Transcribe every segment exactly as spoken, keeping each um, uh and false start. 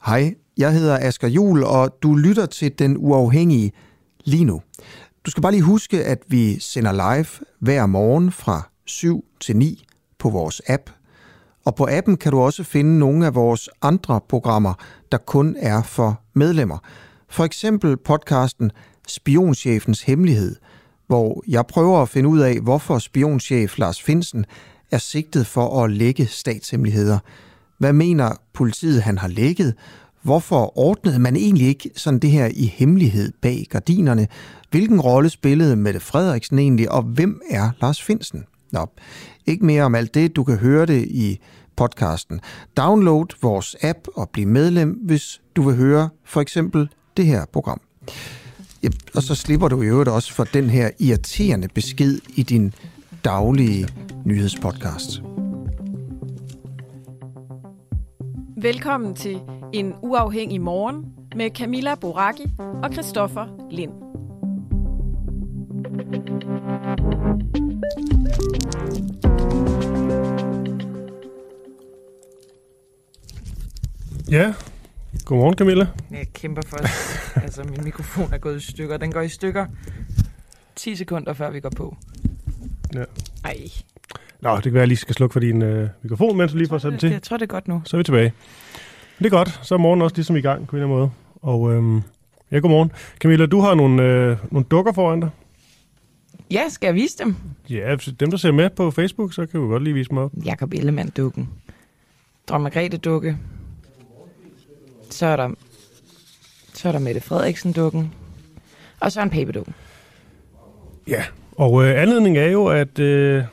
Hej, jeg hedder Asger Juhl, og du lytter til Den Uafhængige lige nu. Du skal bare lige huske, at vi sender live hver morgen fra syv til ni på vores app. Og på appen kan du også finde nogle af vores andre programmer, der kun er for medlemmer. For eksempel podcasten Spionchefens Hemmelighed, hvor jeg prøver at finde ud af, hvorfor spionchef Lars Findsen er sigtet for at lække statshemmeligheder. Hvad mener politiet, han har lækket? Hvorfor ordnede man egentlig ikke sådan det her i hemmelighed bag gardinerne? Hvilken rolle spillede Mette Frederiksen egentlig, og hvem er Lars Findsen? Nå, ikke mere om alt det. Du kan høre det i podcasten. Download vores app og bliv medlem, hvis du vil høre for eksempel det her program. Ja, og så slipper du i øvrigt også for den her irriterende besked i din daglige nyhedspodcast. Velkommen til En Uafhængig Morgen med Camilla Boracchi og Christoffer Lind. Ja, godmorgen Camilla. Jeg kæmper for det. Altså, min mikrofon er gået i stykker. Den går i stykker ti sekunder, før vi går på. Ja. Ej. Nå, det kan være, at jeg lige skal slukke for din øh, mikrofon, mens du lige får sat den til. Jeg tror, det er godt nu. Så er vi tilbage. Det er godt. Så er morgen også ligesom i gang på en eller anden måde. Og øhm, ja, godmorgen. Camilla, du har nogle, øh, nogle dukker foran dig. Ja, skal jeg vise dem? Ja, dem der ser med på Facebook, så kan vi godt lige vise dem op. Jakob Ellemann-dukken. Dronning Margrethe-dukke. Så er der, så er der Mette Frederiksen-dukken. Og så en papedukke. Ja, og øh, anledningen er jo, at øh,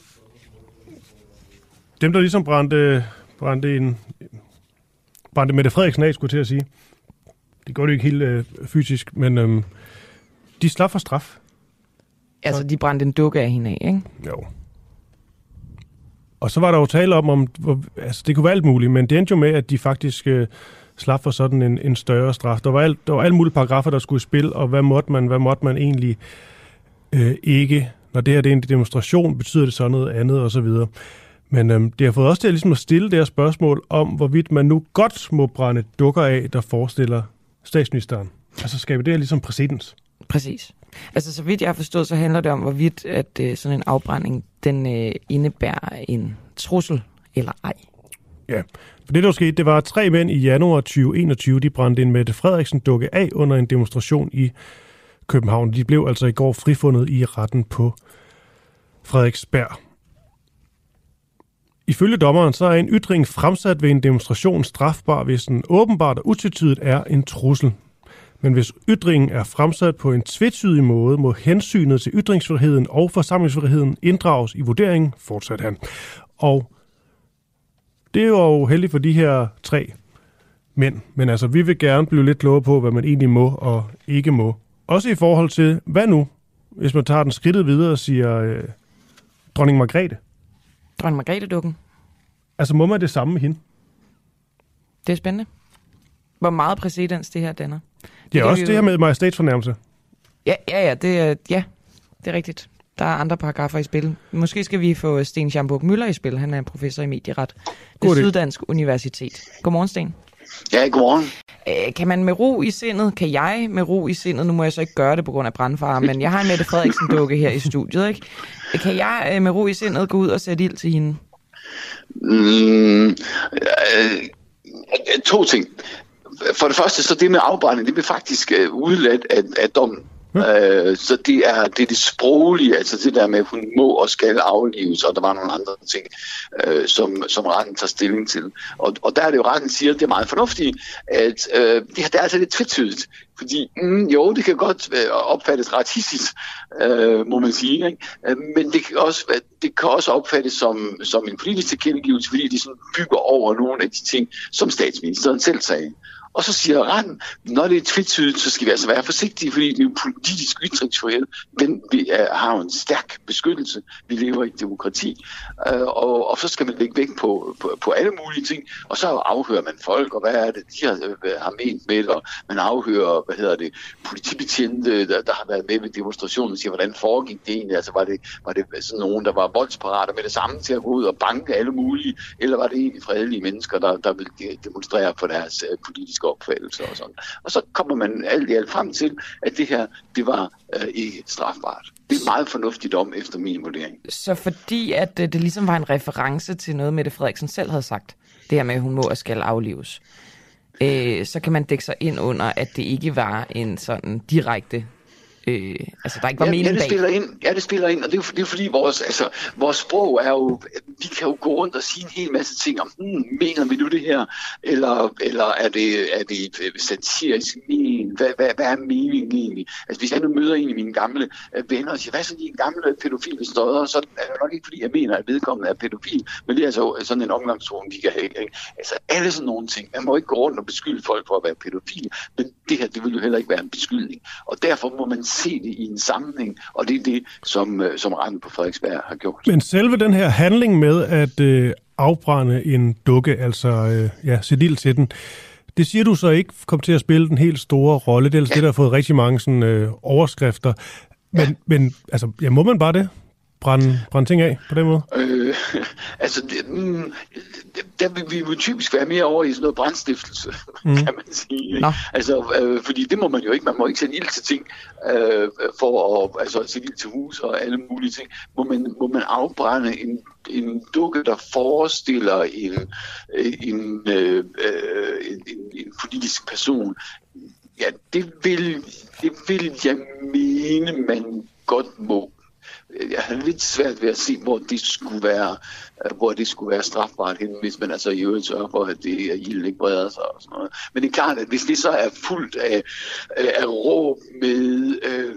dem, der ligesom brændte, brændte, en, brændte Mette Frederiksen af, skulle jeg til at sige. Det går det ikke helt øh, fysisk, men øh, de slap for straf. Altså, de brændte en dukke af hende af, ikke? Jo. Og så var der jo tale om, om hvor, altså det kunne være alt muligt, men det endte jo med, at de faktisk øh, slap for sådan en, en større straf. Der var, alt, der var alle mulige paragrafer, der skulle i spil, og hvad måtte man, hvad måtte man egentlig øh, ikke. Når det her det er en demonstration, betyder det så noget andet, og så videre. Men øh, det har fået også til at, ligesom at stille det her spørgsmål om, hvorvidt man nu godt må brænde dukker af, der forestiller statsministeren. Altså skabe det her ligesom præcedens. Præcis. Altså, så vidt jeg har forstået, så handler det om, hvorvidt at øh, sådan en afbrænding, den øh, indebærer en trussel eller ej. Ja, for det der skete, det var tre mænd i januar tyve enogtyve, de brændte en Mette Frederiksen-dukke af under en demonstration i København. De blev altså i går frifundet i retten på Frederiksberg. Ifølge dommeren, så er en ytring fremsat ved en demonstration strafbar, hvis den åbenbart og utvetydigt er en trussel. Men hvis ytringen er fremsat på en tvetydig måde, må hensynet til ytringsfriheden og forsamlingsfriheden inddrages i vurderingen, fortsat han. Og det er jo heldigt for de her tre mænd. Men altså, vi vil gerne blive lidt klogere på, hvad man egentlig må og ikke må. Også i forhold til, hvad nu, hvis man tager den skridtet videre og siger øh, dronning Margrethe? Dronning Margrethe-dukken. Altså, må man det samme med hende? Det er spændende. Hvor meget præcedens det her danner. Det er også jo... det her med majestætsfornærmelse. Ja, ja, ja, det er, ja, det er rigtigt. Der er andre paragrafer i spil. Måske skal vi få Sten Schaumburg Müller i spil. Han er professor i medieret ved Syddansk Universitet. Godmorgen, Sten. Ja, godmorgen. Æh, kan man med ro i sindet, kan jeg med ro i sindet, nu må jeg så ikke gøre det på grund af brandfare, men jeg har en Mette Frederiksen-dukke her i studiet, ikke? Kan jeg øh, med ro i sindet gå ud og sætte ild til hende? Mm, øh, to ting. For det første, så det med afbrænding, det bliver faktisk øh, udladt af, af dommen. Øh, så det er, det er det sproglige, altså det der med, at hun må og skal aflives, og der var nogle andre ting, øh, som, som retten tager stilling til. Og, og der er det jo, retten siger, at det er meget fornuftigt, at øh, det, det er altså lidt tvetydigt. Fordi mm, jo, det kan godt øh, opfattes racistisk, øh, må man sige, ikke? Øh, men det kan, også, det kan også opfattes som, som en politisk tilkendegivelse, fordi de sådan bygger over nogle af de ting, som statsministeren selv sagde. Og så siger retten, når det er tvetydigt, så skal vi altså være forsigtige, fordi det er jo politisk ytringsfrihed. Den vi, uh, har jo en stærk beskyttelse. Vi lever i et demokrati. Uh, og, og så skal man lægge vægt på, på, på alle mulige ting. Og så afhører man folk, og hvad er det, de har, uh, har ment med det. Og man afhører hvad hedder det, politibetjente, der, der har været med ved demonstrationen, og siger, hvordan foregik det egentlig? Altså var det, var det sådan nogen, der var voldsparater med det samme til at gå ud og banke alle mulige, eller var det egentlig fredelige mennesker, der, der ville demonstrere for deres uh, politiske opfattelse og sådan. Og så kommer man alt i alt frem til, at det her, det var uh, ikke strafbart. Det er meget fornuftigt om efter min vurdering. Så fordi at det ligesom var en reference til noget, Mette Frederiksen selv havde sagt, det her med, at hun må og skal aflives, øh, så kan man dække sig ind under, at det ikke var en sådan direkte, øh, altså der ikke var ja, mening ja, det bag. spiller ind, ja, det spiller ind, og det er, det er fordi vores, altså, vores sprog er jo, vi kan jo gå rundt og sige en hel masse ting om, hmm, mener vi nu det her, eller, eller er det, er det et satirisk men, hvad, hvad, hvad er meningen egentlig? Altså hvis jeg nu møder en af mine gamle venner og siger, hvad er så de gamle pædofile støder, så er det nok ikke fordi jeg mener, at vedkommende er pædofil, men det er altså sådan en omgangstone, vi kan have. Ikke? Altså alle sådan nogle ting, man må ikke gå rundt og beskylde folk for at være pædofile, men det her, det vil jo heller ikke være en beskyldning, og derfor må man se det i en sammenhæng, og det er det, som, som retten på Frederiksberg har gjort. Men selve den her handling med at øh, afbrænde en dukke, altså øh, ja, sætte ild til den, det siger du så ikke kom til at spille den helt store rolle. Det er altså ja. det, der har fået rigtig mange sådan, øh, overskrifter. Men, ja. men altså, ja, må man bare det? Brænde, brænde ting af på den måde? Øh, altså, det, mm, der vil vi jo typisk være mere over i sådan noget brandstiftelse, mm. kan man sige. Ikke? Altså, øh, fordi det må man jo ikke. Man må ikke sætte ild til ting øh, for at altså, sætte ild til hus og alle mulige ting. Må man, må man afbrænde en, en dukke, der forestiller en, en, øh, en, en, en politisk person. Ja, det vil, det vil jeg mene, man godt må. Jeg har lidt svært ved at se, hvor det skulle være, hvor det skulle være strafbart hen, hvis man altså i øvrigt sørger for, at det er ilden ikke breder sig og sådan noget. Men det er klart, at hvis det så er fuldt af, af råb med øh,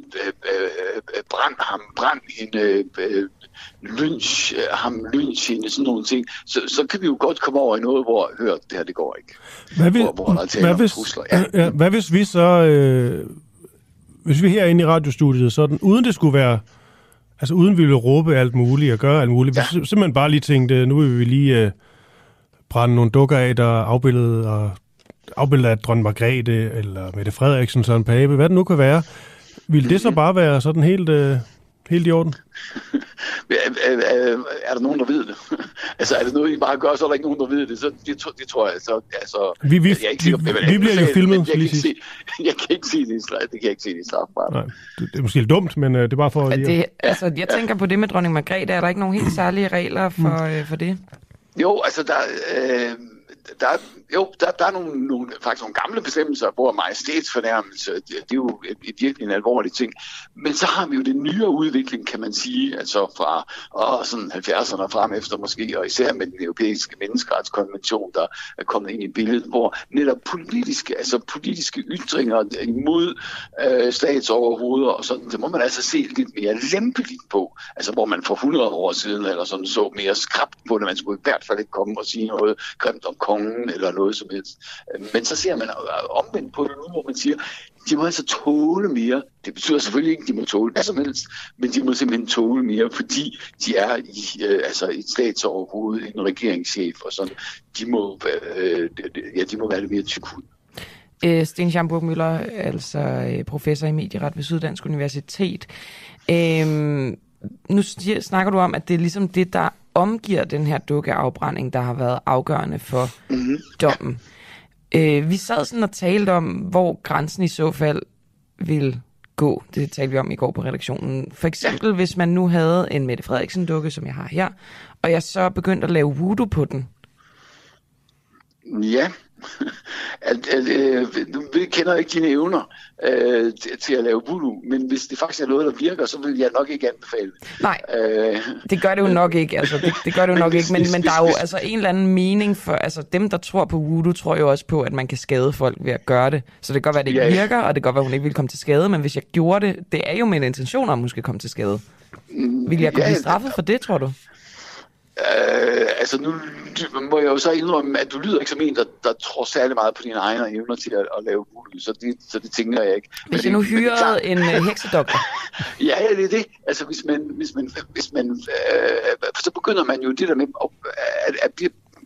øh, brænd ham, brænd hende, øh, lynch ham, lynch hende, sådan nogle ting, så, så kan vi jo godt komme over i noget, hvor hør, det her det går ikke. Hvad hvis, hvor, hvor der er tale hvad, om hvis, trusler. Ja. Ja, hvad hvis vi så, øh, hvis vi herinde i radiostudiet, sådan, uden det skulle være, altså uden vi ville råbe alt muligt og gøre alt muligt. Ja. Vi simpelthen bare lige tænkte, nu vil vi lige øh, brænde nogle dukker af, der afbilledet og afbilledet af Dronning Margrethe eller Mette Frederiksen, Søren Pape, hvad det nu kan være. Vil det så bare være sådan helt, øh, helt i orden? er, er, er der nogen, der ved det? altså er det noget, I bare gør, så er der ikke nogen, der ved det. Så det, det tror jeg. Så, altså, vi, vi, jeg er ikke sikker, vi, vi, vi bliver jo filmet. Jeg kan, ikke se, jeg kan ikke se det i straf. Det kan jeg ikke se det i strafbart. Nej, det, det er måske lidt dumt, men øh, det er bare for... At det, altså, jeg tænker på det med Dronning Margrethe. Er der ikke nogen helt særlige regler for, øh, for det? Jo, altså der... Øh, Der, jo, der, der er nogle, nogle, faktisk nogle gamle bestemmelser, hvor majestætsfornærmelse, det, det er jo et, et virkelig en alvorlig ting. Men så har vi jo den nyere udvikling, kan man sige, altså fra åh, sådan halvfjerdserne og frem efter måske, og især med den europæiske menneskeretskonvention, der er kommet ind i billedet, hvor netop politiske, altså politiske ytringer imod øh, statsoverhoveder og sådan, det må man altså se lidt mere lempeligt på. Altså hvor man for hundrede år siden eller sådan så mere skræbt på det, man skulle i hvert fald ikke komme og sige noget grimt om kongen eller noget som helst. Men så ser man omvendt på det nu, hvor man siger, de må altså tåle mere. Det betyder selvfølgelig ikke, at de må tåle hvad som helst, men de må simpelthen tåle mere, fordi de er i øh, altså et statsoverhoved, en regeringschef og sådan. De må, øh, ja, de må være lidt mere tykhud. Øh, Sten Schaumburg Müller, altså øh, professor i medieret ved Syddansk Universitet. Øh, nu snakker du om, at det er ligesom det, der omgiver den her dukkeafbrænding, der har været afgørende for mm-hmm. dommen. Øh, vi sad sådan og talte om, hvor grænsen i så fald vil gå. Det talte vi om i går på redaktionen. For eksempel, hvis man nu havde en Mette Frederiksen-dukke, som jeg har her, og jeg så begyndte at lave voodoo på den. Ja. At, at, øh, du kender ikke dine evner øh, til, til at lave voodoo, men hvis det faktisk er noget, der virker, så vil jeg nok ikke anbefale det. Nej, øh, det gør det jo nok ikke. Altså, det, det gør det jo nok hvis, ikke, men, hvis, men der er jo hvis, altså en eller anden mening for, altså dem, der tror på voodoo, tror jo også på, at man kan skade folk ved at gøre det. Så det kan godt være, at det ikke ja, virker, og det kan godt være, at hun ikke vil komme til skade, men hvis jeg gjorde det, det er jo med en intention om, at hun skal komme til skade. Vil jeg kunne ja, blive straffet for det, tror du? Øh, altså nu må jeg jo så indrømme, at du lyder ikke som en, der, der tror særlig meget på dine egne evner til at, at lave voodoo, så det, så det tænker jeg ikke. Hvis jeg nu hyrede en uh, heksedoktor? ja, ja, det er det. Altså hvis man, hvis man, hvis man øh, så begynder man jo det der med at, at, at blive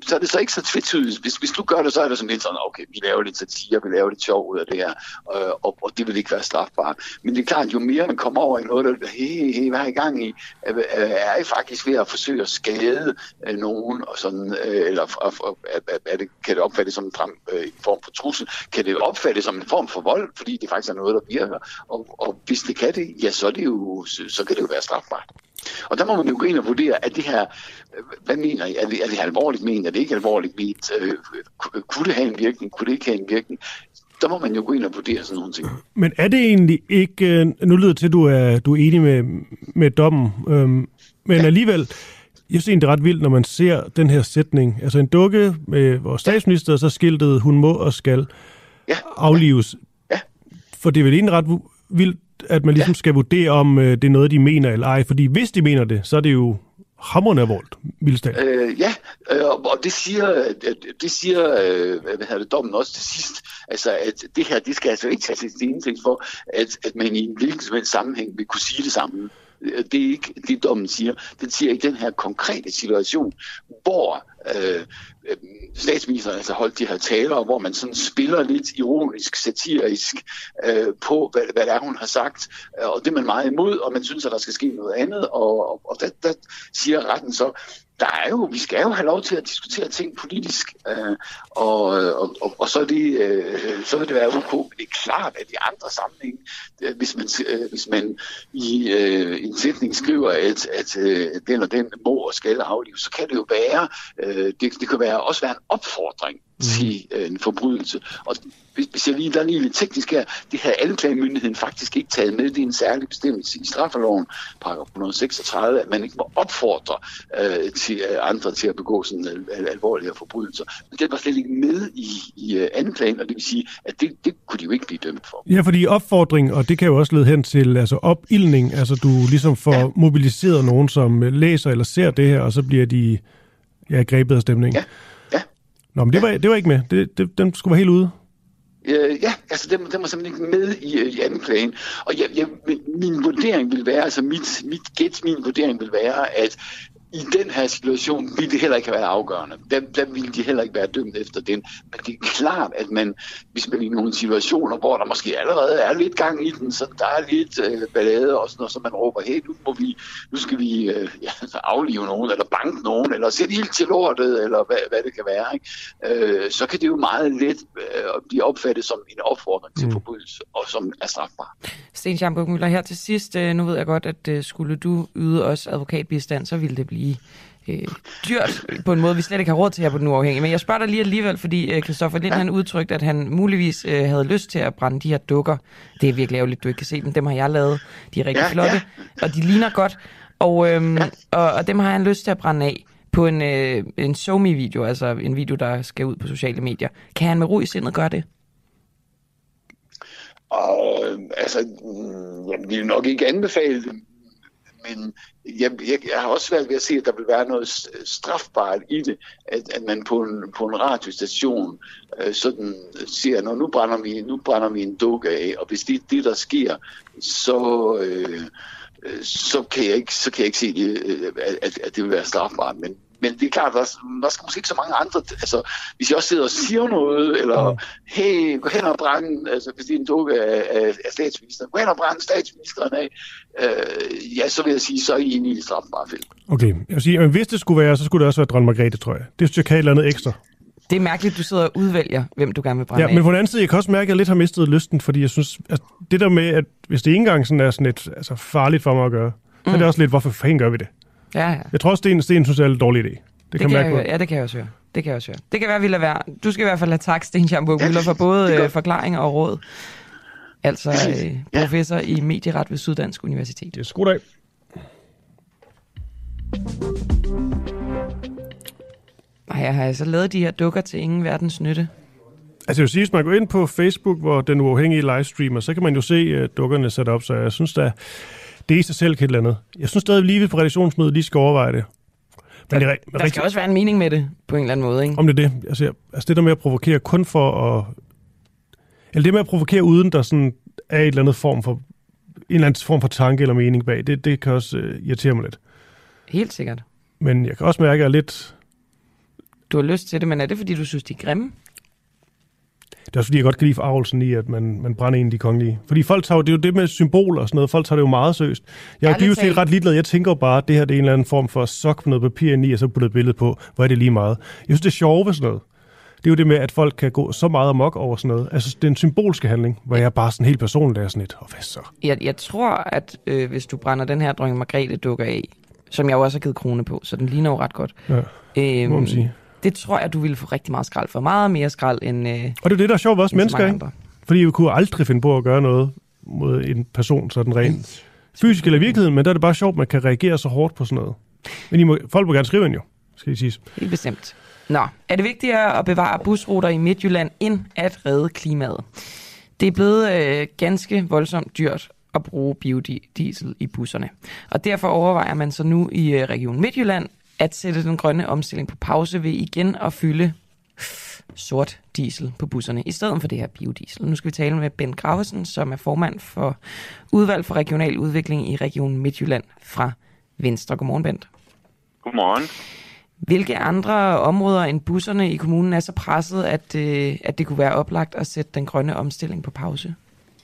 så er det så ikke så tvetydigt. Hvis, hvis du gør det, så er det sådan lidt sådan, okay, vi laver lidt satire, vi laver lidt sjov ud af det her, øh, og, og det vil ikke være strafbart. Men det er klart, jo mere man kommer over i noget, der hey, hey, hvad er I gang i, er, er I faktisk ved at forsøge at skade øh, nogen, og sådan, øh, eller er, er det, kan det opfattes som en, øh, en form for trussel? Kan det opfattes som en form for vold, fordi det faktisk er noget, der virker? Og, og hvis det kan det, ja, så, er det jo, så kan det jo være strafbart. Og der må man jo gå ind og vurdere, at det her, hvad mener I? Er det, er det alvorligt ment? Er det ikke alvorligt ment? Øh, kunne det have en virkning? Kunne det ikke have en virkning? Der må man jo gå ind og vurdere sådan nogle ting. Men er det egentlig ikke, nu lyder det til, at du er, du er enig med, med dommen, øhm, men ja. Alligevel, jeg synes det er ret vildt, når man ser den her sætning. Altså en dukke med vores statsminister, så skiltet, hun må og skal ja. aflives. Ja. For det er vel egentlig ret vildt, at man ligesom ja. skal vurdere, om øh, det er noget, de mener eller ej. Fordi hvis de mener det, så er det jo hamrende alvorligt, vildstand. Øh, ja, øh, og det siger, det siger øh, hvad hedder det, dommen også til sidst. Altså, at det her, det skal altså ikke tage til indtægt for, at, at man i en hvilken som helst sammenhæng vil kunne sige det samme. Det er ikke det, dommen siger. Den siger i den her konkrete situation, hvor øh, statsministeren altså holdt de her taler, hvor man sådan spiller lidt ironisk, satirisk øh, på, hvad, hvad det er, hun har sagt. Og det er man meget imod, og man synes, at der skal ske noget andet. Og, og, og der, der siger retten så, der er jo, vi skal jo have lov til at diskutere ting politisk, øh, og, og, og, og så, er det, øh, så vil det være ok. Men det er klart, at i andre sammenhæng, hvis man, øh, hvis man i øh, en sætning skriver, at, at øh, den og den må og skal aflives, så kan det jo være, øh, det, det kan være, også være en opfordring til øh, en forbrydelse. Og hvis jeg lige, der er lige lidt teknisk her, det havde anklagemyndigheden faktisk ikke taget med. Det er en særlig bestemmelse i straffeloven, paragraf et hundrede og seksogtredive, at man ikke må opfordre øh, til andre til at begå sådan al- alvorlige forbrydelser. Men det var slet ikke med i, i uh, anklagen, og det vil sige, at det, det kunne de jo ikke blive dømt for. Ja, fordi opfordring, og det kan jo også lede hen til altså opildning, altså du ligesom får ja. mobiliseret nogen, som læser eller ser det her, og så bliver de ja, grebet af stemningen. Ja. Ja. Nå, men det, ja. var, det var ikke med. Det, det, den skulle være helt ude. Øh, ja, altså den, den var simpelthen ikke med i, i anklagen. Og jeg, jeg, min vurdering vil være, altså mit, mit gæt, min vurdering vil være, at i den her situation ville det heller ikke have været afgørende. Der, der ville de heller ikke være dømt efter den. Men det er klart, at man, hvis man i nogle situationer, hvor der måske allerede er lidt gang i den, så der er lidt øh, ballade og sådan noget, så man råber, hey, nu, må vi, nu skal vi øh, ja, aflive nogen, eller banke nogen, eller sætte ild til lortet, eller hvad, hvad det kan være. Ikke? Øh, så kan det jo meget let øh, blive opfattet som en opfordring til mm. forbrydelse, og som er strafbar. Sten Schaumburg Müller, her til sidst, øh, nu ved jeg godt, at øh, skulle du yde os advokatbistand, så ville det blive Øh, dyrt på en måde, vi slet ikke har råd til her på Den Uafhængige. Men jeg spørger dig lige alligevel, fordi Christoffer Lind, ja. han udtrykte, at han muligvis øh, havde lyst til at brænde de her dukker. Det er virkelig ærgerligt, du ikke kan se dem. Dem har jeg lavet. De er rigtig ja, flotte, ja. og de ligner godt. Og, øhm, ja. og, og dem har han lyst til at brænde af på en, øh, en SoMe-video, altså en video, der skal ud på sociale medier. Kan han med ro i sindet gøre det? Og altså, jeg vil nok ikke anbefale det. Men jeg, jeg, jeg har også svært ved at se, at der vil være noget strafbart i det, at, at man på en, på en radiostation øh, sådan siger, når nu brænder vi, nu brænder vi en dukke af, og hvis det er det, der sker, så, øh, så, kan jeg ikke, så kan jeg ikke se, det, at, at det vil være strafbart. Men Men det er klart, der, der skal måske ikke så mange andre. Altså, hvis jeg også sidder og siger noget, eller hey, gå hen og brænde, altså hvis det er en dukke af, af, af statsministeren, gå hen og brænde statsministeren af, øh, ja, så vil jeg sige, så er I inde i det strafbare film. Okay, jeg vil sige, men hvis det skulle være, så skulle det også være Dronning Margrethe, tror jeg. Det synes jeg kan et eller andet ekstra. Det er mærkeligt, du sidder og udvælger, hvem du gerne vil brænde ja, af. Men på den anden side, jeg kan også mærke, at jeg lidt har mistet lysten, fordi jeg synes, at det der med, at hvis det ikke engang sådan er sådan et altså, farligt for mig at gøre, så mm. er det også lidt, hvorfor fanden gør vi det? Ja, ja. Jeg tror også, Sten, Sten synes, det er en dårlig idé. Det, det kan, kan jeg jeg, ja, det kan jeg også høre. Det kan jeg også høre. Det kan være, vi lader være. Du skal i hvert fald have tak, Sten Schaumburg Müller, for både øh, forklaring og råd. Altså øh, professor i medieret ved Syddansk Universitet. Det er sgu da. Nej, jeg har altså lavet de her dukker til ingen verdens nytte. Altså jeg vil sige, hvis man går ind på Facebook, hvor Den Uafhængige livestreamer, så kan man jo se uh, dukkerne sat op, så jeg synes da, det er i sig selv kan et eller andet. Jeg synes stadig lige på redaktionsmødet lige skal overveje det. Men der, det er, der skal rigtig, også være en mening med det, på en eller anden måde, ikke? Om det er det. Altså, jeg, altså det der med at provokere kun for at... Eller det med at provokere uden, der sådan er et eller andet form for... En eller anden form for tanke eller mening bag, det, det kan også uh, irritere mig lidt. Helt sikkert. Men jeg kan også mærke, at jeg er lidt... du har lyst til det, men er det, fordi du synes, de er grimme? Det er også fordi, jeg godt kan lide forarvelsen i, at man, man brænder en af de kongelige. Fordi folk tager jo, det er jo det med symboler og sådan noget, folk tager det jo meget seriøst. Jeg er jo set ret ligeglad. Jeg tænker jo bare, at det her det er en eller anden form for sok på noget papir ind i, og så putte et billede på, hvor er det lige meget. Jeg synes, det er sjovt ved sådan noget. Det er jo det med, at folk kan gå så meget amok over sådan noget. Altså, det er en symbolske handling, hvor jeg bare sådan helt personligt er sådan lidt, og hvad så? Jeg, jeg tror, at øh, hvis du brænder den her dronning Margrethe dukker af, som jeg jo også har givet krone på, så den ligner jo ret godt. Ja, øhm, må man sige. Det tror jeg, du ville få rigtig meget skrald for. Meget mere skrald end... Øh, og det er det, der er sjovt ved os mennesker, ikke? Fordi vi kunne aldrig finde på at gøre noget mod en person, sådan rent fysisk eller i virkeligheden, men der er det bare sjovt, at man kan reagere så hårdt på sådan noget. Men I må, folk må gerne skrive ind jo, skal I sige. Helt bestemt. Nå, er det vigtigere at bevare busruter i Midtjylland, end at redde klimaet? Det er blevet øh, ganske voldsomt dyrt at bruge biodiesel i busserne. Og derfor overvejer man så nu i øh, Region Midtjylland at sætte den grønne omstilling på pause ved igen at fylde sort diesel på busserne, i stedet for det her biodiesel. Nu skal vi tale med Bent Gravesen, som er formand for udvalg for regional udvikling i Region Midtjylland fra Venstre. Godmorgen, Bent. Godmorgen. Hvilke andre områder end busserne i kommunen er så presset, at, øh, at det kunne være oplagt at sætte den grønne omstilling på pause?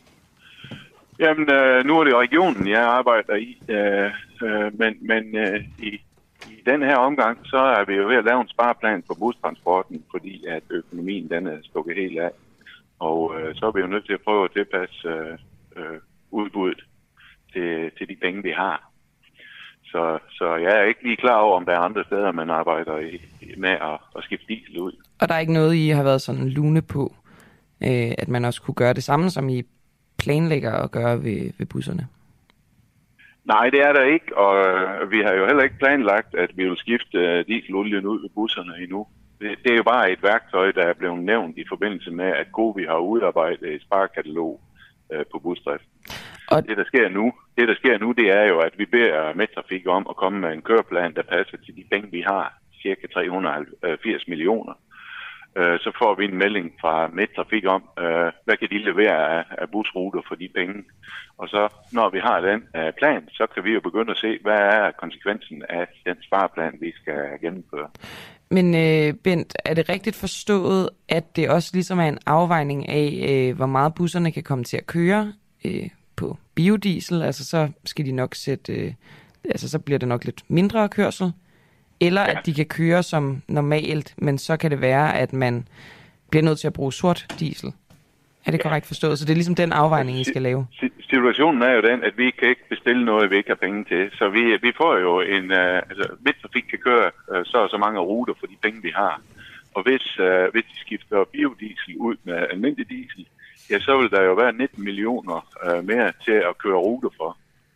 Jamen, øh, nu er det regionen, jeg arbejder i, øh, øh, men, men øh, i I den her omgang, så er vi jo ved at lave en spareplan for bustransporten, fordi at økonomien den er stukket helt af. Og øh, så er vi jo nødt til at prøve at tilpasse øh, øh, udbuddet til, til de penge, vi har. Så, så jeg er ikke lige klar over, om der er andre steder, man arbejder i, med at, at skifte diesel ud. Og der er ikke noget, I har været sådan lune på, øh, at man også kunne gøre det samme, som I planlægger at gøre ved, ved busserne? Nej, det er der ikke, og øh, vi har jo heller ikke planlagt, at vi vil skifte øh, dieselolien ud ved busserne endnu. Det, det er jo bare et værktøj, der er blevet nævnt i forbindelse med, at Cowi har udarbejdet et sparekatalog øh, på busdriften. Og det, der sker nu, det, der sker nu, det er jo, at vi beder Midttrafik om at komme med en køreplan, der passer til de penge, vi har, cirka tre hundrede og firs millioner. Øh, så får vi en melding fra Midttrafik om, øh, hvad kan de levere af, af busruter for de penge. Og så, når vi har den øh, plan, så kan vi jo begynde at se, hvad er konsekvensen af den spareplan, vi skal gennemføre. Men øh, Bent, er det rigtigt forstået, at det også ligesom er en afvejning af, øh, hvor meget busserne kan komme til at køre øh, på biodiesel? Altså så skal de nok sætte, øh, altså så bliver det nok lidt mindre kørsel. Eller ja. At de kan køre som normalt, men så kan det være, at man bliver nødt til at bruge sort diesel. Er det korrekt forstået? Så det er ligesom den afvejning, I skal lave? Situationen er jo den, at vi kan ikke bestille noget, vi ikke har penge til. Så vi, vi får jo en... Uh, altså, Midttrafik kan køre uh, så og så mange ruter for de penge, vi har. Og hvis, uh, hvis de skifter biodiesel ud med almindelig diesel, ja, så vil der jo være nitten millioner uh, mere til at køre ruter for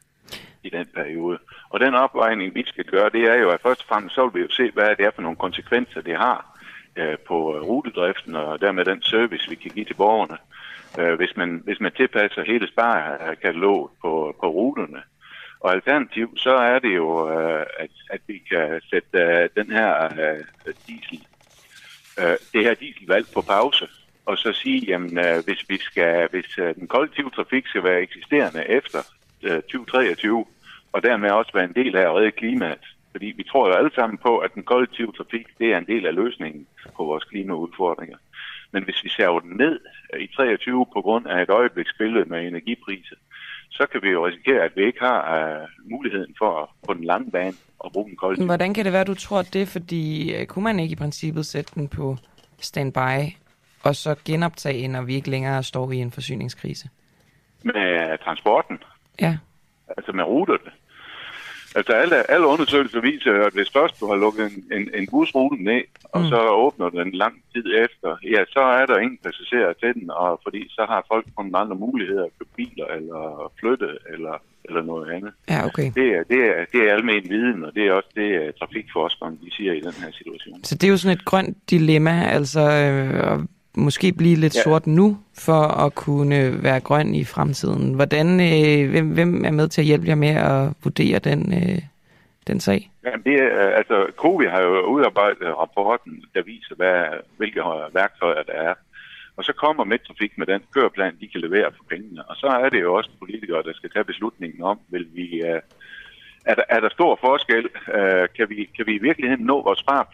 i den periode. Og den opvejning, vi skal gøre, det er jo, at først og fremmest så vil vi jo se, hvad det er for nogle konsekvenser, det har øh, på rutedriften, og dermed den service, vi kan give til borgerne. Øh, hvis, man, hvis man tilpasser hele sparekataloget på, på ruterne. Og alternativt, så er det jo, øh, at, at vi kan sætte øh, den her øh, diesel, øh, det her dieselvalg på pause, og så sige, jamen, øh, hvis, vi skal, hvis øh, den kollektive trafik skal være eksisterende efter tyve treogtyve, og dermed også være en del af at redde klimaet. Fordi vi tror jo alle sammen på, at den kollektive trafik, det er en del af løsningen på vores klimaudfordringer. Men hvis vi ser den ned i treogtyve på grund af et øjebliksbillede med energipriser, så kan vi jo risikere, at vi ikke har uh, muligheden for at, på den lange bane at bruge den kollektive. Hvordan kan det være, du tror det? Fordi uh, kunne man ikke i princippet sætte den på standby, og så genoptage, når vi ikke længere står i en forsyningskrise? Med uh, transporten? Ja. Altså med ruterne. Altså alle, alle undersøgelser viser, at hvis først du har lukket en, en, en busrute ned, og mm. så åbner den lang tid efter, ja, så er der ingen passagerer til den, og fordi så har folk på nogle andre muligheder at købe biler, eller flytte, eller, eller noget andet. Ja, okay. Det er, det er, det er almen viden, og det er også det, trafikforskerne de siger i den her situation. Så det er jo sådan et grønt dilemma, altså øh, måske blive lidt ja. sort nu, for at kunne være grøn i fremtiden. Hvordan, øh, hvem, hvem er med til at hjælpe jer med at vurdere den, øh, den sag? Jamen det er, altså, Cowi har jo udarbejdet rapporten, der viser, hvad, hvilke værktøjer der er. Og så kommer Midttrafik med den køreplan, de kan levere for pengene. Og så er det jo også politikere, der skal tage beslutningen om, vil vi... Øh, er, der, er der stor forskel? Øh, kan, vi, kan vi i virkeligheden nå vores spareplan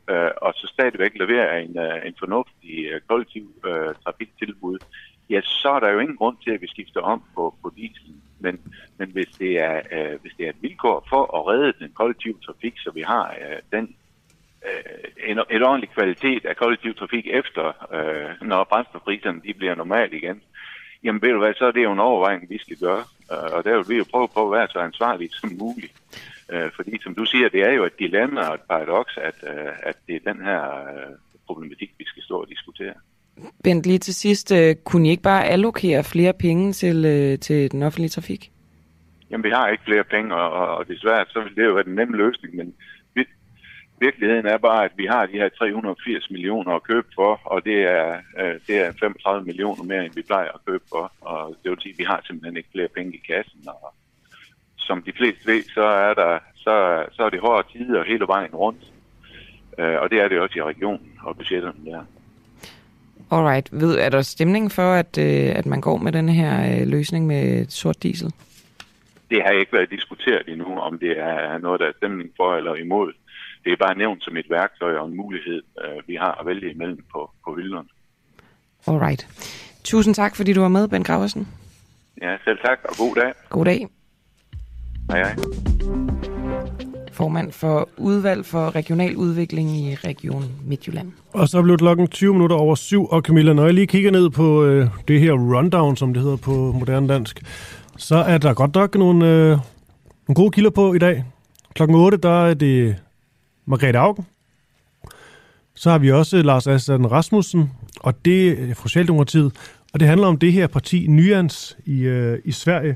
øh, og så stadigvæk levere en, øh, en fornuftig øh, kollektiv øh, trafiktilbud, ja, så er der jo ingen grund til, at vi skifter om på, på dieselen. Men, men hvis, det er, øh, hvis det er et vilkår for at redde den kollektive trafik, så vi har øh, den øh, en, et ordentlig kvalitet af kollektiv trafik efter, øh, når brændstofpriserne de bliver normalt igen, jamen ved du hvad, så er det jo en overvejning, vi skal gøre. Øh, og der vil vi jo prøve på at være så ansvarlige som muligt. Øh, fordi som du siger, det er jo et dilemma og et paradoks, at, øh, at det er den her øh, problematik, vi skal stå og diskutere. Bent, lige til sidst, øh, kunne I ikke bare allokere flere penge til, øh, til den offentlige trafik? Jamen, vi har ikke flere penge, og, og, og desværre, så vil det jo være den nemme løsning, men vi, virkeligheden er bare, at vi har de her tre hundrede og firs millioner at købe for, og det er, øh, det er femogtredive millioner mere, end vi plejer at købe for, og det vil sige, at vi har simpelthen ikke flere penge i kassen, og som de fleste ved, så er, der, så, så er det hårde tider hele vejen rundt, øh, og det er det også i regionen og budgetterne der. Alright. Ved, er der stemning for, at, øh, at man går med den her øh, løsning med sort diesel? Det har ikke været diskuteret endnu, om det er noget, der er stemning for eller imod. Det er bare nævnt som et værktøj og en mulighed, øh, vi har at vælge imellem på, på hylderne. Alright. Tusind tak, fordi du var med, Bent Graversen. Ja, selv tak, og god dag. God dag. Hej, hej. Formand for udvalg for regional udvikling i Region Midtjylland. Og så blev klokken tyve minutter over syv, og Camilla, når jeg lige kigger ned på øh, det her rundown, som det hedder på moderne dansk, så er der godt nok nogle, øh, nogle gode kilder på i dag. Klokken otte, der er det Margrethe Auken. Så har vi også Lars Aslan Rasmussen, og det er Socialdemokratiet. Og det handler om det her parti Nyans i, øh, i Sverige,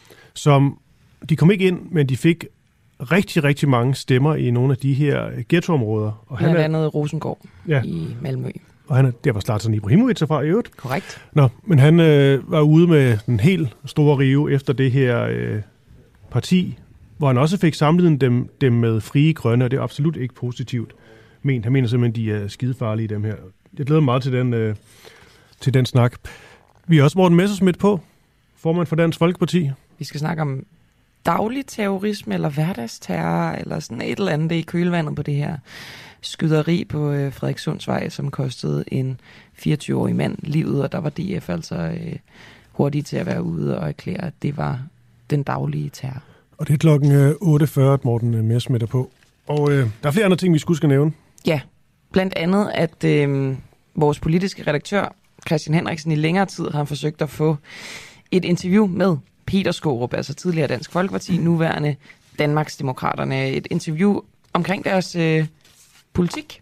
som de kom ikke ind, men de fik rigtig, rigtig mange stemmer i nogle af de her ghettoområder. Og han er andet Rosengård ja. i Malmø. Og han er, der var Zlatan Ibrahimovic fra i øvrigt. Korrekt. Nå, men han øh, var ude med den helt store rive efter det her øh, parti, hvor han også fik samlet dem, dem med Frie Grønne, og det er absolut ikke positivt ment. Han mener simpelthen, de er skidefarlige, dem her. Jeg glæder mig meget til den, øh, til den snak. Vi har også Morten Messerschmidt på, formand for Dansk Folkeparti. Vi skal snakke om daglig terrorisme eller hverdagsterror eller sådan et eller andet i kølvandet på det her skyderi på øh, Frederikssundsvej, som kostede en fireogtyve-årig mand livet, og der var D F altså øh, hurtige til at være ude og erklære, at det var den daglige terror. Og det er klokken øh, otte fyrre, at Morten Messerschmidt er på. Og øh, der er flere andre ting, vi skulle skal nævne. Ja, blandt andet, at øh, vores politiske redaktør, Christian Henriksen, i længere tid har forsøgt at få et interview med Peter Skaarup, altså tidligere Dansk Folkeparti, nuværende Danmarksdemokraterne. Et interview omkring deres øh, politik.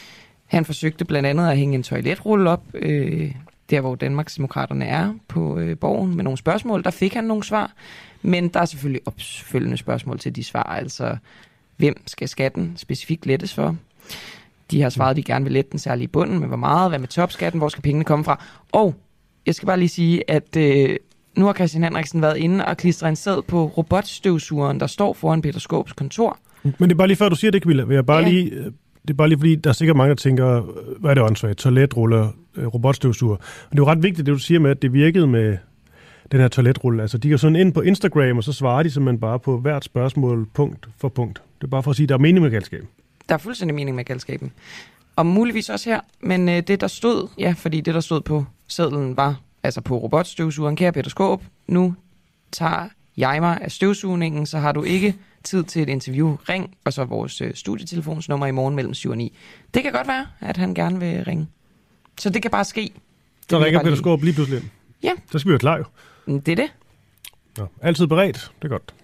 Han forsøgte blandt andet at hænge en toiletrulle op, øh, der hvor Danmarksdemokraterne er på øh, Borgen, med nogle spørgsmål. Der fik han nogle svar, men der er selvfølgelig opfølgende spørgsmål til de svar. Altså, hvem skal skatten specifikt lettes for? De har svaret, at de gerne vil lette den særlige i bunden, men hvor meget? Hvad med topskatten? Hvor skal pengene komme fra? Og jeg skal bare lige sige, at øh, nu har Christian Henriksen været inde og klistret en sæd på robotstøvsugeren, der står foran Peter Skaarups kontor. Men det er bare lige før du siger det, Camilla. Vil jeg bare ja. lige, det er bare lige fordi, der er sikkert mange, der tænker, hvad er det åndssvagt? Toiletruller, robotstøvsuger. Og det er jo ret vigtigt, det du siger med, at det virkede med den her toiletrulle. Altså, de går sådan ind på Instagram, og så svarer de simpelthen bare på hvert spørgsmål, punkt for punkt. Det er bare for at sige, at der er mening med galskaben. Der er fuldstændig mening med galskaben. Og muligvis også her, men øh, det der stod, ja, fordi det der stod på sedlen var, altså på robotstøvsugeren, kære Peter Skaarup, nu tager jeg mig af støvsugningen, så har du ikke tid til et interview. Ring, og så vores øh, studietelefonsnummer i morgen mellem syv og ni. Det kan godt være, at han gerne vil ringe. Så det kan bare ske. Så ringer Peter Skaarup lige pludselig ind. Ja. Så skal vi jo klar jo. Det er det. Nå, altid beredt. Det er godt.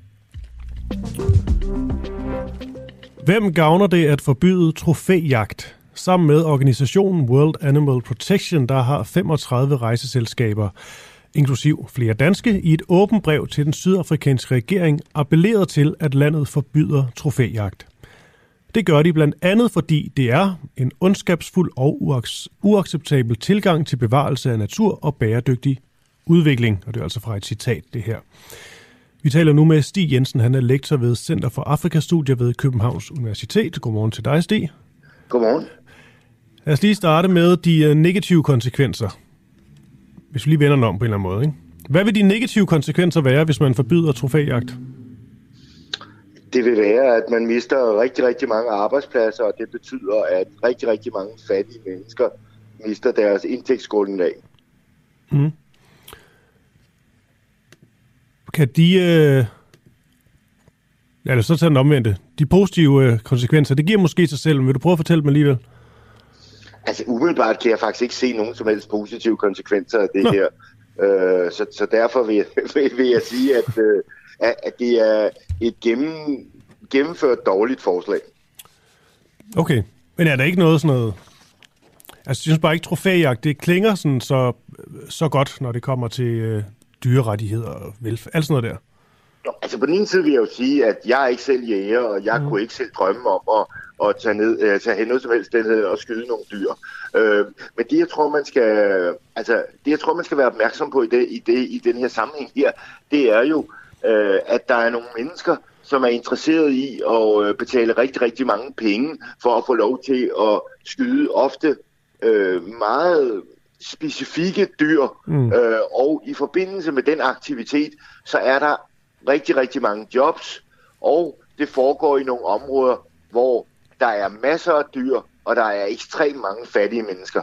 Hvem gavner det at forbyde trofæjagt? Sammen med organisationen World Animal Protection, der har femogtredive rejseselskaber, inklusiv flere danske, i et åbent brev til den sydafrikanske regering appelleret til, at landet forbyder trofæjagt. Det gør de blandt andet, fordi det er en ondskabsfuld og uacceptabel tilgang til bevarelse af natur og bæredygtig udvikling. Og det er altså fra et citat, det her. Vi taler nu med Stig Jensen. Han er lektor ved Center for Afrikastudier ved Københavns Universitet. Godmorgen til dig, Stig. Godmorgen. Lad os lige starte med de negative konsekvenser. Hvis vi lige vender den om på en eller anden måde. Ikke? Hvad vil de negative konsekvenser være, hvis man forbyder trofæjagt? Det vil være, at man mister rigtig, rigtig mange arbejdspladser, og det betyder, at rigtig, rigtig mange fattige mennesker mister deres indtægtsgrundlag. Mm. Kan de, øh... eller så tager den omvendte, de positive øh, konsekvenser, det giver måske sig selv, men vil du prøve at fortælle mig alligevel? Altså umiddelbart kan jeg faktisk ikke se nogen som helst positive konsekvenser af det Nå. her. Øh, så, så derfor vil jeg, vil jeg sige, at, øh, at det er et gennem, gennemført dårligt forslag. Okay, men er der ikke noget sådan noget... Altså, jeg synes bare ikke, trofæjagt, det klinger sådan så, så godt, når det kommer til øh, dyrerettigheder og velfærd, alt sådan noget der. Nå, altså på den ene side vil jeg jo sige, at jeg er ikke selv jæger, og jeg mm. kunne ikke selv drømme om at, at tage, ned, øh, tage hen noget som helst sted og skyde nogle dyr. Øh, men det jeg tror man skal, altså det jeg tror man skal være opmærksom på i det, i det i den her sammenhæng her, det er jo, øh, at der er nogle mennesker, som er interesseret i at betale rigtig rigtig mange penge for at få lov til at skyde ofte øh, meget specifikke dyr, mm. øh, og i forbindelse med den aktivitet, så er der rigtig, rigtig mange jobs, og det foregår i nogle områder, hvor der er masser af dyr, og der er ekstremt mange fattige mennesker.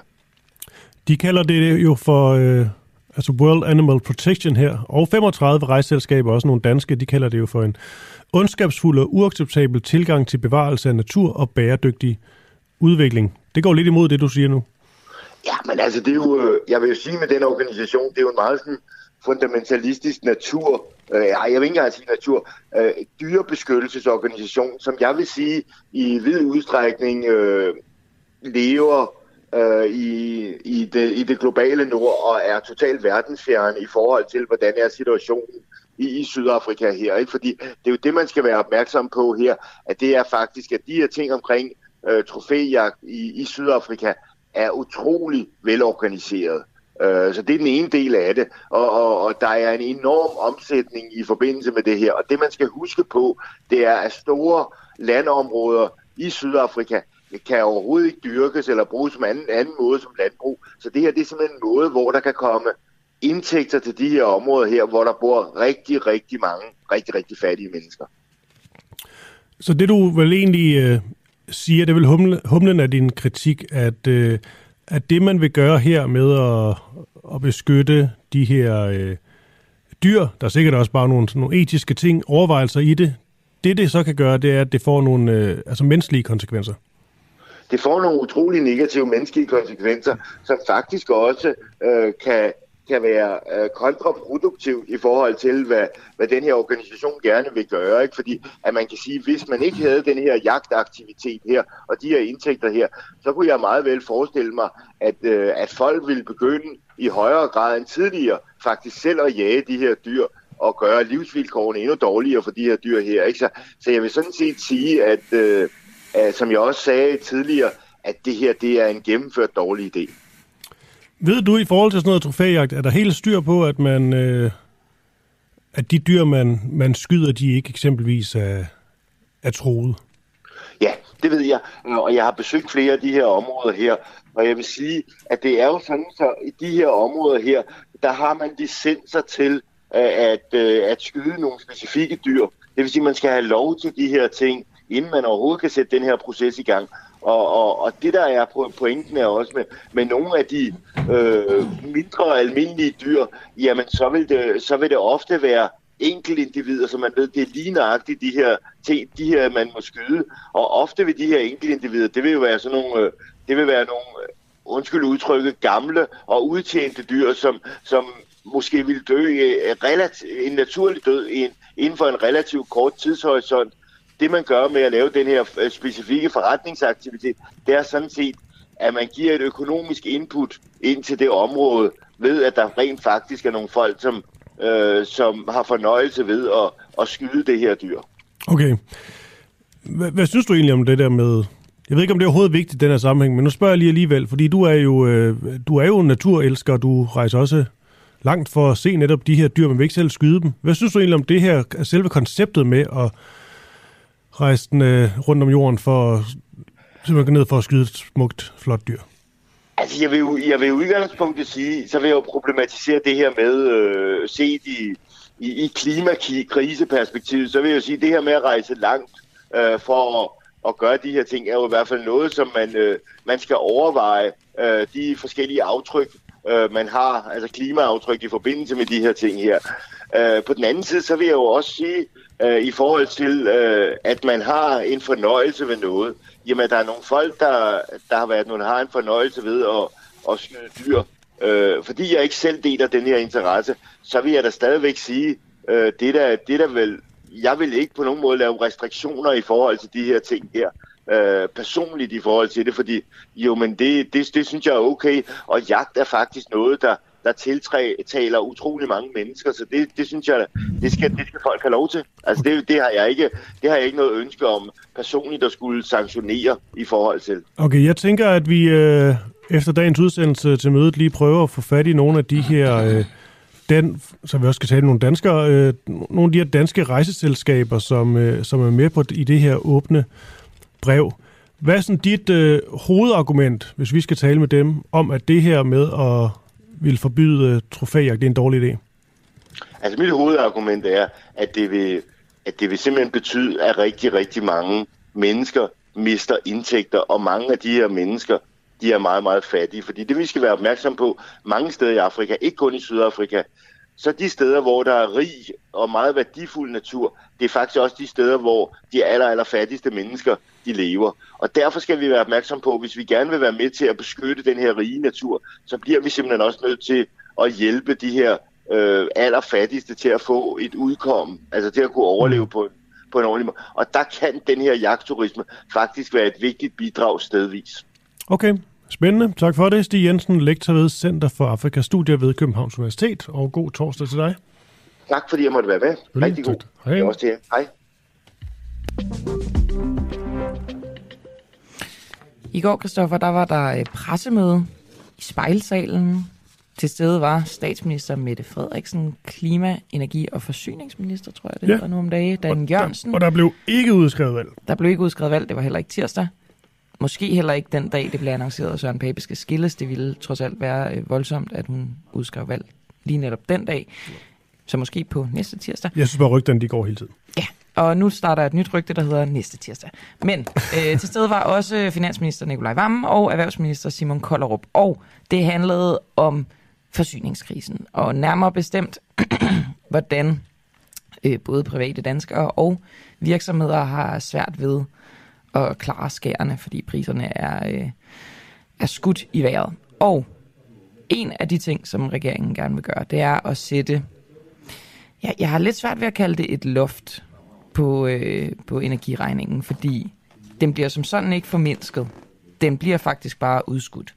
De kalder det jo for øh, altså World Animal Protection her, og femogtredive rejseselskaber, også nogle danske, de kalder det jo for en ondskabsfuld og uacceptabel tilgang til bevarelse af natur og bæredygtig udvikling. Det går lidt imod det, du siger nu. Ja, men altså, det er jo, jeg vil jo sige med den organisation, det er jo en meget sådan fundamentalistisk natur, øh, jeg vil ikke engang sige natur, øh, dyrebeskyttelsesorganisation, som jeg vil sige i vid udstrækning øh, lever øh, i, i, det, i det globale nord og er totalt verdensfjerne i forhold til, hvordan er situationen i, i Sydafrika her. Ikke? Fordi det er jo det, man skal være opmærksom på her, at det er faktisk, at de her ting omkring øh, trofæjagt i, i Sydafrika er utrolig velorganiseret. Så det er den ene del af det, og, og, og der er en enorm omsætning i forbindelse med det her. Og det man skal huske på, det er, at store landområder i Sydafrika kan overhovedet ikke dyrkes eller bruges som anden, anden måde som landbrug. Så det her det er simpelthen en måde, hvor der kan komme indtægter til de her områder her, hvor der bor rigtig, rigtig mange, rigtig, rigtig fattige mennesker. Så det du vel egentlig øh, siger, det er vel humle, humlen af din kritik, at... Øh at det, man vil gøre her med at, at beskytte de her øh, dyr, der er sikkert også bare nogle, nogle etiske ting, overvejelser i det, det det så kan gøre, det er, at det får nogle øh, altså menneskelige konsekvenser. Det får nogle utrolig negative menneskelige konsekvenser, som faktisk også øh, kan, kan være øh, kontraproduktivt i forhold til, hvad, hvad den her organisation gerne vil gøre. Ikke? Fordi at man kan sige, hvis man ikke havde den her jagtaktivitet her, og de her indtægter her, så kunne jeg meget vel forestille mig, at, øh, at folk ville begynde i højere grad end tidligere faktisk selv at jage de her dyr, og gøre livsvilkårene endnu dårligere for de her dyr her. Ikke? Så, så jeg vil sådan set sige, at, øh, at som jeg også sagde tidligere, at det her det er en gennemført dårlig idé. Ved du i forhold til sådan noget trofæjagt, er der helt styr på, at man øh, at de dyr, man, man skyder, de ikke eksempelvis er, er truet? Ja, det ved jeg, og jeg har besøgt flere af de her områder her, og jeg vil sige, at det er jo sådan, så i de her områder her, der har man licenser til at, at skyde nogle specifikke dyr. Det vil sige, at man skal have lov til de her ting, inden man overhovedet kan sætte den her proces i gang. Og, og, og det, der er pointen, er også med, med nogle af de øh, mindre almindelige dyr, jamen så vil det, så vil det ofte være enkeltindivider, så man ved, det er lige nøjagtigt de her ting, de her, man må skyde. Og ofte vil de her enkeltindivider, det vil jo være sådan nogle, det vil være nogle, undskyld udtrykket, gamle og udtjente dyr, som, som måske vil dø relativ, en naturlig død inden for en relativt kort tidshorisont. Det man gør med at lave den her specifikke forretningsaktivitet, det er sådan set, at man giver et økonomisk input ind til det område, ved at der rent faktisk er nogle folk, som, øh, som har fornøjelse ved at, at skyde det her dyr. Okay. Hvad, hvad synes du egentlig om det der med... Jeg ved ikke, om det er overhovedet vigtigt i den her sammenhæng, men nu spørger jeg lige alligevel, fordi du er jo, øh, du er jo naturelsker, og du rejser også langt for at se netop de her dyr, men vil ikke selv skyde dem. Hvad synes du egentlig om det her, selve konceptet med at rejse den øh, rundt om jorden for simpelthen gå ned for at skyde et smukt, flot dyr? Altså, jeg vil jo, jeg vil jo i udgangspunktet sige, så vil jeg jo problematisere det her med øh, set i, i, i klimakriseperspektivet, så vil jeg jo sige, at det her med at rejse langt øh, for at, at gøre de her ting, er jo i hvert fald noget, som man, øh, man skal overveje øh, de forskellige aftryk, øh, man har, altså klimaaftryk i forbindelse med de her ting her. Øh, på den anden side, så vil jeg jo også sige, øh, i forhold til, øh, at man har en fornøjelse ved noget. Jamen, der er nogle folk, der, der har været, nogle har en fornøjelse ved at, at skyde dyr. Øh, fordi jeg ikke selv deler den her interesse, så vil jeg da stadigvæk sige, øh, det der, det der vel, jeg vil ikke på nogen måde lave restriktioner i forhold til de her ting her. Øh, personligt i forhold til det, fordi jo, men det, det, det synes jeg er okay, og jagt er faktisk noget, der, der tiltaler utrolig mange mennesker, så det, det synes jeg, det skal, det skal folk have lov til. Altså det, det, har jeg ikke, det har jeg ikke noget ønske om personligt at skulle sanktionere i forhold til. Okay, jeg tænker, at vi øh, efter dagens udsendelse til mødet lige prøver at få fat i nogle af de her, øh, den, så vi også skal tale nogle danskere, øh, nogle af de her danske rejseselskaber, som, øh, som er med på i det her åbne brev. Hvad er sådan dit øh, hovedargument, hvis vi skal tale med dem, om at det her med at ville forbyde trofæjagt, det er en dårlig idé? Altså mit hovedargument er, at det vil, at det vil simpelthen betyde, at rigtig, rigtig mange mennesker mister indtægter, og mange af de her mennesker, de er meget, meget fattige. Fordi det vi skal være opmærksom på, mange steder i Afrika, ikke kun i Sydafrika, så de steder, hvor der er rig og meget værdifuld natur, det er faktisk også de steder, hvor de aller, aller fattigste mennesker, de lever. Og derfor skal vi være opmærksom på, hvis vi gerne vil være med til at beskytte den her rige natur, så bliver vi simpelthen også nødt til at hjælpe de her øh, allerfattigste til at få et udkomme, altså til at kunne overleve på, på en ordentlig måde. Og der kan den her jagtturisme faktisk være et vigtigt bidrag stedvis. Okay. Spændende. Tak for det, Stig Jensen, lektor ved Center for Afrikastudier ved Københavns Universitet, og god torsdag til dig. Tak fordi jeg måtte være med. Rigtig, Rigtig god. Hej. Også til jer. Hej. I går, Christoffer, der var der pressemøde i Spejlsalen. Til stede var statsminister Mette Frederiksen, klima-, energi- og forsyningsminister, tror jeg, det hedder ja. nu om dage, Dan Jørgensen. Og der blev ikke udskrevet valg. Der blev ikke udskrevet valg, det var heller ikke tirsdag. Måske heller ikke den dag, det blev annonceret, at Søren Pape skal skilles. Det ville trods alt være øh, voldsomt, at hun udskrev valg lige netop den dag. Så måske på næste tirsdag. Jeg synes bare, rygterne de går hele tiden. Ja, og nu starter et nyt rygte, der hedder næste tirsdag. Men øh, til stede var også finansminister Nicolai Wammen og erhvervsminister Simon Kollerup. Og det handlede om forsyningskrisen. Og nærmere bestemt, hvordan øh, både private danskere og virksomheder har svært ved og klare skærene, fordi priserne er, øh, er skudt i vejret. Og en af de ting, som regeringen gerne vil gøre, det er at sætte... Ja, jeg har lidt svært ved at kalde det et loft på, øh, på energiregningen, fordi den bliver som sådan ikke formindsket. Den bliver faktisk bare udskudt.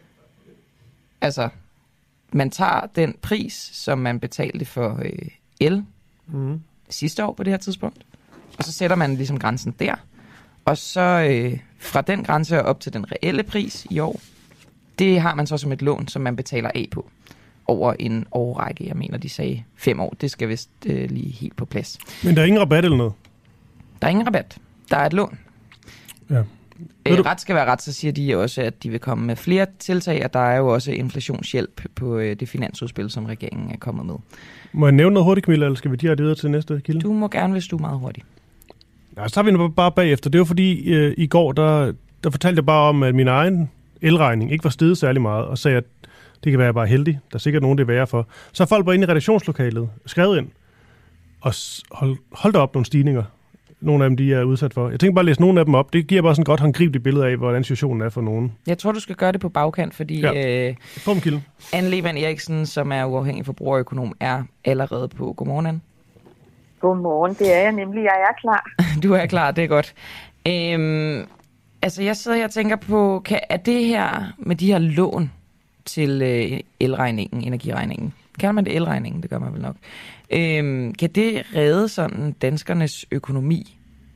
Altså, man tager den pris, som man betalte for øh, el mm. sidste år på det her tidspunkt, og så sætter man ligesom grænsen der. Og så øh, fra den grænse op til den reelle pris i år, det har man så som et lån, som man betaler af på over en årrække. Jeg mener, de sagde fem år. Det skal vist øh, lige helt på plads. Men der er ingen rabat eller noget? Der er ingen rabat. Der er et lån. Ja. Øh, ret skal være ret, så siger de også, at de vil komme med flere tiltag, og der er jo også inflationshjælp på øh, det finansudspil, som regeringen er kommet med. Må jeg nævne noget hurtigt, Camilla, eller skal vi direkte videre til næste kilde? Du må gerne, hvis du er meget hurtig. Ja, så tager vi bare bagefter. Det var fordi, øh, i går, der, der fortalte jeg bare om, at min egen elregning ikke var steget særlig meget, og sagde, at det kan være, bare heldig. Der er sikkert nogen, det er værre for. Så folk var inde i redaktionslokalet, skrevet ind, og hold, hold da op nogle stigninger. Nogle af dem, de er udsat for. Jeg tænker bare at læse nogle af dem op. Det giver bare sådan et godt håndgribeligt billede af, hvordan situationen er for nogen. Jeg tror, du skal gøre det på bagkant, fordi ja. øh, Anne Lehmann Eriksen, som er uafhængig forbrugerøkonom, er allerede på. Godmorgen, Anne. Godmorgen, det er jeg nemlig. Jeg er klar. Du er klar, det er godt. Øhm, altså, jeg sidder her og tænker på, kan, er det her med de her lån til øh, elregningen, energiregningen, kalder man det elregningen, det gør man vel nok, øhm, kan det redde sådan danskernes økonomi?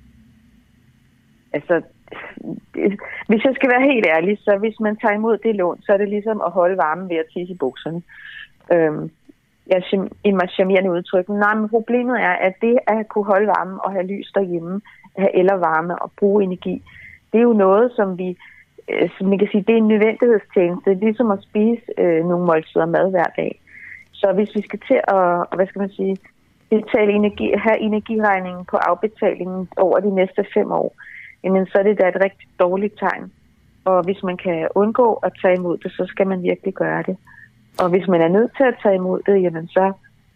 Altså, hvis jeg skal være helt ærlig, så hvis man tager imod det lån, så er det ligesom at holde varmen ved at tisse i bukserne. Øhm, jeg er mig charmerende udtryk. Nej, men problemet er, at det at kunne holde varmen og have lys derhjemme, have el og varme og bruge energi, det er jo noget, som vi, som man kan sige, det er en nødvendighedstjeneste. Det er ligesom at spise øh, nogle måltider mad hver dag. Så hvis vi skal til at, hvad skal man sige, betale energi, have energiregningen på afbetalingen over de næste fem år, jamen så er det da et rigtig dårligt tegn. Og hvis man kan undgå at tage imod det, så skal man virkelig gøre det. Og hvis man er nødt til at tage imod det, jamen så,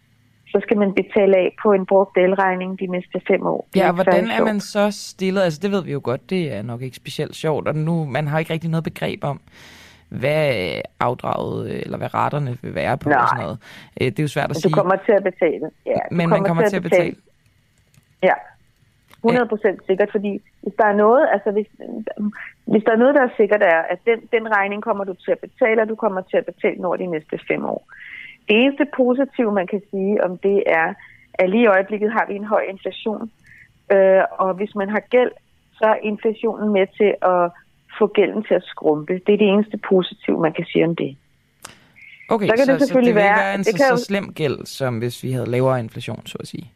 så skal man betale af på en brugt elregning de næste fem år. Ja, og hvordan er man så stillet? Altså det ved vi jo godt, det er nok ikke specielt sjovt, og nu man har ikke rigtig noget begreb om, hvad afdraget eller hvad raterne vil være på. Og sådan noget. Det er jo svært at du sige. Du kommer til at betale. Ja, men man kommer til at betale. betale. Ja, hundrede procent sikkert, fordi hvis der er noget, altså hvis, hvis der er noget, der er sikkert, er, at den, den regning kommer du til at betale, og du kommer til at betale den over de næste fem år. Det eneste positive, man kan sige om det, er, at lige i øjeblikket har vi en høj inflation, øh, og hvis man har gæld, så er inflationen med til at få gælden til at skrumpe. Det er det eneste positive, man kan sige om det. Okay, så, kan så, det, så det vil være, være en så, kan... så slem gæld, som hvis vi havde lavere inflation, så at sige?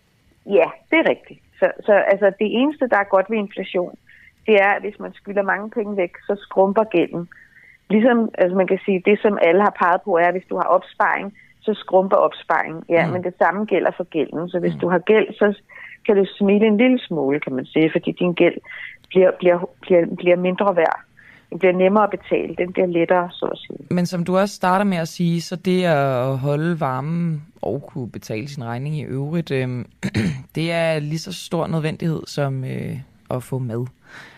Ja, det er rigtigt. Så, så altså, det eneste, der er godt ved inflation, det er, at hvis man skylder mange penge væk, så skrumper gælden. Ligesom altså man kan sige, det som alle har peget på er, at hvis du har opsparing, så skrumper opsparingen. Ja, mm. men det samme gælder for gælden. Så hvis mm. du har gæld, så kan du smile en lille smule, kan man sige, fordi din gæld bliver, bliver, bliver, bliver mindre værd. Den bliver nemmere at betale. Den bliver lettere, så at sige. Men som du også starter med at sige, så det at holde varmen og kunne betale sin regning i øvrigt, øh, det er lige så stor nødvendighed som øh, at få mad.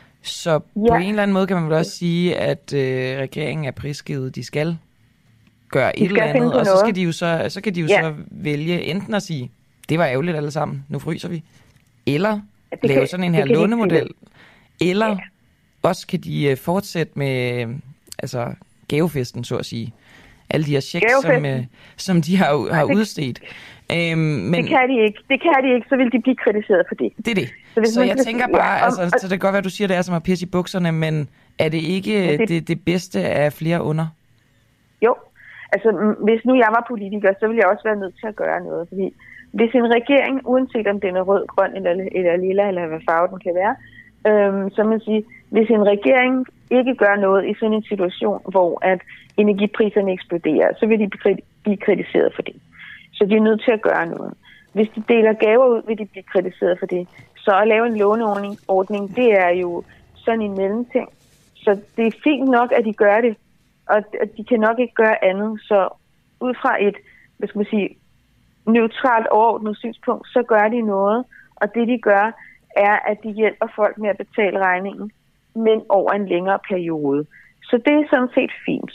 Så ja. På en eller anden måde kan man vel også sige, at øh, regeringen er prisgivet, de skal gøre de et skal eller andet, og så skal de jo så, så kan de jo ja. så vælge enten at sige, det var ærgerligt alle sammen, nu fryser vi, eller ja, lave kan, sådan en her lånemodel, eller ja. også kan de uh, fortsætte med uh, altså gavefesten, så at sige. Alle de her checks, som, uh, som de har, har udstedt. Øhm, men det kan de ikke. Det kan de ikke, så vil de blive kritiseret for det. Det er det. Så, så jeg tænker bare, ja, om, altså, og, så det kan godt være, at du siger, at det er som at pisse i bukserne, men er det ikke ja, det, det, det bedste af flere onder? Jo. Altså, hvis nu jeg var politiker, så ville jeg også være nødt til at gøre noget. Fordi hvis en regering, uanset om den er rød, grøn eller, eller lilla, eller hvad farve den kan være, øhm, så man sige, hvis en regering ikke gør noget i sådan en situation, hvor at energipriserne eksploderer, så vil de blive kritiseret for det. Så de er nødt til at gøre noget. Hvis de deler gaver ud, vil de blive kritiseret for det. Så at lave en låneordning, det er jo sådan en mellemting. Så det er fint nok, at de gør det, og de kan nok ikke gøre andet. Så ud fra et, hvad skal man sige, neutralt overordnet synspunkt, så gør de noget. Og det de gør, er, at de hjælper folk med at betale regningen, men over en længere periode. Så det er sådan set fint.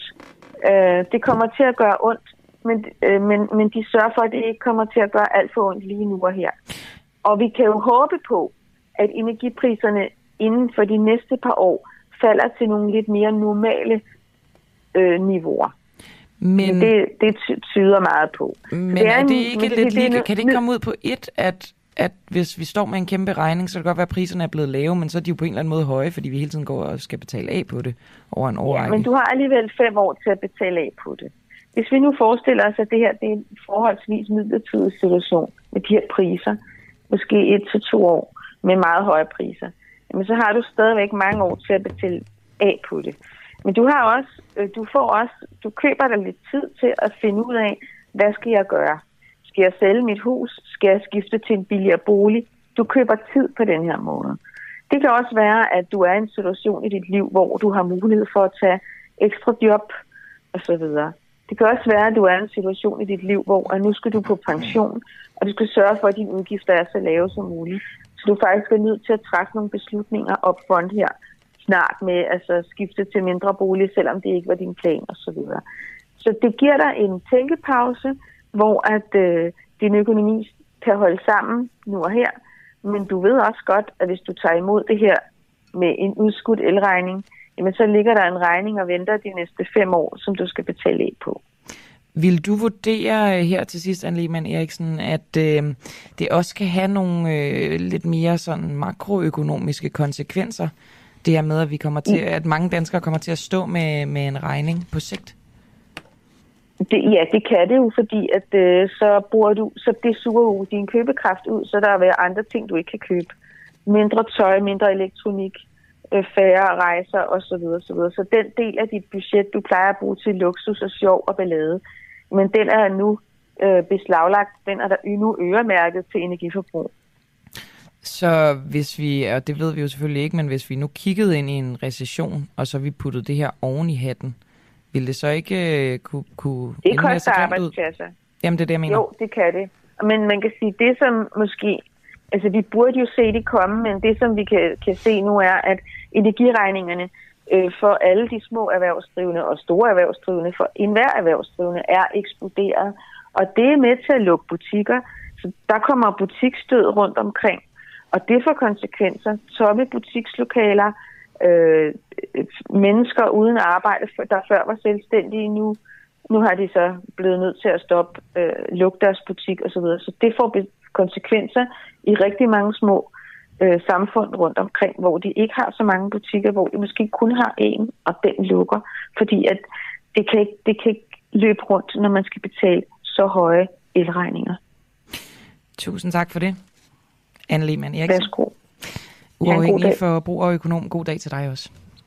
Det kommer til at gøre ondt, Men, øh, men, men de sørger for, at det ikke kommer til at gøre alt for ondt lige nu og her. Og vi kan jo håbe på, at energipriserne inden for de næste par år falder til nogle lidt mere normale øh, niveauer. Men det, det tyder meget på. Men det er, er det ikke en, lidt lige, kan det ikke komme ud på et, at, at hvis vi står med en kæmpe regning, så kan det godt være, at priserne er blevet lave, men så er de jo på en eller anden måde høje, fordi vi hele tiden går og skal betale af på det over en årrække. Ja, men du har alligevel fem år til at betale af på det. Hvis vi nu forestiller os, at det her det er en forholdsvis midlertidig situation med de her priser, måske et til to år med meget høje priser, jamen så har du stadigvæk mange år til at betale af på det. Men du har også, du får også, du køber dig lidt tid til at finde ud af, hvad skal jeg gøre? Skal jeg sælge mit hus? Skal jeg skifte til en billigere bolig? Du køber tid på den her måde. Det kan også være, at du er i en situation i dit liv, hvor du har mulighed for at tage ekstra job osv. Det kan også være, at du er i en situation i dit liv, hvor nu skal du på pension, og du skal sørge for, at dine udgifter er så lave som muligt. Så du faktisk er nødt til at træffe nogle beslutninger op front her snart med altså skifte til mindre bolig, selvom det ikke var din plan osv. Så, så det giver dig en tænkepause, hvor at øh, din økonomi kan holde sammen nu og her. Men du ved også godt, at hvis du tager imod det her med en udskudt elregning, jamen så ligger der en regning og venter de næste fem år, som du skal betale af på. Vil du vurdere her til sidst, Anne Lehmann Eriksen, at øh, det også kan have nogle øh, lidt mere sådan makroøkonomiske konsekvenser, det her med, at vi kommer til, at mange danskere kommer til at stå med, med en regning på sigt? Det, ja, det kan det jo, fordi at øh, så bruger du, så det suger jo din købekraft ud, så der vil være andre ting, du ikke kan købe. Mindre tøj, mindre elektronik, øh, færre rejser osv. osv. Så den del af dit budget, du plejer at bruge til luksus og sjov og ballade, men den er nu øh, beslaglagt den, er der nu øremærket til energiforbrug. Så hvis vi, og det ved vi jo selvfølgelig ikke, men hvis vi nu kiggede ind i en recession, og så vi puttede det her oven i hatten, ville det så ikke uh, kunne, kunne det koster arbejdspladser. Jamen, det er det, jeg mener. Jo, det kan det. Men man kan sige, det som måske, altså vi burde jo se det komme, men det som vi kan, kan se nu er, at energiregningerne øh, for alle de små erhvervsdrivende og store erhvervsdrivende, for enhver erhvervsdrivende, er eksploderet. Og det er med til at lukke butikker, så der kommer butiksdød rundt omkring. Og det får konsekvenser. Tomme butikslokaler, øh, mennesker uden arbejde, der før var selvstændige, nu, nu har de så blevet nødt til at stoppe, øh, lukke deres butik osv. Så, så det får konsekvenser i rigtig mange små øh, samfund rundt omkring, hvor de ikke har så mange butikker, hvor de måske kun har en, og den lukker. Fordi at det kan ikke, det kan ikke løbe rundt, når man skal betale så høje elregninger. Tusind tak for det. Anne Lehmann Eriksen. Værsgo. Uafhængig forbruger og økonom. God dag til dig også.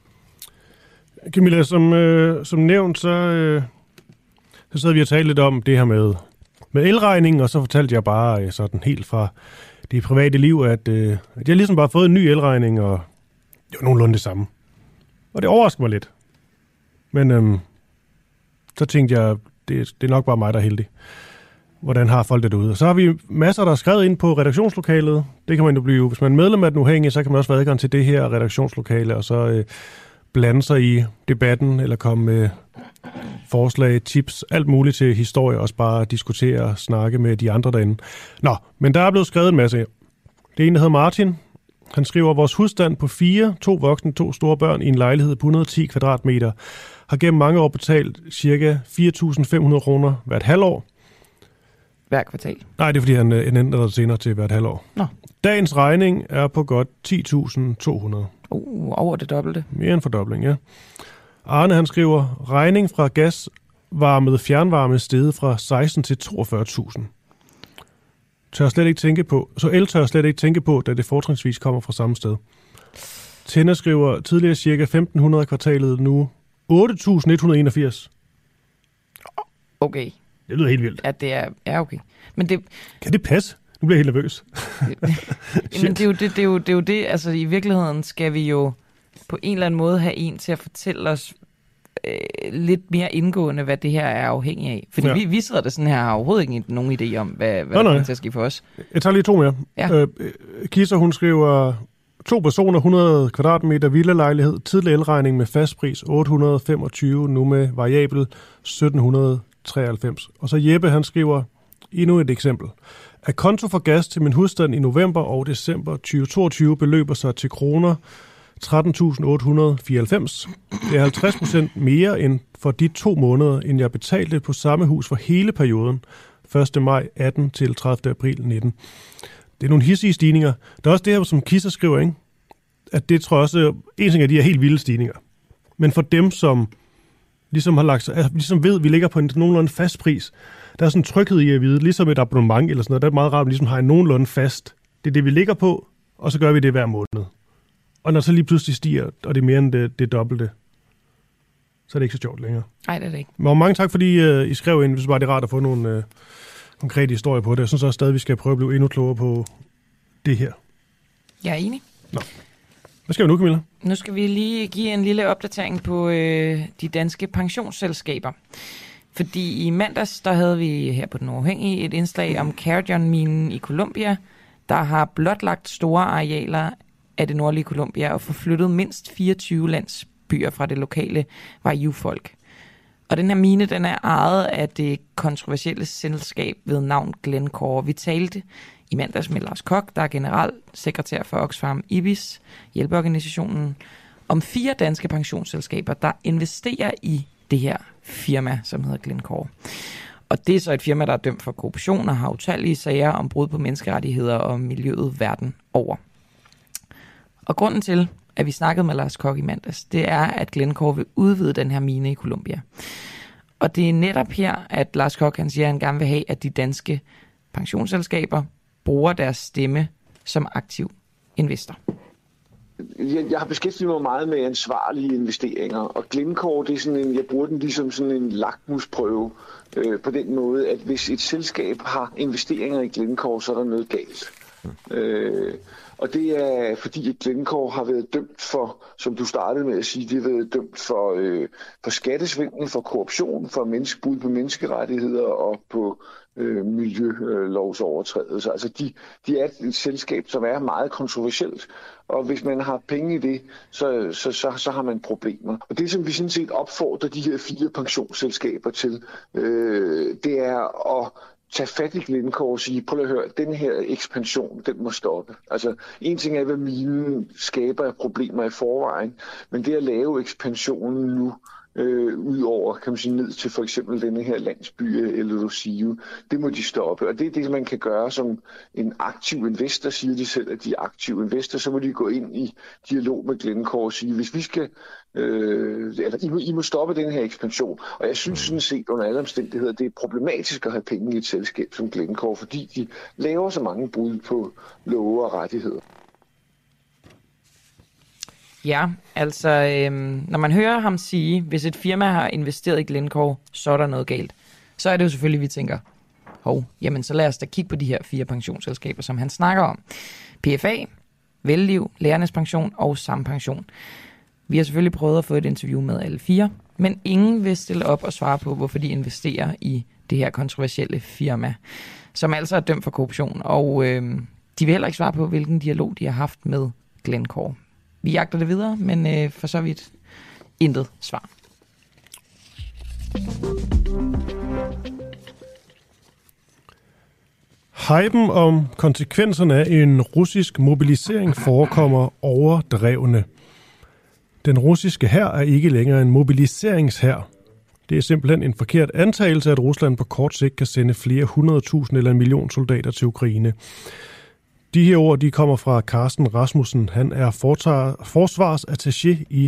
Camilla, som, øh, som nævnt, så, øh, så sad vi og talte lidt om det her med, med elregningen, og så fortalte jeg bare øh, sådan helt fra det private liv, at, øh, at jeg ligesom bare har fået en ny elregning, og det var nogenlunde det samme. Og det overraskede mig lidt. Men øh, så tænkte jeg, det, det er nok bare mig, der er heldig. Hvordan har folk det derude? Og så har vi masser, der er skrevet ind på redaktionslokalet. Det kan man jo blive, hvis man er medlem af Den Uafhængige, så kan man også være adgang til det her redaktionslokale, og så øh, blande sig i debatten, eller komme med forslag, tips, alt muligt til historie, også bare diskutere og snakke med de andre derinde. Nå, men der er blevet skrevet en masse. Det er en, der hedder Martin. Han skriver, vores husstand på fire, to voksne, to store børn i en lejlighed på et hundrede og ti kvadratmeter, har gennem mange år betalt ca. fire tusind fem hundrede kroner hvert halvår. Hver kvartal? Nej, det er fordi, han, han ændrer det senere til hvert halvår. Nå. Dagens regning er på godt ti tusind to hundrede. Uh, over det dobbelte. Mere end fordobling, ja. Arne, han skriver, regning fra gasvarmet fjernvarme steget fra seksten til toogfyrre tusind. Tør slet ikke tænke på, så el tør slet ikke tænke på, da det fortrinsvis kommer fra samme sted. Tænder skriver, tidligere cirka femten hundrede kvartalet, nu otte tusind et hundrede og enogfirs. Okay. Det lyder helt vildt. Ja, det er, ja, okay. Men det, kan det passe? Nu bliver jeg helt nervøs. Men det er, jo det, det, er jo, det er jo det, altså i virkeligheden skal vi jo på en eller anden måde have en til at fortælle os øh, lidt mere indgående, hvad det her er afhængig af. Fordi ja. vi, vi sidder der sådan her, har overhovedet ikke nogen idé om, hvad, hvad der kommer til at ske for os. Jeg tager lige to mere. Ja. Øh, Kisser, hun skriver, to personer, hundrede kvadratmeter villalejlighed, tidlig elregning med fastpris otte hundrede og femogtyve, nu med variabel sytten treoghalvfems. Og så Jeppe, han skriver endnu et eksempel. At konto for gas til min husstand i november og december tyve toogtyve beløber sig til kroner tretten tusind otte hundrede og fireoghalvfems. Det er halvtreds procent mere end for de to måneder, end jeg betalte på samme hus for hele perioden, første maj atten til tredivte april nitten. Det er nogle hissige stigninger. Der er også det her, som Kisser skriver, ikke? At det tror jeg også, en ting af de her helt vilde stigninger. Men for dem, som ligesom har lagt sig, altså, ligesom ved, at vi ligger på en nogenlunde fast pris, der er sådan en tryghed i at vide, ligesom et abonnement eller sådan noget, der er meget rart, at vi ligesom har en nogenlunde fast. Det er det, vi ligger på, og så gør vi det hver måned. Og når så lige pludselig stiger, og det er mere end det, det dobbelte, så er det ikke så sjovt længere. Nej, det er det ikke. Men mange tak, fordi uh, I skrev ind. Det var det rart at få nogle uh, konkrete historier på det. Jeg synes også stadig, vi skal prøve at blive endnu klogere på det her. Jeg er enig. Nå. Hvad skal vi nu, Camilla? Nu skal vi lige give en lille opdatering på øh, de danske pensionsselskaber. Fordi i mandags, der havde vi her på Den Uafhængige et indslag om Carrion-minen i Colombia, der har blotlagt store arealer af det nordlige Colombia og forflyttet mindst fireogtyve landsbyer fra det lokale Wayuu-folk. Og den her mine, den er ejet af det kontroversielle selskab ved navn Glencore. Vi talte i mandags med Lars Koch, der er generalsekretær for Oxfam Ibis, hjælpeorganisationen, om fire danske pensionsselskaber, der investerer i det her firma, som hedder Glencore. Og det er så et firma, der er dømt for korruption og har utallige sager om brud på menneskerettigheder og miljøet verden over. Og grunden til, at vi snakkede med Lars Koch i mandags, det er, at Glencore vil udvide den her mine i Colombia. Og det er netop her, at Lars Koch han siger, at han gerne vil have, at de danske pensionsselskaber bruger deres stemme som aktiv investor. Jeg, jeg har beskæftiget mig meget med ansvarlige investeringer, og Glencore, det er sådan en, jeg bruger den ligesom sådan en lakmusprøve øh, på den måde, at hvis et selskab har investeringer i Glencore, så er der noget galt. Mm. Øh, og det er fordi, at Glencore har været dømt for, som du startede med at sige, det har været dømt for, øh, for skattesvindel, for korruption, for menneskebrud på menneskerettigheder og på øh, miljølovsovertrædelser. Altså de, de er et selskab, som er meget kontroversielt, og hvis man har penge i det, så, så, så, så har man problemer. Og det, som vi sådan set opfordrer de her fire pensionsselskaber til, øh, det er at tage fat i Glencore og sige, prøv at høre, den her ekspansion, den må stoppe. Altså, en ting er, hvad minen skaber af problemer i forvejen, men det at lave ekspansionen nu, øh, ud over, kan man sige, ned til for eksempel denne her landsby eller Lucio, det må de stoppe. Og det er det, man kan gøre som en aktiv investor, siger de selv, at de er aktive investor, så må de gå ind i dialog med Glencore og sige, hvis vi skal, øh, eller I må, I må stoppe den her ekspansion. Og jeg synes sådan set under alle omstændigheder, det er problematisk at have penge i et selskab som Glencore, fordi de laver så mange brud på love og rettigheder. Ja, altså øhm, når man hører ham sige, hvis et firma har investeret i Glencore, så er der noget galt. Så er det jo selvfølgelig, vi tænker, hov, jamen så lad os da kigge på de her fire pensionsselskaber, som han snakker om. P F A, Velliv, Lærernes Pension og Sampension. Vi har selvfølgelig prøvet at få et interview med alle fire, men ingen vil stille op og svare på, hvorfor de investerer i det her kontroversielle firma, som altså er dømt for korruption. Og øhm, de vil heller ikke svare på, hvilken dialog de har haft med Glencore. Vi jagter det videre, men øh, for så vidt intet svar. Hypen om konsekvenserne af en russisk mobilisering forekommer overdrevne. Den russiske hær er ikke længere en mobiliseringshær. Det er simpelthen en forkert antagelse, at Rusland på kort sigt kan sende flere hundredtusind eller en million soldater til Ukraine. De her ord, de kommer fra Carsten Rasmussen. Han er forsvarsattaché i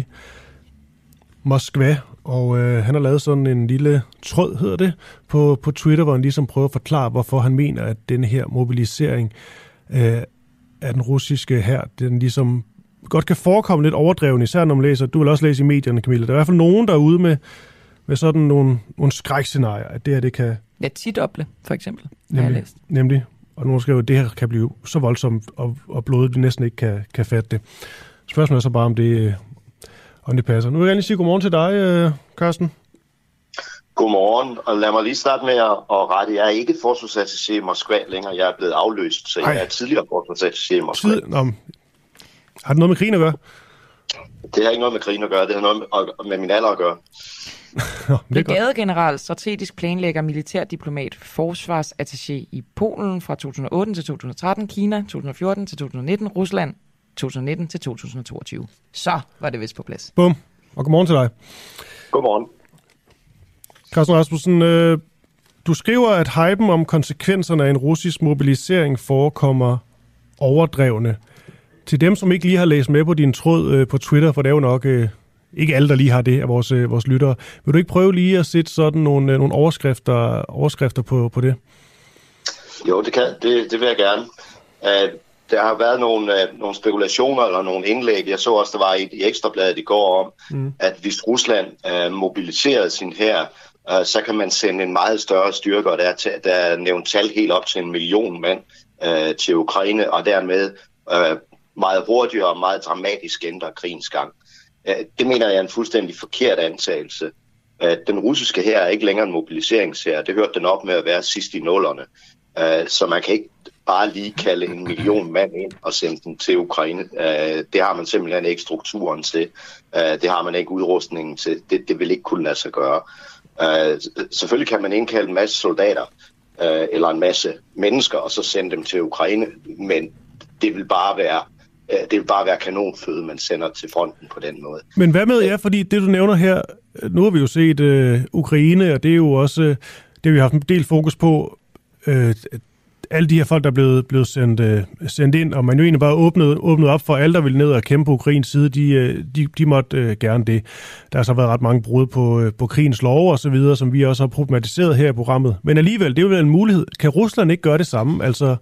Moskva, og øh, han har lavet sådan en lille tråd, hedder det, på, på Twitter, hvor han ligesom prøver at forklare, hvorfor han mener, at denne her mobilisering øh, af den russiske hær, den ligesom godt kan forekomme lidt overdreven, især når man læser, du vil også læse i medierne, Camilla. Der er i hvert fald nogen, der er ude med, med sådan nogle, nogle skrækscenarier, at det her, det kan... Ja, tidoble, for eksempel, nemlig, har jeg læst. Nemlig. Og nogen skriver, at det her kan blive så voldsomt, og, og blodet vi næsten ikke kan, kan fatte det. Spørgsmålet er så bare, om det, om det passer. Nu vil jeg gerne sige godmorgen til dig, Carsten. Godmorgen, og lad mig lige starte med at rette. Jeg er ikke forsvarsattaché i Moskva længere. Jeg er blevet afløst, så Ej. jeg er tidligere forsvarsattaché i Moskva. Tid... Nå, har det noget med krigen at gøre? Det har ikke noget med krigen at gøre. Det har noget med, med min alder at gøre. Brigadegeneral, strategisk planlægger, militærdiplomat, forsvarsattaché i Polen fra to tusind og otte til to tusind og tretten, Kina to tusind og fjorten til to tusind og nitten, Rusland to tusind og nitten til to tusind og toogtyve. Så var det vist på plads. Bum. Og godmorgen til dig. Godmorgen. Carsten Rasmussen, øh, du skriver, at hypen om konsekvenserne af en russisk mobilisering forekommer overdrevne. Til dem, som ikke lige har læst med på din tråd øh, på Twitter, for det er jo nok... Øh, Ikke alle, der lige har det af vores, vores lyttere. Vil du ikke prøve lige at sætte sådan nogle, nogle overskrifter, overskrifter på, på det? Jo, det, kan, det, det vil jeg gerne. Uh, der har været nogle, uh, nogle spekulationer eller nogle indlæg. Jeg så også, der var i, i Ekstrabladet i går om, mm. at hvis Rusland uh, mobiliserede sin hær, uh, så kan man sende en meget større styrke, og der, der er nævnt tal helt op til en million mand uh, til Ukraine, og dermed uh, meget hurtigere og meget dramatisk ændre krigens gang. Det mener jeg er en fuldstændig forkert antagelse. Den russiske hær er ikke længere en mobiliseringshær. Det hørte den op med at være sidst i nullerne. Så man kan ikke bare lige kalde en million mand ind og sende den til Ukraine. Det har man simpelthen ikke strukturen til. Det har man ikke udrustningen til. Det, det vil ikke kunne lade sig gøre. Selvfølgelig kan man indkalde en masse soldater eller en masse mennesker og så sende dem til Ukraine, men det vil bare være Det vil bare være kanonføde, man sender til fronten på den måde. Men hvad med jer? Fordi det, du nævner her, nu har vi jo set uh, Ukraine, og det er jo også uh, det, vi har haft en del fokus på. Uh, alle de her folk, der er blevet, blevet sendt, uh, sendt ind, og man jo egentlig bare åbnet, åbnet op for alle, der ville ned og kæmpe på Ukraines side, de, uh, de, de måtte uh, gerne det. Der har så været ret mange brud på, uh, på krigens lov og så videre, som vi også har problematiseret her i programmet. Men alligevel, det er jo vel en mulighed. Kan Rusland ikke gøre det samme? Altså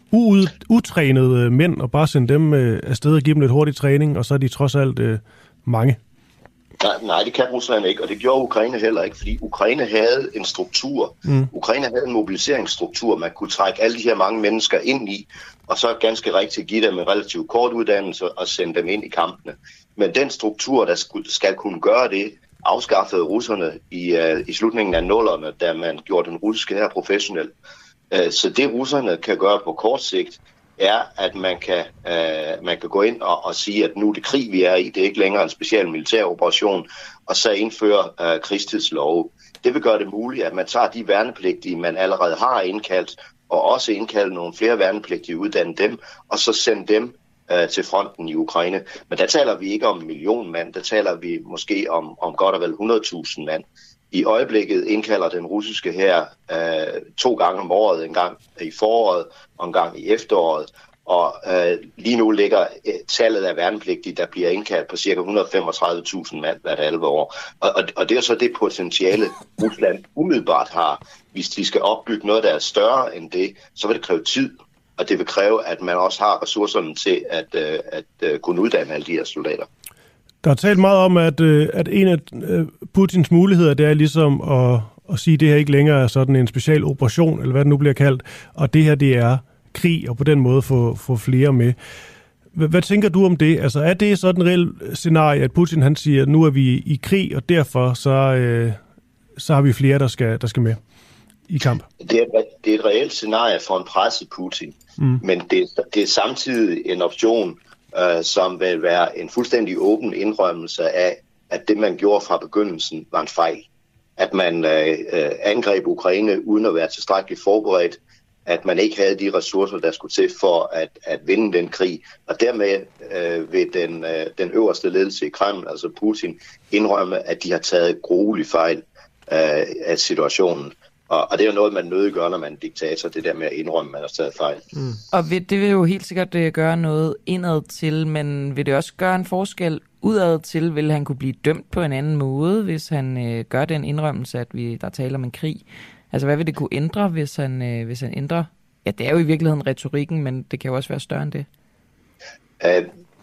u- utrænede mænd og bare sende dem øh, afsted og give dem lidt hurtig træning, og så er de trods alt øh, mange? Nej, nej, det kan Rusland ikke, og det gjorde Ukraine heller ikke, fordi Ukraine havde en struktur. Mm. Ukraine havde en mobiliseringsstruktur, man kunne trække alle de her mange mennesker ind i, og så ganske rigtigt give dem en relativt kort uddannelse og sende dem ind i kampene. Men den struktur, der skal kunne gøre det, afskaffede russerne i, uh, i slutningen af nullerne, da man gjorde den russiske her professionel. Uh, så det russerne kan gøre på kort sigt, er, at man kan, uh, man kan gå ind og, og sige, at nu er det krig, vi er i. Det er ikke længere en speciel militær operation, og så indføre uh, krigstidslove. Det vil gøre det muligt, at man tager de værnepligtige, man allerede har indkaldt, og også indkalde nogle flere værnepligtige, uddanne dem, og så sende dem uh, til fronten i Ukraine. Men der taler vi ikke om en million mand, der taler vi måske om, om godt og vel hundrede tusind mand. I øjeblikket indkalder den russiske hær øh, to gange om året, en gang i foråret og en gang i efteråret. Og øh, lige nu ligger øh, tallet af værnepligtige, der bliver indkaldt på ca. et hundrede og femogtredive tusind mand hvert halve år. Og, og, og det er så det potentiale, Rusland umiddelbart har. Hvis de skal opbygge noget, der er større end det, så vil det kræve tid. Og det vil kræve, at man også har ressourcerne til at, øh, at øh, kunne uddanne alle de her soldater. Der er talt meget om, at, at en af Putins muligheder, det er ligesom at, at sige, at det her ikke længere er sådan en special operation, eller hvad det nu bliver kaldt, og det her, det er krig, og på den måde få, få flere med. Hvad, hvad tænker du om det? Altså, er det sådan et reelt scenarie, at Putin han siger, at nu er vi i krig, og derfor så, øh, så har vi flere, der skal, der skal med i kamp? Det er, det er et reelt scenarie for en presset Putin, mm. men det, det er samtidig en option, Uh, som vil være en fuldstændig åben indrømmelse af, at det, man gjorde fra begyndelsen, var en fejl. At man uh, uh, angreb Ukraine uden at være tilstrækkeligt forberedt, at man ikke havde de ressourcer, der skulle til for at, at vinde den krig. Og dermed uh, vil den, uh, den øverste ledelse i Kreml, altså Putin, indrømme, at de har taget gruelig fejl uh, af situationen. Og, og det er jo noget, man nødig gør, når man er diktator, det der med at indrømme, at man har taget fejl. Mm. Og vil, det vil jo helt sikkert uh, gøre noget indad til, men vil det også gøre en forskel udad til? Vil han kunne blive dømt på en anden måde, hvis han uh, gør den indrømmelse, at vi der taler om en krig? Altså, hvad vil det kunne ændre, hvis han, uh, hvis han ændrer? Ja, det er jo i virkeligheden retorikken, men det kan jo også være større end det. Uh,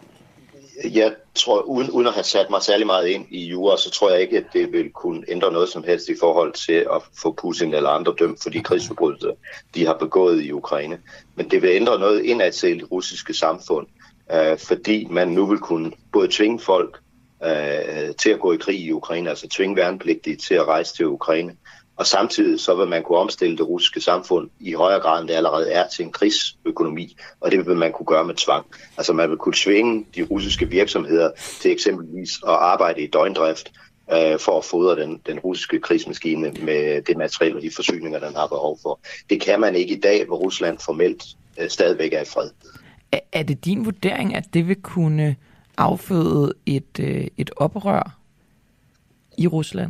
Jeg tror, uden, uden at have sat mig særlig meget ind i jura, så tror jeg ikke, at det vil kunne ændre noget som helst i forhold til at få Putin eller andre dømt for de krigsforbrydelser, de har begået i Ukraine. Men det vil ændre noget indad til det russiske samfund, øh, fordi man nu vil kunne både tvinge folk øh, til at gå i krig i Ukraine, altså tvinge værnepligtige til at rejse til Ukraine, og samtidig så vil man kunne omstille det russiske samfund i højere grad, end det allerede er, til en krigsøkonomi, og det vil man kunne gøre med tvang. Altså man vil kunne tvinge de russiske virksomheder til eksempelvis at arbejde i døgndrift øh, for at fodre den, den russiske krigsmaskine med det materiale og de forsyninger, den har behov for. Det kan man ikke i dag, hvor Rusland formelt øh, stadigvæk er i fred. Er, er det din vurdering, at det vil kunne afføde et, øh, et oprør i Rusland?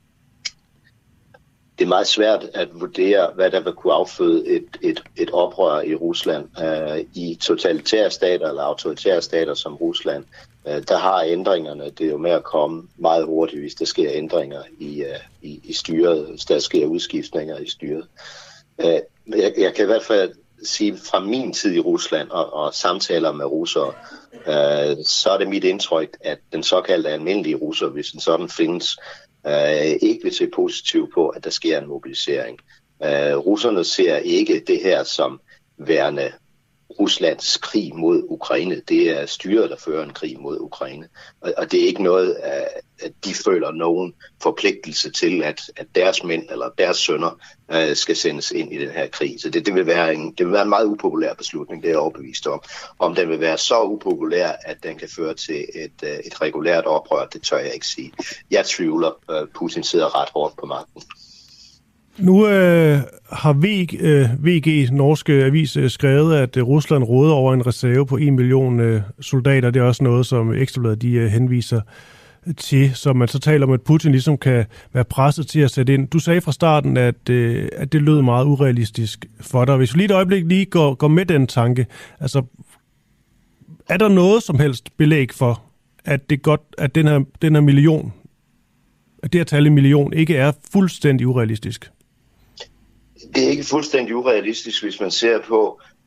Det er meget svært at vurdere, hvad der vil kunne afføde et, et, et oprør i Rusland. Uh, I totalitære stater eller autoritære stater som Rusland, uh, der har ændringerne, det er jo med at komme meget hurtigt, hvis der sker ændringer i, uh, i, i styret, hvis der sker udskiftninger i styret. Uh, jeg, jeg kan i hvert fald sige, fra min tid i Rusland og, og samtaler med russere, uh, så er det mit indtryk, at den såkaldte almindelige russer, hvis en sådan findes, Uh, ikke vil se positivt på, at der sker en mobilisering. Uh, russerne ser ikke det her som værende Ruslands krig mod Ukraine. Det er styret, der fører en krig mod Ukraine. Og, og det er ikke noget, uh, at de føler nogen forpligtelse til, at, at deres mænd eller deres sønner uh, skal sendes ind i den her krig. Så det, det, vil være en, det vil være en meget upopulær beslutning, det er jeg overbevist om. Om den vil være så upopulær, at den kan føre til et, uh, et regulært oprør, det tør jeg ikke sige. Jeg tvivler, uh, Putin sidder ret hårdt på magten. Nu øh, har v, øh, V G, norske avis, øh, skrevet, at øh, Rusland råder over en reserve på en million øh, soldater. Det er også noget, som Ekstrabladet de, øh, henviser til, så man så taler om, at Putin ligesom kan være presset til at sætte ind. Du sagde fra starten, at, øh, at det lød meget urealistisk for dig. Hvis vi lige et øjeblik lige går, går med den tanke, altså er der noget som helst belæg for, at det godt, at den her, den her million, at det her tal i million ikke er fuldstændig urealistisk? Det er ikke fuldstændig urealistisk, hvis man ser på,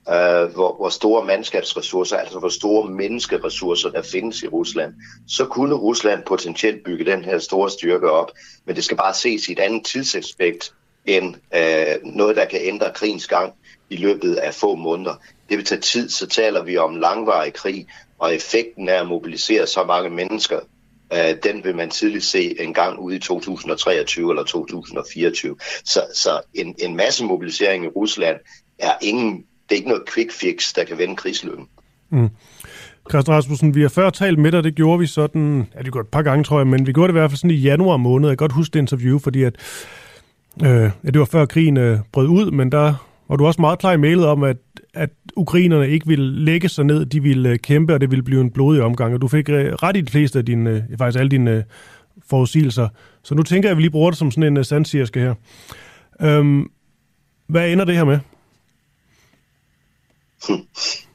øh, hvor, hvor store mandskabsressourcer, altså hvor store menneskeressourcer, der findes i Rusland, så kunne Rusland potentielt bygge den her store styrke op. Men det skal bare ses i et andet tidsaspekt end øh, noget, der kan ændre krigens gang i løbet af få måneder. Det vil tage tid, så taler vi om langvarig krig, og effekten af at mobilisere så mange mennesker, øh, den vil man tidligt se en gang ude i to tusind treogtyve eller to tusind fireogtyve. Så, så en, en masse mobilisering i Rusland er ingen, det er ikke noget quick fix, der kan vende krigslykken. Mm. Christian Rasmussen, vi har før talt med dig, det gjorde vi sådan, ja, det gjorde et par gange, tror jeg, men vi gjorde det i hvert fald sådan i januar måned. Jeg kan godt huske det interview, fordi at, øh, ja, det var før krigen øh, brød ud, men der var du også meget klar i mailet om, at, at ukrainerne ikke ville lægge sig ned, de ville kæmpe, og det ville blive en blodig omgang, og du fik ret i de fleste af dine, faktisk alle dine forudsigelser. Så nu tænker jeg, at vi lige bruger det som sådan en sandsirske her. Øhm, hvad ender det her med? Hmm.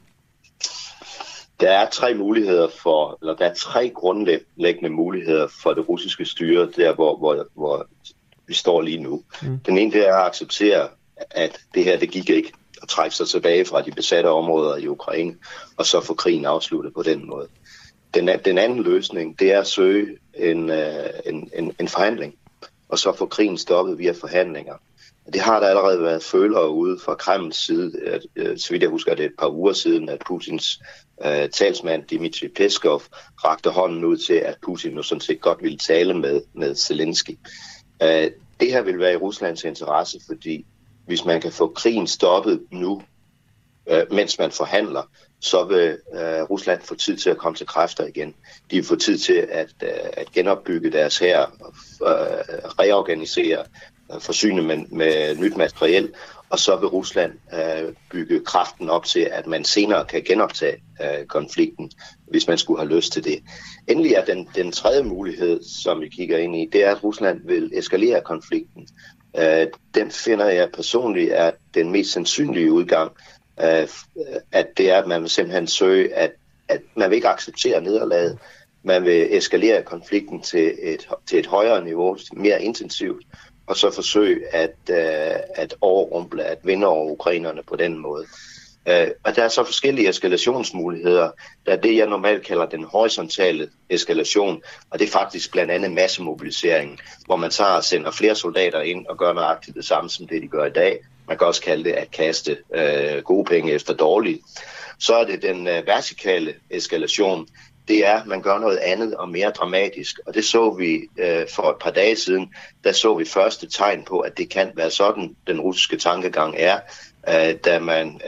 Der er tre muligheder for, eller der er tre grundlæggende muligheder for det russiske styre, der hvor, hvor, hvor vi står lige nu. Mm. Den ene, det er at acceptere, at det her, det gik ikke, at trække sig tilbage fra de besatte områder i Ukraine, og så få krigen afsluttet på den måde. Den, den anden løsning, det er at søge en, en, en, en forhandling, og så få krigen stoppet via forhandlinger. Det har der allerede været følere ude fra Kremls side, at, så vidt jeg husker, det er et par uger siden, at Putins uh, talsmand Dmitry Peskov rakte hånden ud til, at Putin nu sådan set godt ville tale med, med Zelensky. Uh, det her vil være i Ruslands interesse, fordi hvis man kan få krigen stoppet nu, uh, mens man forhandler, så vil uh, Rusland få tid til at komme til kræfter igen. De vil få tid til at, uh, at genopbygge deres hær, uh, reorganisere, forsyne med, med nyt materiel, og så vil Rusland øh, bygge kraften op til, at man senere kan genoptage øh, konflikten, hvis man skulle have lyst til det. Endelig er den, den tredje mulighed, som vi kigger ind i, det er, at Rusland vil eskalere konflikten. Øh, den finder jeg personligt er den mest sandsynlige udgang, øh, at det er, at man vil simpelthen søge, at, at man vil ikke acceptere nederlaget, man vil eskalere konflikten til et, til et højere niveau, mere intensivt, og så forsøge at, uh, at overrumple, at vinde over ukrainerne på den måde. Uh, og der er så forskellige eskalationsmuligheder. Der er det, jeg normalt kalder den horisontale eskalation, og det er faktisk blandt andet massemobilisering, hvor man tager og sender flere soldater ind og gør nøjagtigt det samme, som det de gør i dag. Man kan også kalde det at kaste uh, gode penge efter dårlige. Så er det den uh, vertikale eskalation. Det er, at man gør noget andet og mere dramatisk. Og det så vi øh, for et par dage siden. Der så vi første tegn på, at det kan være sådan, den russiske tankegang er, øh, da man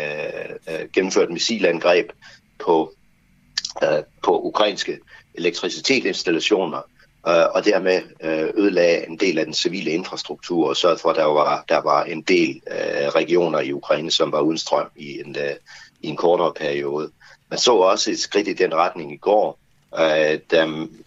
øh, øh, gennemførte missilangreb på, øh, på ukrainske elektricitetsinstallationer, øh, og dermed øh, ødelagde en del af den civile infrastruktur, og sørgede for, at der var, der var en del øh, regioner i Ukraine, som var uden strøm i en, øh, i en kortere periode. Man så også et skridt i den retning i går, øh, da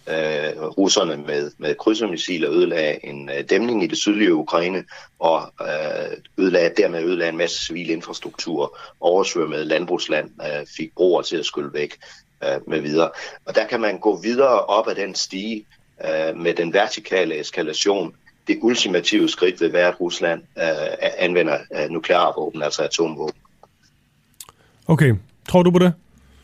øh, russerne med, med krydsermissiler ødelagde en øh, dæmning i det sydlige Ukraine, og øh, ødelagde, dermed ødelagde en masse civil infrastruktur, oversvømmede landbrugsland, øh, fik broer til at skylle væk øh, med videre. Og der kan man gå videre op ad den stige øh, med den vertikale eskalation. Det ultimative skridt vil være, at Rusland øh, anvender øh, nukleare våben, altså atomvåben. Okay, tror du på det?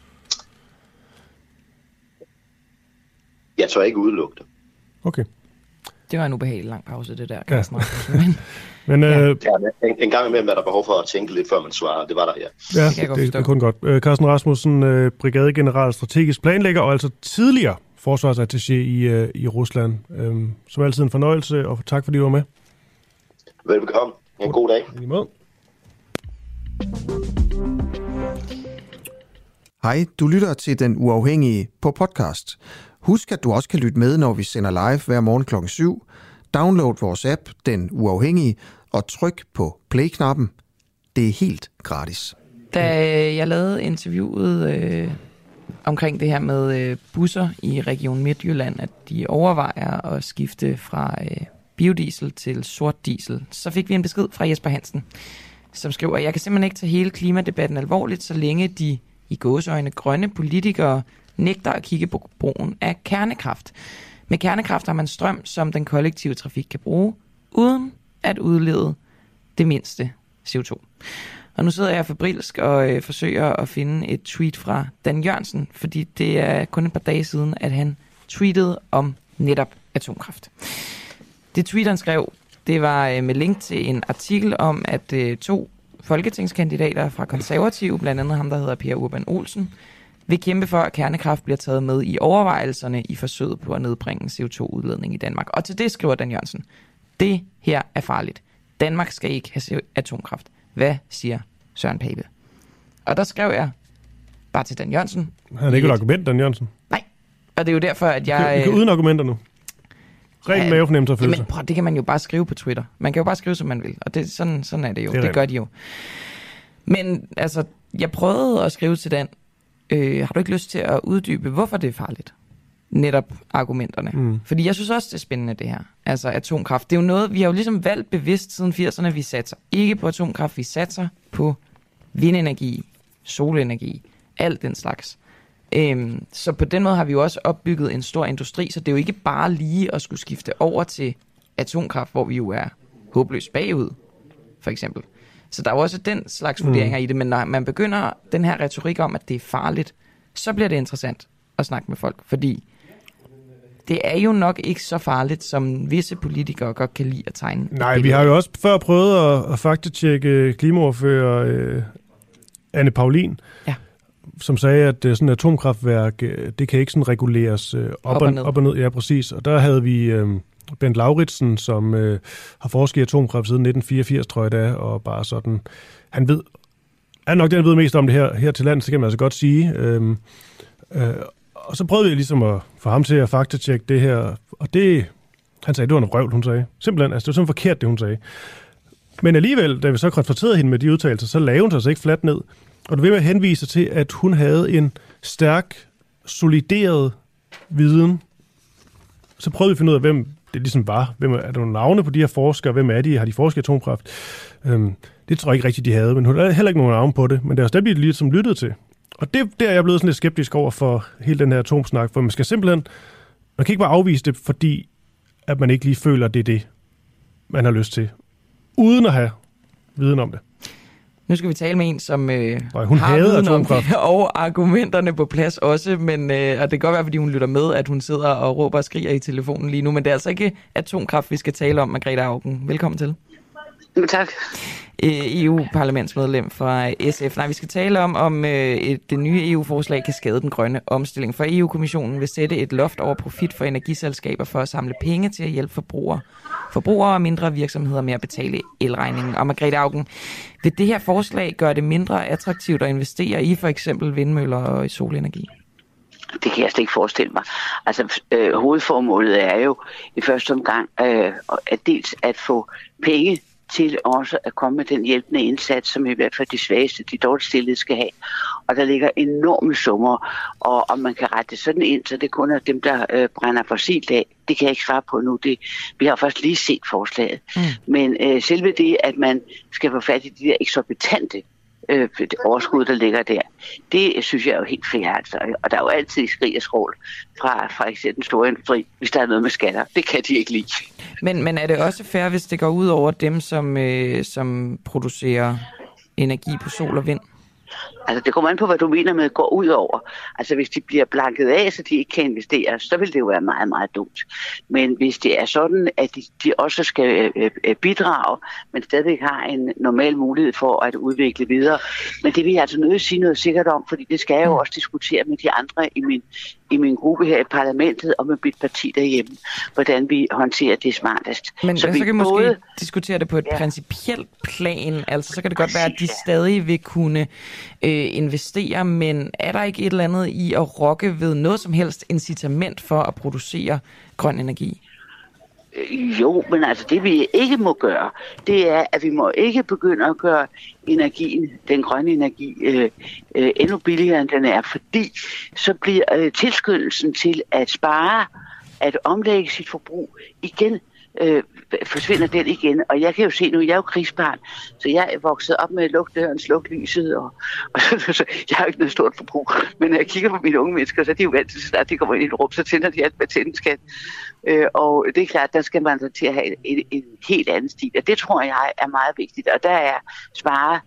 Jeg tør ikke udelukke det. Okay. Det var en ubehagelig lang pause, det der. Ja. Men, men, ja. øh, ja, en, en gang imellem er der behov for at tænke lidt, før man svarer. Det var der, ja. Ja, det, det, det er kun godt. Øh, Carsten Rasmussen, øh, brigadegeneral, strategisk planlægger, og altså tidligere forsvarsattaché i, øh, i Rusland. Øh, som altid en fornøjelse, og tak fordi du var med. Velbekomme. En god dag. I lige måde. Hej, du lytter til Den Uafhængige på podcast. Husk, at du også kan lytte med, når vi sender live hver morgen klokken syv. Download vores app, Den Uafhængige, og tryk på play-knappen. Det er helt gratis. Da jeg lavede interviewet øh, omkring det her med øh, busser i Region Midtjylland, at de overvejer at skifte fra øh, biodiesel til sort diesel, så fik vi en besked fra Jesper Hansen, som skriver, jeg kan simpelthen ikke tage hele klimadebatten alvorligt, så længe de i gåseøjne grønne politikere nægter at kigge på brugen af kernekraft. Med kernekraft har man strøm, som den kollektive trafik kan bruge, uden at udlede det mindste C O to. Og nu sidder jeg febrilsk og øh, forsøger at finde et tweet fra Dan Jørgensen, fordi det er kun et par dage siden, at han tweetede om netop atomkraft. Det tweet, han skrev, det var øh, med link til en artikel om, at øh, to folketingskandidater fra Konservative, blandt andet ham, der hedder Per Urban Olsen, vil kæmpe for, at kernekraft bliver taget med i overvejelserne i forsøget på at nedbringe C O to udledning i Danmark. Og til det skriver Dan Jørgensen, det her er farligt. Danmark skal ikke have atomkraft. Hvad siger Søren Pape? Og der skrev jeg bare til Dan Jørgensen. Han er ikke et argument, Dan Jørgensen. Nej, og det er jo derfor, at jeg... Du kan uden argumenter nu. Ren ja, mavefornemmelse og følelser. Jamen, prøv, det kan man jo bare skrive på Twitter. Man kan jo bare skrive, som man vil. Og det, sådan, sådan er det jo. Det, er det gør de jo. Men altså, jeg prøvede at skrive til Dan. Øh, har du ikke lyst til at uddybe, hvorfor det er farligt? Netop argumenterne. Mm. Fordi jeg synes også, det er spændende, det her. Altså atomkraft. Det er jo noget, vi har jo ligesom valgt bevidst siden firserne. Vi satser ikke på atomkraft. Vi satser på vindenergi, solenergi, alt den slags. Øhm, så på den måde har vi jo også opbygget en stor industri, så det er jo ikke bare lige at skulle skifte over til atomkraft, hvor vi jo er håbløst bagud, for eksempel. Så der er jo også den slags vurderinger mm. i det, men når man begynder den her retorik om, at det er farligt, så bliver det interessant at snakke med folk, fordi det er jo nok ikke så farligt, som visse politikere godt kan lide at tegne. Nej, vi har jo også før prøvet at, at faktatjekke klimaordfører øh, Anne Paulin, ja. som sagde, at sådan et atomkraftværk, det kan ikke sådan reguleres øh, op, op, og, og op og ned. Ja, præcis. Og der havde vi øh, Bent Lauritsen, som øh, har forsket i atomkraft siden nitten fireogfirs, tror jeg det er, og bare sådan, han ved, er nok den, der ved mest om det her, her til landet, så kan man altså godt sige. Øh, øh, og så prøvede vi ligesom at få ham til at faktatjekke det her, og det, han sagde, det var noget røvl, hun sagde. Simpelthen, altså det var sådan forkert, det hun sagde. Men alligevel, da vi så konfronterede hende med de udtalelser, så lavede hun sig altså ikke fladt ned. Og du vil med at henvise til, at hun havde en stærk, solideret viden. Så prøvede vi at finde ud af, hvem det ligesom var. Hvem er, er der nogle navne på de her forskere? Hvem er de? Har de forsket i atomkraft? Øhm, det tror jeg ikke rigtigt, de havde, men hun havde heller ikke nogen navne på det. Men det er også det, vi ligesom lyttede til. Og det, der er jeg blevet sådan lidt skeptisk over for hele den her atomsnak, for man skal simpelthen, man kan ikke bare afvise det, fordi at man ikke lige føler, at det er det, man har lyst til, uden at have viden om det. Nu skal vi tale med en, som øh, Nej, hun har viden om det, og argumenterne på plads også, men øh, og det kan godt være, fordi hun lytter med, at hun sidder og råber og skriger i telefonen lige nu, men det er altså ikke atomkraft, vi skal tale om, Margrethe Auken. Velkommen til. Tak. E U-parlamentsmedlem fra S F. Nej, vi skal tale om, om øh, det nye E U-forslag kan skade den grønne omstilling. For E U-kommissionen vil sætte et loft over profit for energiselskaber for at samle penge til at hjælpe forbrugere, forbrugere og mindre virksomheder med at betale elregningen. Og Margrethe Auken, vil det her forslag gøre det mindre attraktivt at investere i for eksempel vindmøller og solenergi? Det kan jeg slet ikke forestille mig. Altså, øh, hovedformålet er jo i første omgang øh, at dels at få penge til også at komme med den hjælpende indsats, som i hvert fald de svageste, de dårligt stillede skal have. Og der ligger enorme summer, og om man kan rette det sådan ind, så det kun er dem, der øh, brænder fossilt af. Det kan jeg ikke svare på nu. Det, vi har først lige set forslaget. Mm. Men øh, selve det, at man skal få fat i de der eksorbitante øh, det overskud, der ligger der, det synes jeg er jo helt fair. Altså. Og der er jo altid skrig og skrål fra, fra eksempel den store industri, hvis der er noget med skatter. Det kan de ikke lide. Men, men er det også fair, hvis det går ud over dem, som, øh, som producerer energi på sol og vind? Altså, det kommer an på, hvad du mener med går ud over. Altså, hvis de bliver blanket af, så de ikke kan investere, så vil det jo være meget, meget dumt. Men hvis det er sådan, at de, de også skal øh, øh, bidrage, men stadigvæk har en normal mulighed for at udvikle videre. Men det vil jeg altså nødt sige noget sikkert om, fordi det skal jeg jo også diskutere med de andre i min, i min gruppe her i parlamentet og med mit parti derhjemme, hvordan vi håndterer det smartest. Men så, så vi kan måske både diskutere det på et ja. principielt plan. Altså, så kan det godt være, at de stadig vil kunne øh, investere, men er der ikke et eller andet i at rokke ved noget som helst incitament for at producere grøn energi? Jo, men altså det vi ikke må gøre, det er, at vi må ikke begynde at gøre energien, den grønne energi, øh, øh, endnu billigere end den er, fordi så bliver øh, tilskyndelsen til at spare, at omlægge sit forbrug igen, øh, forsvinder den igen. Og jeg kan jo se nu, jeg er jo krigsbarn, så jeg er vokset op med at lukke døren, slukke lyset, og, og så, jeg har jo ikke noget stort forbrug. Men når jeg kigger på mine unge mennesker, så er de jo vant til, at de kommer ind i et rum, så tænder de alt, hvad tænden skal. Øh, og det er klart, der skal man så til at have en, en helt anden stil, og det tror jeg er meget vigtigt. Og der er spare,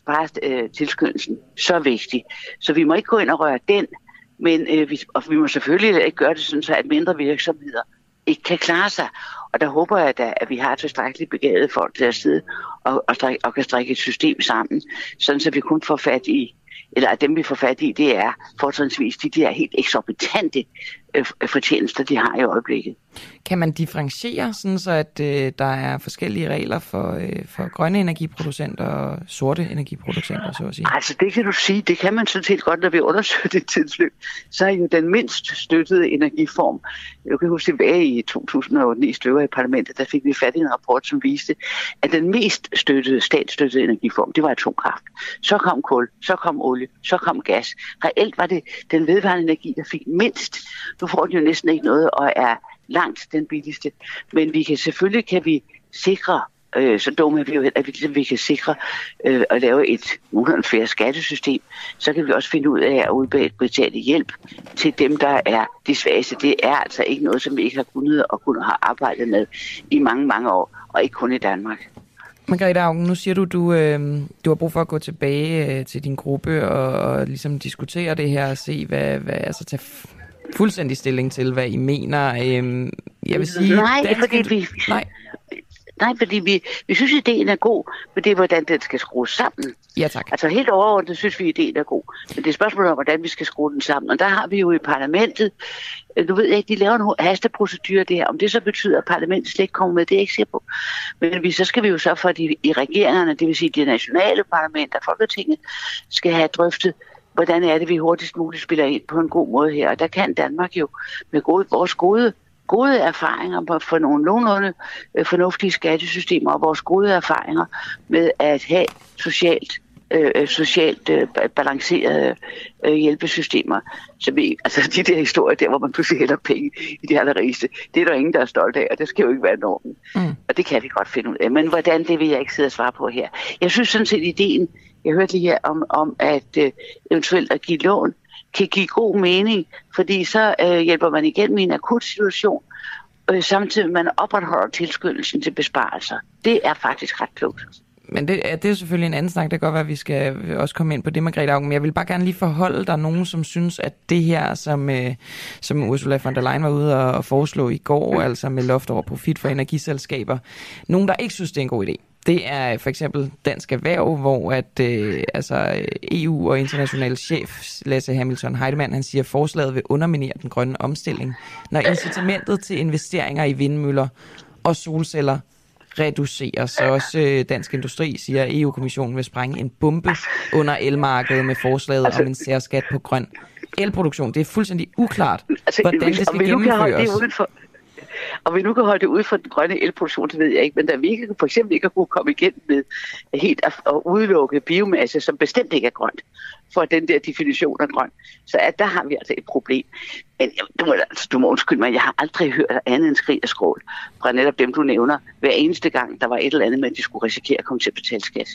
bare øh, tilskyndelsen så vigtig. Så vi må ikke gå ind og røre den, men øh, vi, og vi må selvfølgelig ikke gøre det sådan, så at mindre virksomheder ikke kan klare sig. Og der håber jeg da, at vi har tilstrækkeligt begavede folk til at sidde og, og, strik, og kan strikke et system sammen, sådan så vi kun får fat i, eller at dem vi får fat i, det er fortrinsvis de der helt eksorbitante øh, fortjenester, de har i øjeblikket. Kan man differentiere, sådan så at øh, der er forskellige regler for, øh, for grønne energiproducenter og sorte energiproducenter, så at sige? Altså det kan du sige, det kan man sådan set godt, når vi undersøger det tidsløb. Så er jo den mindst støttede energiform. Jeg kan huske tilbage i to tusind og ni stykker i parlamentet, der fik vi fat i en rapport, som viste, at den mest støttede, statsstøttede energiform, det var atomkraft. Så kom kul, så kom olie, så kom gas. Reelt var det den vedvarende energi, der fik mindst. Nu får den jo næsten ikke noget og er langt den billigste. Men vi kan selvfølgelig kan vi sikre, øh, så dumme er vi jo at vi, at vi kan sikre øh, at lave et nogenlunde fair skattesystem. Så kan vi også finde ud af at udbetale hjælp til dem, der er de svageste. Det er altså ikke noget, som vi ikke har kunnet og kunne have arbejdet med i mange, mange år, og ikke kun i Danmark. Margrethe Auken, nu siger du, du, øh, du har brug for at gå tilbage øh, til din gruppe og, og ligesom diskutere det her og se, hvad, hvad altså tage fuldstændig stilling til, hvad I mener. Øhm, jeg vil sige... Nej, danske... fordi vi... Nej. Nej, fordi vi, vi synes, ideen er god, men det er, hvordan den skal skrues sammen. Ja, tak. Altså helt overordnet synes vi, ideen er god. Men det er spørgsmålet om, hvordan vi skal skrue den sammen. Og der har vi jo i parlamentet, du ved ikke, de laver en hasteprocedure der. Om det så betyder, at parlamentet slet ikke kommer med, det er jeg ikke sikker på. Men vi, så skal vi jo så for, at de, i regeringerne, det vil sige de nationale parlamenter, Folketinget, skal have drøftet, hvordan er det, vi hurtigst muligt spiller ind på en god måde her. Og der kan Danmark jo med gode, vores gode, gode erfaringer for nogle nogenlunde fornuftige skattesystemer og vores gode erfaringer med at have socialt, øh, socialt øh, balancerede øh, hjælpesystemer. Så vi, altså de der historier der, hvor man pludselig hælder penge i de allerrigeste, det er der ingen, der er stolt af, og det skal jo ikke være normen. Mm. Og det kan vi godt finde ud af. Men hvordan, det vil jeg ikke sidde og svare på her. Jeg synes sådan set, ideen, jeg hørte lige her om, om at øh, eventuelt at give lån, kan give god mening, fordi så øh, hjælper man igennem i en akut situation, øh, samtidig man opretholder tilskyndelsen til besparelser. Det er faktisk ret klogt. Men det, det er jo selvfølgelig en anden snak. Det kan godt være, at vi skal også komme ind på det, Margrethe Auken. Men jeg vil bare gerne lige forholde dig nogen, som synes, at det her, som, øh, som Ursula von der Leyen var ude og, og foreslå i går, altså med loft over profit for energiselskaber, nogen, der ikke synes, det er en god idé. Det er for eksempel Dansk Erhverv, hvor at, øh, altså E U og international chef Lasse Hamilton Heidemann, han siger, at forslaget vil underminere den grønne omstilling, når incitamentet til investeringer i vindmøller og solceller reduceres. Så også øh, Dansk Industri siger, at E U-kommissionen vil sprænge en bombe under elmarkedet med forslaget altså, om en særskat på grøn elproduktion. Det er fuldstændig uklart, altså, hvordan det skal gennemføres. Og vi nu kan holde det ude for den grønne elproduktion, det ved jeg ikke, men da vi ikke, for eksempel ikke har kunnet komme igennem med helt at, at udelukke biomasse, som bestemt ikke er grønt, for den der definition af grøn, så at der har vi altså et problem. Men du må, altså, du må undskylde mig, jeg har aldrig hørt andet end skrig og skrål fra netop dem, du nævner, hver eneste gang, der var et eller andet med, at de skulle risikere at komme til at betale skat.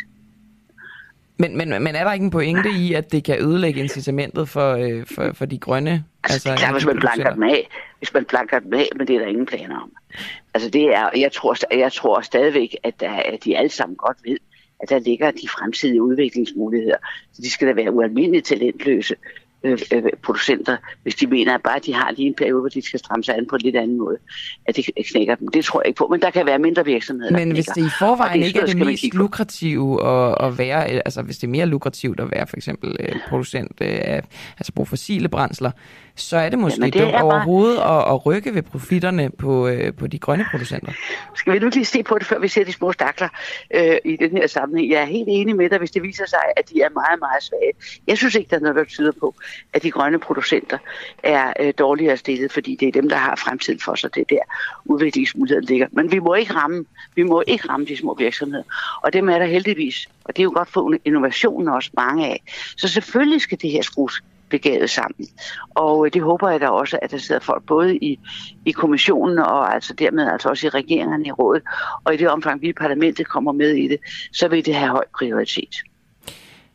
Men, men, men er der ikke en pointe i, at det kan ødelægge incitamentet for, øh, for, for de grønne? Altså, altså, klar, hvis man blanker dem af, hvis man blanker dem af, men det er der ingen planer om. Altså det er, jeg tror, jeg tror stadigvæk, at, der, at de alle sammen godt ved, at der ligger de fremtidige udviklingsmuligheder. Så de skal da være ualmindeligt talentløse øh, øh, producenter, hvis de mener, at bare de har lige en periode, hvor de skal stramme sig an på en lidt anden måde, at det knækker dem. Det tror jeg ikke på, men der kan være mindre virksomheder, men hvis det i forvejen det ikke er det mest lukrative at, at være, altså hvis det er mere lukrativt at være for eksempel øh, producent af, altså bruge fossile brændsler, så er det måske ja, det dumt er overhovedet bare... at, at rykke ved profitterne på, øh, på de grønne producenter. Skal vi nu lige se på det, før vi ser de små stakler øh, i den her sammenhæng? Jeg er helt enig med dig, hvis det viser sig, at de er meget, meget svage. Jeg synes ikke, der er noget, der tyder på, at de grønne producenter er øh, dårligere stillet, fordi det er dem, der har fremtiden for sig. Det er der udviklingsmuligheden ligger. Men vi må ikke ramme, vi må ikke ramme de små virksomheder. Og dem er der heldigvis. Og det er jo godt for innovationen også mange af. Så selvfølgelig skal det her skrues begavet sammen. Og det håber jeg da også, at der sidder folk både i, i kommissionen og altså dermed altså også i regeringerne i rådet. Og i det omfang, vi i parlamentet kommer med i det, så vil det have høj prioritet.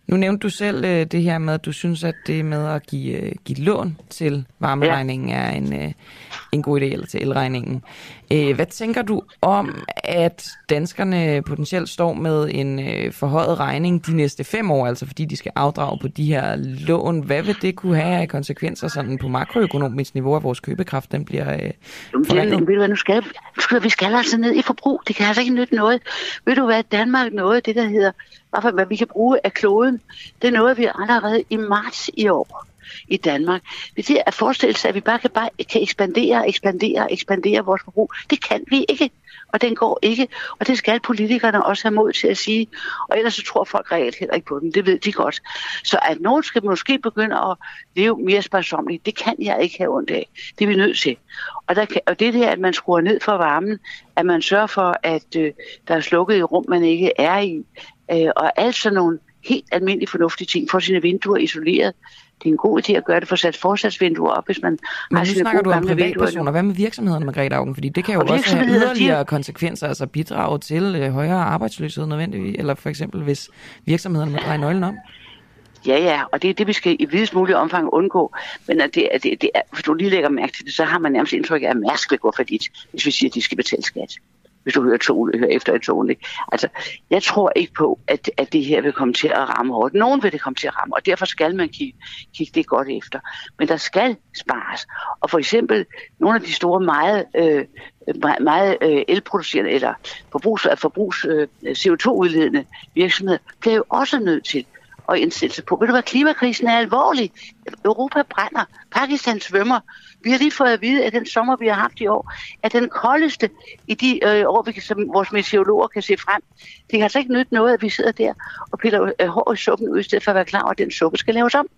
Nu nævnte du selv øh, det her med, at du synes, at det med at give, øh, give lån til varmeregningen ja. er en, øh, en god idé, eller til elregningen. Øh, hvad tænker du om, at danskerne potentielt står med en øh, forhøjet regning de næste fem år, altså fordi de skal afdrage på de her lån? Hvad vil det kunne have af konsekvenser sådan på makroøkonomisk niveau, at vores købekraft den bliver øh, forringet? Ved du hvad, nu skal, vi skal altså ned i forbrug. Det kan altså ikke nytte noget. Ved du hvad, Danmark noget, det der hedder, hvad vi kan bruge af kloden, det er noget, vi allerede i marts i år i Danmark. Det er at forestille sig, at vi bare kan, bare kan ekspandere, ekspandere, ekspandere vores forbrug. Det kan vi ikke, og den går ikke. Og det skal politikerne også have mod til at sige. Og ellers så tror folk reelt heller ikke på den. Det ved de godt. Så at nogen skal måske begynde at leve mere sparsomligt, det kan jeg ikke have ondt af. Det er vi nødt til. Og, der kan, og det der, at man skruer ned for varmen, at man sørger for, at øh, der er slukket i rum, man ikke er i, øh, og alt sådan nogle helt almindelige fornuftige ting, for sine vinduer isoleret. Det er en god idé at gøre det for sat forsatsvinduer op, hvis man Men har nu snakker du om privatpersoner. Hvad med virksomhederne, Margrethe Auken? Fordi det kan jo og også have yderligere de... konsekvenser, altså bidrage til øh, højere arbejdsløshed nødvendigvis, eller for eksempel hvis virksomhederne må dreje nøglen om. Ja, ja, og det er det, vi skal i videst mulig omfang undgå. Men at det, at det, det er, hvis du lige lægger mærke til det, så har man nærmest indtryk af, at Mærsk vil gå for dit, hvis vi siger, at de skal betale skat. Hvis du hører, tone, hører efter et tone. Altså, jeg tror ikke på, at, at det her vil komme til at ramme hårdt. Nogen vil det komme til at ramme, og derfor skal man kigge, kigge det godt efter. Men der skal spares. Og for eksempel, nogle af de store meget, øh, meget, meget øh, elproducerende eller forbrugs, forbrugs øh, C O to udledende virksomheder bliver jo også nødt til at indstille sig på. Ved du hvad, klimakrisen er alvorlig. Europa brænder. Pakistan svømmer. Vi har lige fået at vide, at den sommer, vi har haft i år, er den koldeste i de øh, år, vi kan, som vores meteorologer kan se frem. Det kan altså ikke nytte noget, at vi sidder der og piller øh, hår i suppen ud, i stedet for at være klar over, at den suppe skal laves om.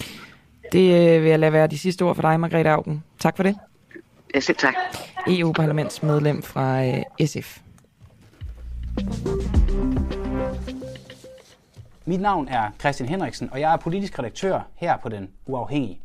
Det øh, vil jeg lade være de sidste ord for dig, Margrethe Auken. Tak for det. Ja, selv tak. E U-parlamentsmedlem fra øh, S F. Mit navn er Christian Henriksen, og jeg er politisk redaktør her på Den Uafhængige.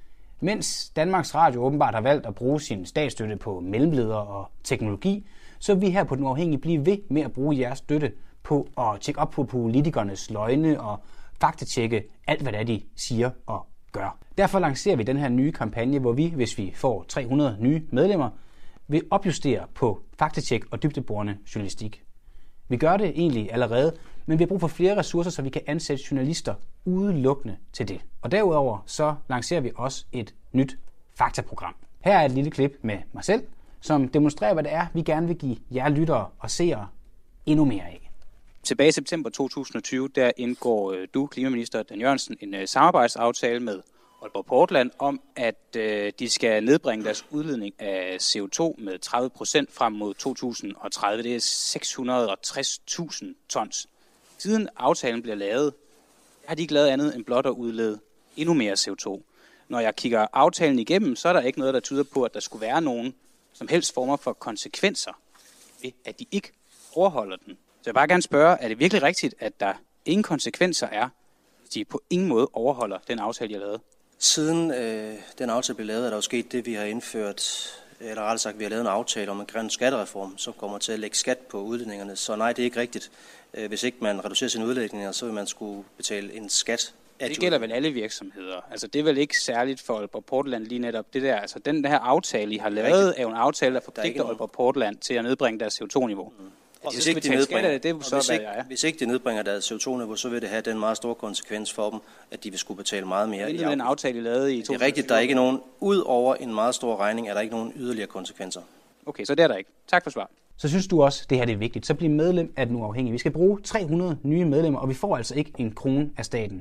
Mens Danmarks Radio åbenbart har valgt at bruge sin statsstøtte på mellemledere og teknologi, så vil vi her på Den Uafhængige blive ved med at bruge jeres støtte på at tjekke op på politikernes løgne og faktatjekke alt, hvad det er, de siger og gør. Derfor lancerer vi den her nye kampagne, hvor vi, hvis vi får tre hundrede nye medlemmer, vil opjustere på faktatjek og dybdeborende journalistik. Vi gør det egentlig allerede, men vi har brug for flere ressourcer, så vi kan ansætte journalister udelukkende til det. Og derudover så lancerer vi også et nyt faktaprogram. Her er et lille klip med mig selv, som demonstrerer, hvad det er, vi gerne vil give jer lyttere og seere endnu mere af. Tilbage i september to tusind og tyve, der indgår du, klimaminister Dan Jørgensen, en samarbejdsaftale med Aalborg Portland om, at øh, de skal nedbringe deres udledning af C O to med tredive procent frem mod to tusind og tredive. Det er seks hundrede og tres tusind tons. Siden aftalen bliver lavet, har de ikke lavet andet end blot at udlede endnu mere C O to. Når jeg kigger aftalen igennem, så er der ikke noget, der tyder på, at der skulle være nogen som helst former for konsekvenser ved, at de ikke overholder den. Så jeg vil bare gerne spørge, er det virkelig rigtigt, at der ingen konsekvenser er, hvis de på ingen måde overholder den aftale, de har lavet? Siden øh, den aftale blev lavet, er der jo sket det, vi har indført, eller rettere sagt, vi har lavet en aftale om en grøn skattereform, som kommer til at lægge skat på udledningerne. Så nej, det er ikke rigtigt. Hvis ikke man reducerer sine udledninger, så vil man skulle betale en skat. Det gælder vel alle virksomheder. Altså det er vel ikke særligt for Aalborg Portland lige netop det der. Altså den her aftale, I har lavet, er jo en aftale, der forpligter Aalborg Portland til at nedbringe deres C O to niveau. Mm. Og hvis, ikke de nedbringer, det, det så, hvis, ikke, jeg er. hvis ikke de nedbringer deres C O to niveau, så vil det have den meget store konsekvens for dem, at de vil skulle betale meget mere. Det er den aftale, I lavede i to tusind og tyve. Det er rigtigt, der er ikke nogen, ud over en meget stor regning, er der ikke nogen yderligere konsekvenser. Okay, så det er der ikke. Tak for svar. Så synes du også, det her det er vigtigt, så bliv medlem af Den Uafhængige. Vi skal bruge tre hundrede nye medlemmer, og vi får altså ikke en krone af staten.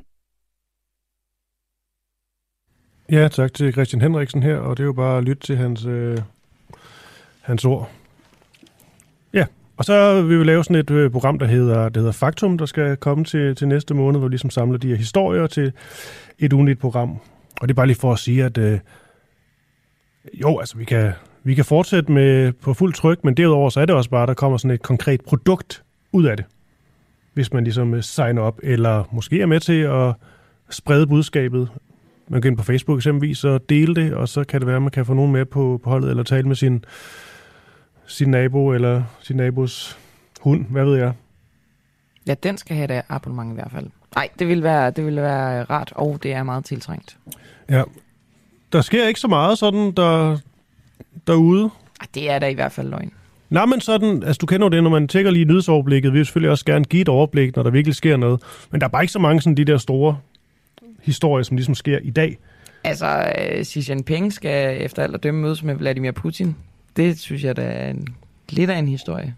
Ja, tak til Christian Henriksen her, og det er jo bare at lytte til hans, øh, hans ord. Ja, og så vil vi lave sådan et øh, program, der hedder, der hedder Faktum, der skal komme til, til næste måned, hvor vi ligesom samler de her historier til et ugenligt program. Og det er bare lige for at sige, at øh, jo, altså vi kan... Vi kan fortsætte med på fuld tryk, men derudover så er det også bare, at der kommer sådan et konkret produkt ud af det. Hvis man ligesom signer op, eller måske er med til at sprede budskabet. Man kan gå ind på Facebook eksempelvis og dele det, og så kan det være, at man kan få nogen med på, på holdet, eller tale med sin, sin nabo, eller sin nabos hund, hvad ved jeg. Ja, den skal have et abonnement i hvert fald. Nej, det vil være, det vil være rart, og det er meget tiltrængt. Ja. Der sker ikke så meget sådan der, derude. Det er da i hvert fald løgn. Nej, men sådan, altså du kender det, når man tjekker lige nyhedsoverblikket, vi vil selvfølgelig også gerne give et overblik, når der virkelig sker noget. Men der er bare ikke så mange sådan de der store historier, som ligesom sker i dag. Altså, Xi Jinping skal efter alt at dømme mødes med Vladimir Putin. Det synes jeg, der er en, lidt af en historie.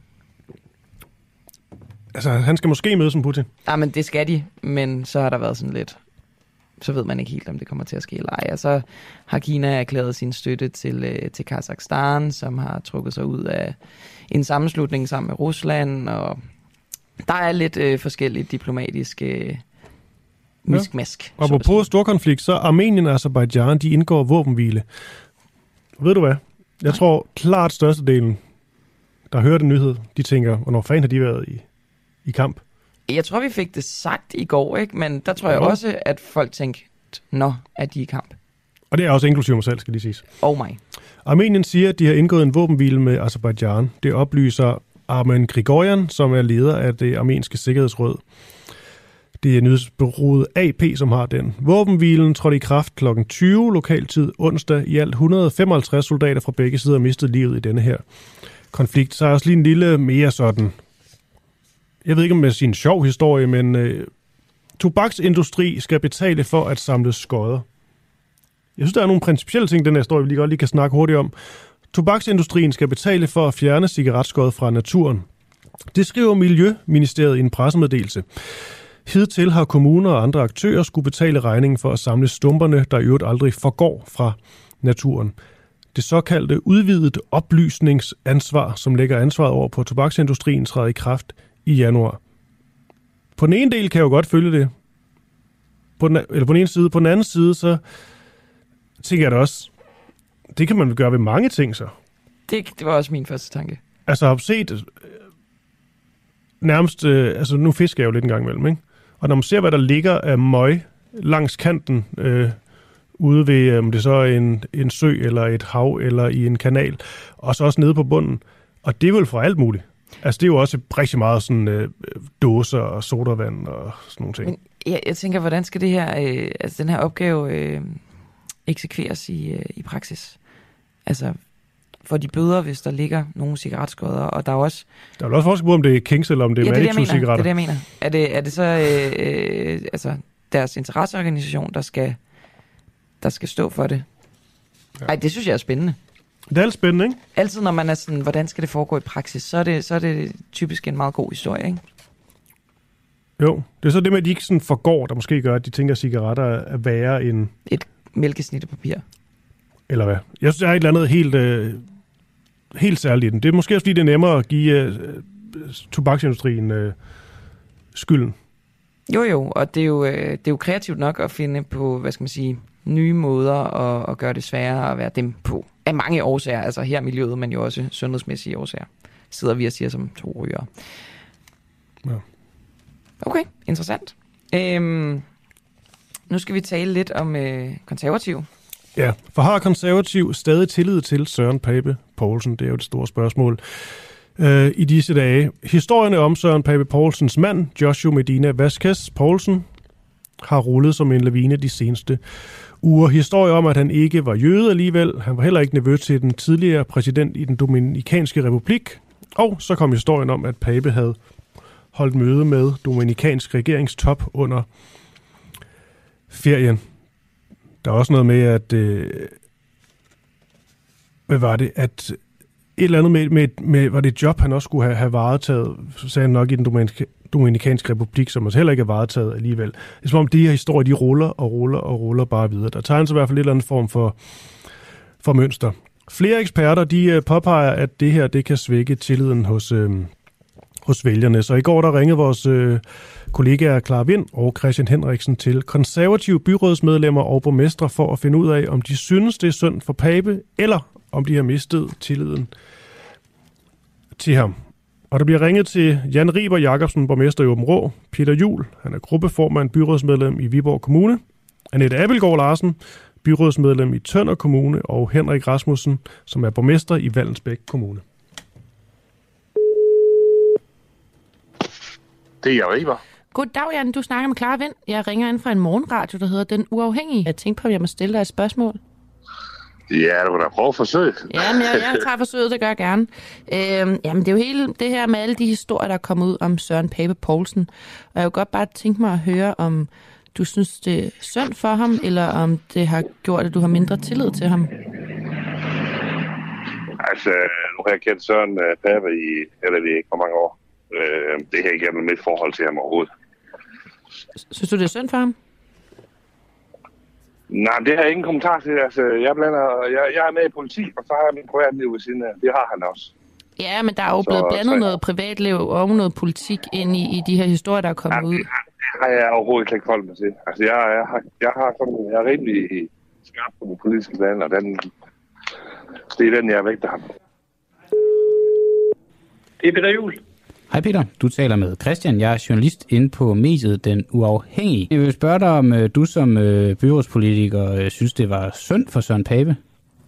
Altså, han skal måske mødes med Putin. Ja, men det skal de, men så har der været sådan lidt... Så ved man ikke helt, om det kommer til at ske eller ej. Og så har Kina erklæret sin støtte til, øh, til Kazakhstan, som har trukket sig ud af en sammenslutning sammen med Rusland. Og der er lidt øh, forskellige diplomatiske øh, miskmask. Ja. Og på storkonflikt, så Armenien og Aserbajdsjan, de indgår våbenhvile. Ved du hvad? Jeg Nej. tror klart størstedelen, der hører den nyhed, de tænker, hvornår fanden har de været i, i kamp? Jeg tror, vi fik det sagt i går, ikke? Men der tror jeg ja. også, at folk tænkte, nå, er de i kamp. Og det er også inklusive mig selv, skal de siges. Oh my. Armenien siger, at de har indgået en våbenhvile med Aserbajdsjan. Det oplyser Armen Grigoryan, som er leder af det armenske sikkerhedsråd. Det er nyhedsbureauet A P, som har den. Våbenhvilen trådte i kraft klokken tyve lokaltid onsdag. I alt et hundrede og femoghalvtreds soldater fra begge sider mistede livet i denne her konflikt. Så er også lige en lille mere sådan... Jeg ved ikke, om det er sin sjov historie, men øh, tobaksindustri skal betale for at samle skodder. Jeg synes, der er nogle principielle ting i den her historie, vi lige godt lige kan snakke hurtigt om. Tobaksindustrien skal betale for at fjerne cigaretskod fra naturen. Det skriver Miljøministeriet i en pressemeddelelse. Hidtil har kommuner og andre aktører skulle betale regningen for at samle stumperne, der i øvrigt aldrig forgår fra naturen. Det såkaldte udvidet oplysningsansvar, som lægger ansvaret over på tobaksindustrien, træder i kraft i januar. På den ene del kan jeg jo godt følge det. På den, eller på den ene side. På den anden side, så tænker jeg da også, det kan man gøre ved mange ting så. Det, det var også min første tanke. Altså, jeg har set øh, nærmest, øh, altså nu fisker jeg jo lidt en gang imellem, ikke? Og når man ser, hvad der ligger af møg langs kanten, øh, ude ved, om det så er en, en sø, eller et hav, eller i en kanal, og så også nede på bunden, og det er vel for alt muligt. Altså, det er jo også rigtig meget sådan øh, dåser og sodavand og sådan nogle ting. Men jeg, jeg tænker, hvordan skal det her, øh, altså den her opgave øh, eksekveres i, øh, i praksis? Altså, for de bøder, hvis der ligger nogle cigaretskodder, og der er også... Der er vel også forskel på, om det er Kings, eller om det er ja, Manitou-cigaretter. Det er det, jeg mener. Er det, er det så øh, øh, altså, deres interesseorganisation, der skal, der skal stå for det? Nej, ja. Det synes jeg er spændende. Det er alt spændende, ikke? Altid, når man er sådan, hvordan skal det foregå i praksis, så er det, så er det typisk en meget god historie, ikke? Jo, det er så det med, at de ikke sådan forgår, der måske gør, at de tænker, at cigaretter er værre end... Et mælkesnittepapir. Eller hvad? Jeg synes, der er et eller andet helt, øh, helt særligt i den. Det er måske også, fordi det er nemmere at give øh, tobaksindustrien øh, skylden. Jo, jo, og det er jo, øh, det er jo kreativt nok at finde på, hvad skal man sige, nye måder at, at gøre det sværere at være dem på. Af mange årsager, altså her miljøet, men jo også sundhedsmæssige årsager, sidder vi og siger som to rygere. Ja. Okay, interessant. Øhm, nu skal vi tale lidt om øh, konservativ. Ja, for har konservativ stadig tillid til Søren Pape Poulsen? Det er jo det store spørgsmål øh, i disse dage. Historierne om Søren Pape Poulsens mand, Joshua Medina Vazquez Poulsen, har rullet som en lavine de seneste uger. Historie om, at han ikke var jøde alligevel. Han var heller ikke nevø til den tidligere præsident i den Dominikanske Republik. Og så kom historien om, at Pape havde holdt møde med dominikansk regeringstop under ferien. Der er også noget med, at øh, hvad var det, at et eller andet med, med, med var det et job, han også skulle have, have varetaget, så sagde han nok i den Dominikanske, Dominikanske Republik, som også heller ikke er varetaget alligevel. Det er som om, de her historier, de ruller og ruller og ruller bare videre. Der tegner sig i hvert fald et eller andet form for, for mønster. Flere eksperter, de påpeger, at det her, det kan svække tilliden hos, øh, hos vælgerne. Så i går, der ringede vores øh, kollegaer Clara Vind og Christian Henriksen til konservative byrådsmedlemmer og borgmestre for at finde ud af, om de synes, det er synd for Pape, eller om de har mistet tilliden til ham. Og der bliver ringet til Jan Riber Jacobsen, borgmester i Aabenraa, Peter Juhl, han er gruppeformand, byrådsmedlem i Viborg Kommune, Annette Abildgaard Larsen, byrådsmedlem i Tønder Kommune, og Henrik Rasmussen, som er borgmester i Vallensbæk Kommune. Det er Jan Riber. Goddag, Jan. Du snakker med Clara Vind. Jeg ringer ind fra en morgenradio, der hedder Den Uafhængige. Jeg tænkte på, at jeg må stille dig et spørgsmål. Ja, du kan da prøve at forsøge. Jamen, jeg, jeg tager forsøget, det gør jeg gerne. Øhm, jamen, det er jo hele det her med alle de historier, der er kommet ud om Søren Pape Poulsen. Og jeg kunne godt bare tænke mig at høre, om du synes, det er synd for ham, eller om det har gjort, at du har mindre tillid til ham. Altså, nu har jeg kendt Søren Pape i, eller det ikke, hvor mange år. Øh, det her ikke er mit forhold til ham overhovedet. Synes du, det er synd for ham? Nej, det har jeg ingen kommentar til. Altså, jeg, blander, jeg, jeg er med i politik, og så har jeg min privatliv ved siden af. Det har han også. Ja, men der er jo så, blevet blandet så, noget privatliv og noget politik ind i, i de her historier, der er kommet ja, ud. Det har jeg overhovedet ikke forholdt mig til. Altså, jeg, jeg, har, jeg, har sådan, jeg er rimelig skarp på den politiske plan, og den, det er den, jeg vægter ham. Det er Peter Juhl. Hej Peter, du taler med Christian. Jeg er journalist inde på mediet Den Uafhængige. Jeg vil spørge dig, om du som byrådspolitiker synes, det var synd for Søren Pape?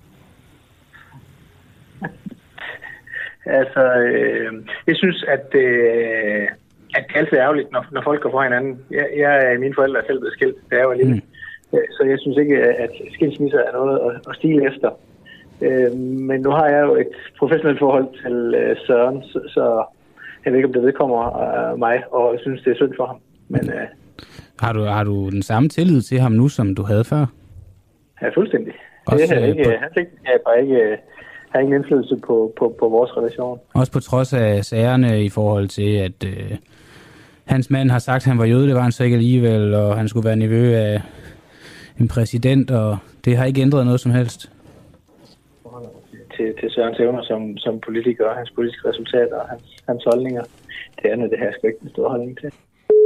Altså, øh, jeg synes, at, øh, at det er altid ærgerligt, når, når folk går fra hinanden. Jeg, jeg, mine forældre er selv blevet skilt, da jeg var lille. Mm. Så jeg synes ikke, at skilsmisser er noget at, at stile efter. Øh, men nu har jeg jo et professionelt forhold til øh, Søren, så, så jeg ved ikke, om det vedkommer øh, mig, og jeg synes, det er synd for ham. Men, øh, har, du, har du den samme tillid til ham nu, som du havde før? Ja, fuldstændig. Også, det er ikke, på... han har ikke, har ingen indflydelse på, på, på vores relation. Også på trods af sagerne i forhold til, at øh, hans mand har sagt, at han var jøde, det var han så ikke alligevel, og han skulle være nevø af en præsident, og det har ikke ændret noget som helst. Til, til Sørens evner som, som politiker, hans politiske resultater og hans, hans holdninger. Det andet, det her skal ikke en stor holdning til.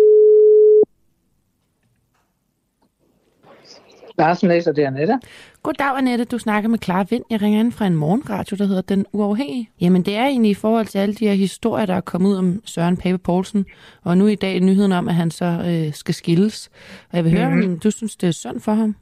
Larsen læser, det er Annette. Goddag, Annette. Du snakker med Clara Vind. Jeg ringer ind fra en morgenradio, der hedder Den Uafhængige. Jamen, det er egentlig i forhold til alle de her historier, der er kommet ud om Søren Pape Poulsen. Og nu i dag nyheden om, at han så øh, skal skilles. Og jeg vil høre, mm-hmm. om du synes, det er synd for ham?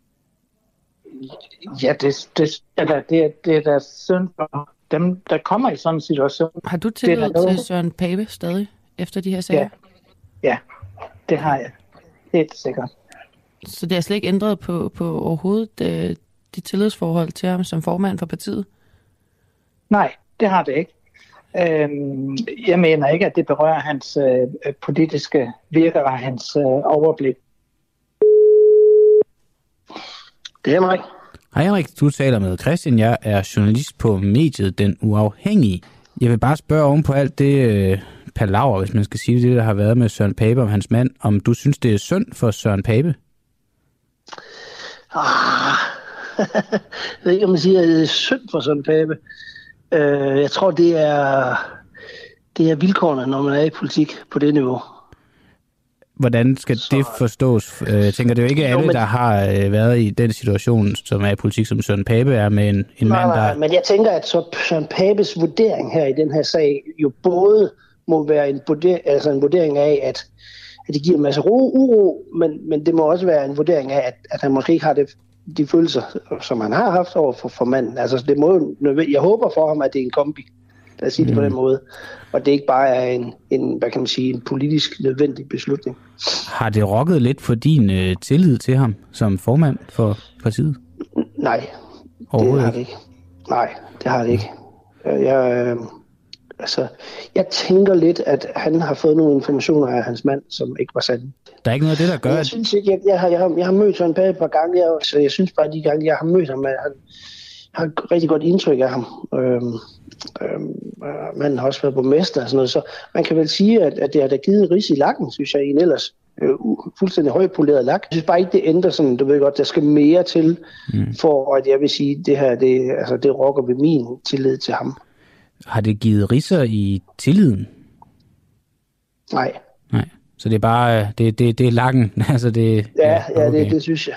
Ja, det, det, det, det, det er da synd for dem, der kommer i sådan en situation. Har du tillid til Søren Pape stadig, efter de her sager? Ja, ja, det har jeg. Helt sikkert. Så det er slet ikke ændret på, på overhovedet de, de tillidsforhold til ham som formand for partiet? Nej, det har det ikke. Øhm, jeg mener ikke, at det berører hans øh, politiske virke og hans øh, overblik. Det er Henrik. Hej Henrik, du taler med Christian. Jeg er journalist på mediet Den Uafhængige. Jeg vil bare spørge oven på alt det øh, palaver, hvis man skal sige det, der har været med Søren Pape og hans mand, om du synes, det er synd for Søren Pape? Ah, jeg ved ikke, om man siger, at det er synd for Søren Pape. Uh, jeg tror, det er, det er vilkårene, når man er i politik på det niveau. Hvordan skal så... det forstås? Jeg tænker, det er jo ikke alle, jo, men... der har været i den situation, som er i politik, som Søren Pape er, med en, en nej, mand, der... Nej, men jeg tænker, at så Søren Papes vurdering her i den her sag jo både må være en vurdering, altså en vurdering af, at, at det giver en masse ro, uro, men, men det må også være en vurdering af, at, at han måske ikke har det, de følelser, som han har haft over for, for manden. Altså, det må, jeg håber for ham, at det er en kombi. Lad os sige det mm. på den måde. Og det ikke bare er en, en, hvad kan man sige, en politisk nødvendig beslutning. Har det rokket lidt for din øh, tillid til ham som formand for partiet? Nej, det har det ikke. Nej, det har det ikke. Jeg, øh, altså, jeg tænker lidt, at han har fået nogle informationer af hans mand, som ikke var sande. Der er ikke noget af det, der gør... Jeg synes ikke, jeg, jeg, har, jeg, har, jeg har mødt Søren Pape et par gange, jeg, så jeg synes bare, at de gange, jeg har mødt ham, at han har et rigtig godt indtryk af ham. Øhm, øhm, manden har også været borgmester og sådan noget, så man kan vel sige, at, at det har da givet ris i lakken, synes jeg, i en ellers øh, fuldstændig højpoleret lak. Jeg synes bare ikke, det ændrer sådan, du ved godt, der skal mere til, mm. for at jeg vil sige, det her, det, altså, det rokker ved min tillid til ham. Har det givet ridser i tilliden? Nej. Nej. Så det er bare, det, det, det er lakken, altså det... Ja, ja, okay. ja det, det synes jeg.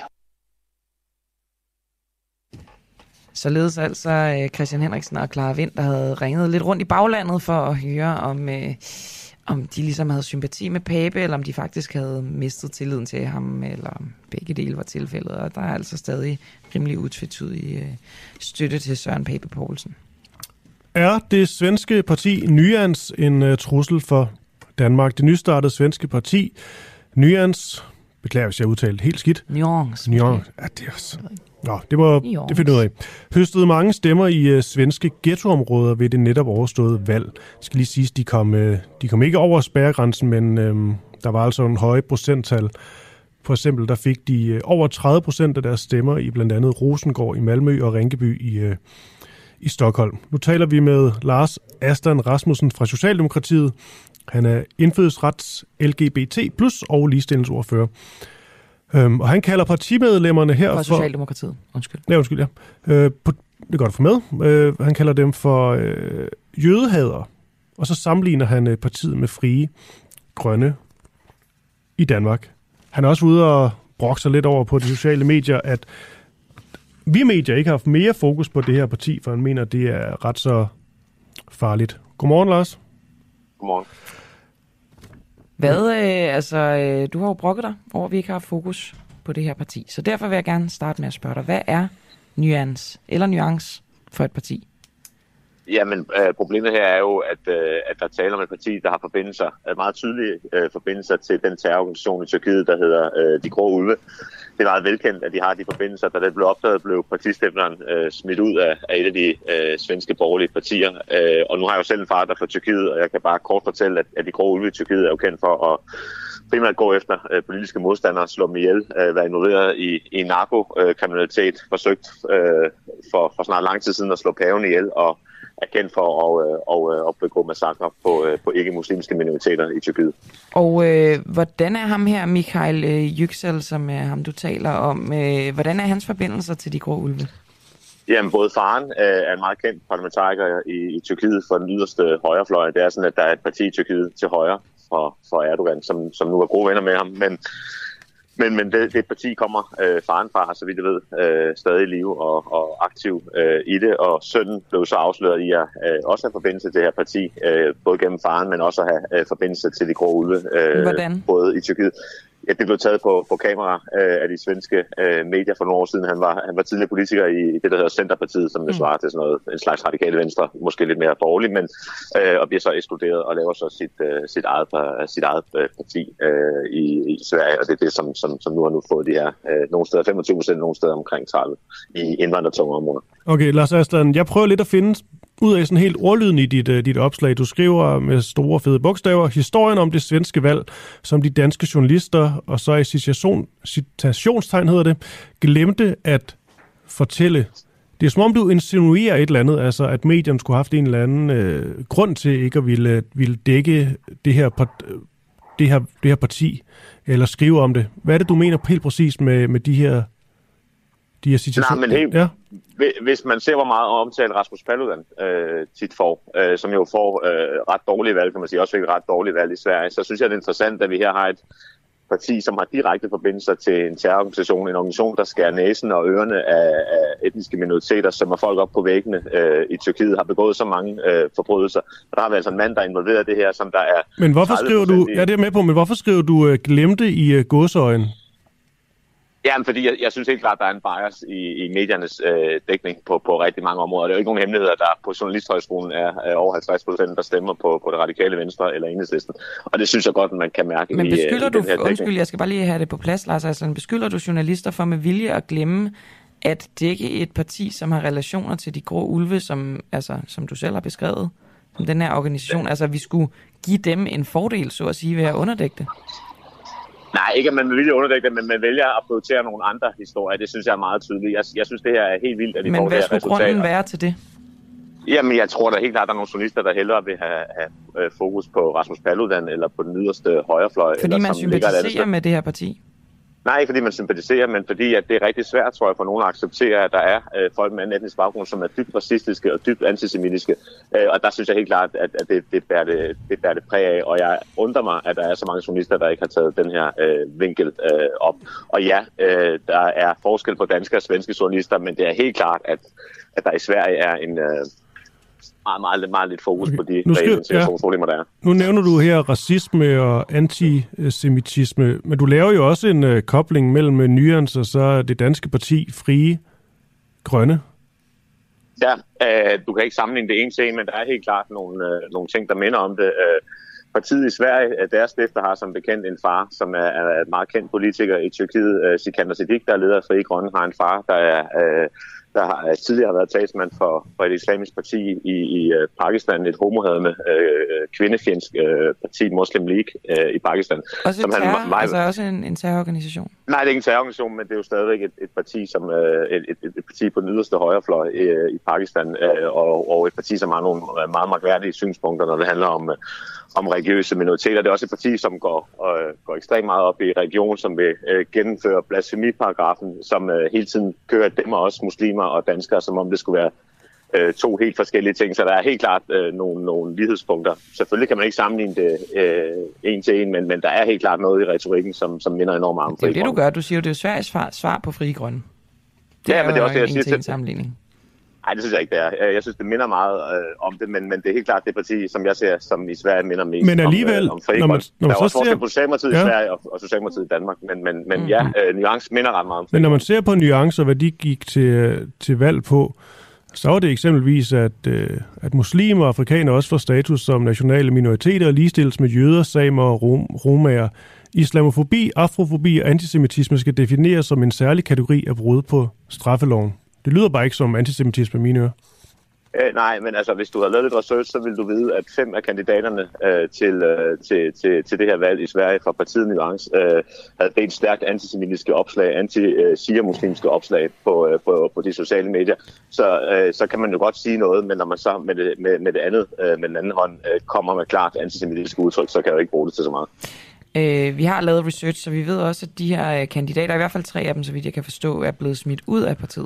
Således altså Christian Henriksen og Clara Vind, der havde ringet lidt rundt i baglandet for at høre, om, øh, om de ligesom havde sympati med Pape, eller om de faktisk havde mistet tilliden til ham, eller om begge dele var tilfældet. Og der er altså stadig rimelig utvetydig øh, støtte til Søren Pape Poulsen. Er det svenske parti Nyans en uh, trussel for Danmark. Det nystartede svenske parti, Nyans, beklager hvis jeg udtalte helt skidt. Nyans. Nyans. Ja, det er også... Nå, det må det finde ud af. Høstede mange stemmer i uh, svenske ghettoområder ved det netop overståede valg. Det skal lige siges, de kom, uh, de kom ikke over spærregrænsen, men uh, der var altså en høj procenttal. For eksempel, der fik de uh, over tredive procent af deres stemmer i blandt andet Rosengård i Malmø og Rinkeby i, uh, i Stockholm. Nu taler vi med Lars Aslan Rasmussen fra Socialdemokratiet. Han er indfødsrets L G B T plus og ligestillingsordfører. Øhm, og han kalder partimedlemmerne her for... For Socialdemokratiet, undskyld. Ja, undskyld, ja. Øh, på, det er godt at få med. Øh, han kalder dem for øh, jødehader, og så sammenligner han øh, partiet med Frie Grønne i Danmark. Han er også ude og brokke sig lidt over på de sociale medier, at vi medier ikke har haft mere fokus på det her parti, for han mener, det er ret så farligt. Godmorgen, Lars. Godmorgen. Hvad, øh, altså, øh, du har jo brokket dig over, at vi ikke har fokus på det her parti. Så derfor vil jeg gerne starte med at spørge dig, hvad er Nyans eller Nuance for et parti? Jamen, øh, problemet her er jo, at, øh, at der taler om et parti, der har forbindelser, meget tydelige øh, forbindelser til den terrororganisation i Tyrkiet, der hedder øh, De Grå Ulve. Det er meget velkendt, at de har de forbindelser. Da det blev opdaget, blev partistempleren øh, smidt ud af, af et af de øh, svenske borgerlige partier. Øh, og nu har jeg jo selv en far, der er fra Tyrkiet, og jeg kan bare kort fortælle, at, at De Grå Ulve i Tyrkiet er jo kendt for at primært gå efter øh, politiske modstandere, slå dem ihjel, øh, være involveret i, i narkokriminalitet, forsøgt øh, for, for snart lang tid siden at slå paven ihjel, og er kendt for at, at, at begå massakre på, på ikke-muslimske minoriteter i Tyrkiet. Og øh, hvordan er ham her, Michail Yüksel, som er ham, du taler om, øh, hvordan er hans forbindelser til De Grå Ulve? Jamen, både faren øh, er en meget kendt parlamentariker i, i Tyrkiet for den yderste højrefløj. Det er sådan, at der er et parti i Tyrkiet til højre for, for Erdogan, som, som nu er gode venner med ham, men Men, men det, det parti kommer øh, faren fra, så vidt jeg ved, øh, stadig i live og, og aktiv øh, i det. Og sønnen blev så afsløret i at øh, også have forbindelse til det her parti, øh, både gennem faren, men også at have øh, forbindelse til De Grå Ulve. Øh, Hvordan? Både i Tyrkiet. Ja, det blev taget på, på kamera øh, af de svenske øh, medier for nogle år siden. Han var, han var tidligere politiker i det, der hedder Centerpartiet, som det svarer til sådan noget, en slags radikale venstre, måske lidt mere borgerlig, men øh, og bliver så ekskluderet og laver så sit, øh, sit eget, sit eget øh, parti øh, i, i Sverige, og det er det, som, som, som nu har nu fået de her øh, nogle steder femogtyve procent, nogle steder omkring tredive i indvandrertunge områder. Okay, Lars Aslan, jeg prøver lidt at finde ud af sådan helt ordlyden i dit, dit opslag. Du skriver med store fede bogstaver, historien om det svenske valg, som de danske journalister, og så i citation, citationstegn hedder det, glemte at fortælle. Det er som om du insinuerer et eller andet, altså at medierne skulle have haft en eller anden øh, grund til ikke at ville, ville dække det her, det, her, det her parti, eller skrive om det. Hvad er det, du mener helt præcis med, med de her de her citationer? Nej, men helt, ja. Hvis man ser, hvor meget omtalt Rasmus Paludan øh, tit får, øh, som jo får øh, ret dårlige valg, kan man sige, også fik ret dårlige valg i Sverige, så synes jeg, det er interessant, at vi her har et parti, som har direkte forbindelser til en terrororganisation, en organisation, der skærer næsen og ørerne af, af etniske minoriteter, som er folk op på væggene øh, i Tyrkiet, har begået så mange øh, forbrydelser. Og der har vi altså en mand, der er involveret i det her, som der er... Men hvorfor skriver du, i... ja, det er med på, men hvorfor skriver du øh, glemte i øh, gåseøjen? Jamen, fordi jeg, jeg synes helt klart, at der er en bias i, i mediernes øh, dækning på, på rigtig mange områder. Det er jo ikke nogen hemmelighed, at der på Journalisthøjskolen er, er over halvtreds procent, der stemmer på, på det radikale venstre eller Enhedslisten. Og det synes jeg godt, man kan mærke. Men beskylder i, i du, den her dækning. Undskyld, jeg skal bare lige have det på plads, Lars Aslan. Beskylder du journalister for med vilje at glemme at dække et parti, som har relationer til De Grå Ulve, som, altså, som du selv har beskrevet, som den her organisation? Altså, vi skulle give dem en fordel, så at sige, ved at underdække det? Nej, ikke at man vil underdække det, men man vælger at prioritere nogle andre historier. Det synes jeg er meget tydeligt. Jeg, jeg synes, det her er helt vildt, at vi men får det her resultat. Men hvad skulle grunden være til det? Jamen, jeg tror da helt klart, at der er nogle journalister, der hellere vil have, have fokus på Rasmus Paludan eller på den yderste højrefløj. Fordi eller, man som sympatiserer med det her parti? Nej, ikke fordi man sympatiserer, men fordi at det er rigtig svært, tror jeg, for nogen at acceptere, at der er øh, folk med en etnisk baggrund, som er dybt racistiske og dybt antisemitiske. Øh, og der synes jeg helt klart, at, at det, det, bærer det, det bærer det præg af. Og jeg undrer mig, at der er så mange journalister, der ikke har taget den her øh, vinkel øh, op. Og ja, øh, der er forskel på danske og svenske journalister, men det er helt klart, at, at der i Sverige er en... Øh, meget, meget, meget lidt fokus okay. på de integrationsproblemer, ja. der er. Nu nævner du her racisme og antisemitisme, men du laver jo også en uh, kobling mellem uh, Nyans og så det danske parti Frie Grønne. Ja, øh, du kan ikke sammenligne det ene til, men der er helt klart nogle, øh, nogle ting, der minder om det. Øh, partiet i Sverige, deres stifter har som bekendt en far, som er, er et meget kendt politiker i Tyrkiet. Sikander Siddiq, der er leder af Frie Grønne, har en far, der er... Øh, der har tidligere har været talsmand for, for et islamisk parti i, i uh, Pakistan, et homohadende uh, kvindefjendsk uh, parti, Muslim League uh, i Pakistan. Også som terror, han, meget, altså også en, en terrororganisation? Nej, det er ikke en terrororganisation, men det er jo stadigvæk et, et parti, som uh, et, et, et parti på den yderste højrefløj uh, i Pakistan, uh, og, og et parti, som har nogle meget magtværdige synspunkter, når det handler om, uh, om religiøse minoriteter. Det er også et parti, som går, uh, går ekstremt meget op i religion, som vil uh, gennemføre blasfemiparagrafen, som uh, hele tiden kører dem og også muslimer og danskere, som om det skulle være øh, to helt forskellige ting. Så der er helt klart øh, nogle, nogle lighedspunkter. Selvfølgelig kan man ikke sammenligne det øh, en til en, men, men der er helt klart noget i retorikken, som, som minder enormt meget om Frie Grønne. Det er det, du gør. Du siger jo, det er Sveriges svar, svar på Frie Grønne. Det ja, er men det er også det, jeg siger til en til sammenligning. Nej, det synes jeg ikke, det er. Jeg synes, det minder meget øh, om det, men, men det er helt klart det parti, som jeg ser, som i Sverige minder mest men alligevel, om, øh, om Frie Grønne. Der er også forskel ser... på Socialdemokratiet ja. i Sverige og, og Socialdemokratiet i Danmark, men, men, men mm-hmm. ja, øh, nuance minder ret meget om Frie Men når man ser på nuancer, hvad de gik til, til valg på, så var det eksempelvis, at, øh, at muslimer og afrikanere også får status som nationale minoriteter og ligestilles med jøder, samer og rom, romager. Islamofobi, afrofobi og antisemitisme skal defineres som en særlig kategori af brud på straffeloven. Det lyder bare ikke som antisemitisme i mine ører. Øh, nej, men altså, hvis du har lavet lidt research, så vil du vide, at fem af kandidaterne øh, til, øh, til, til, til det her valg i Sverige fra partiet Nuance øh, havde delt stærkt antisemitiske opslag, anti-shia-muslimske opslag på, øh, på, på de sociale medier. Så, øh, så kan man jo godt sige noget, men når man så med det, med, med det andet, øh, med den anden hånd, øh, kommer med klart antisemitiske udtryk, så kan jeg jo ikke bruge det til så meget. Øh, vi har lavet research, så vi ved også, at de her kandidater, i hvert fald tre af dem, så vidt jeg kan forstå, er blevet smidt ud af partiet.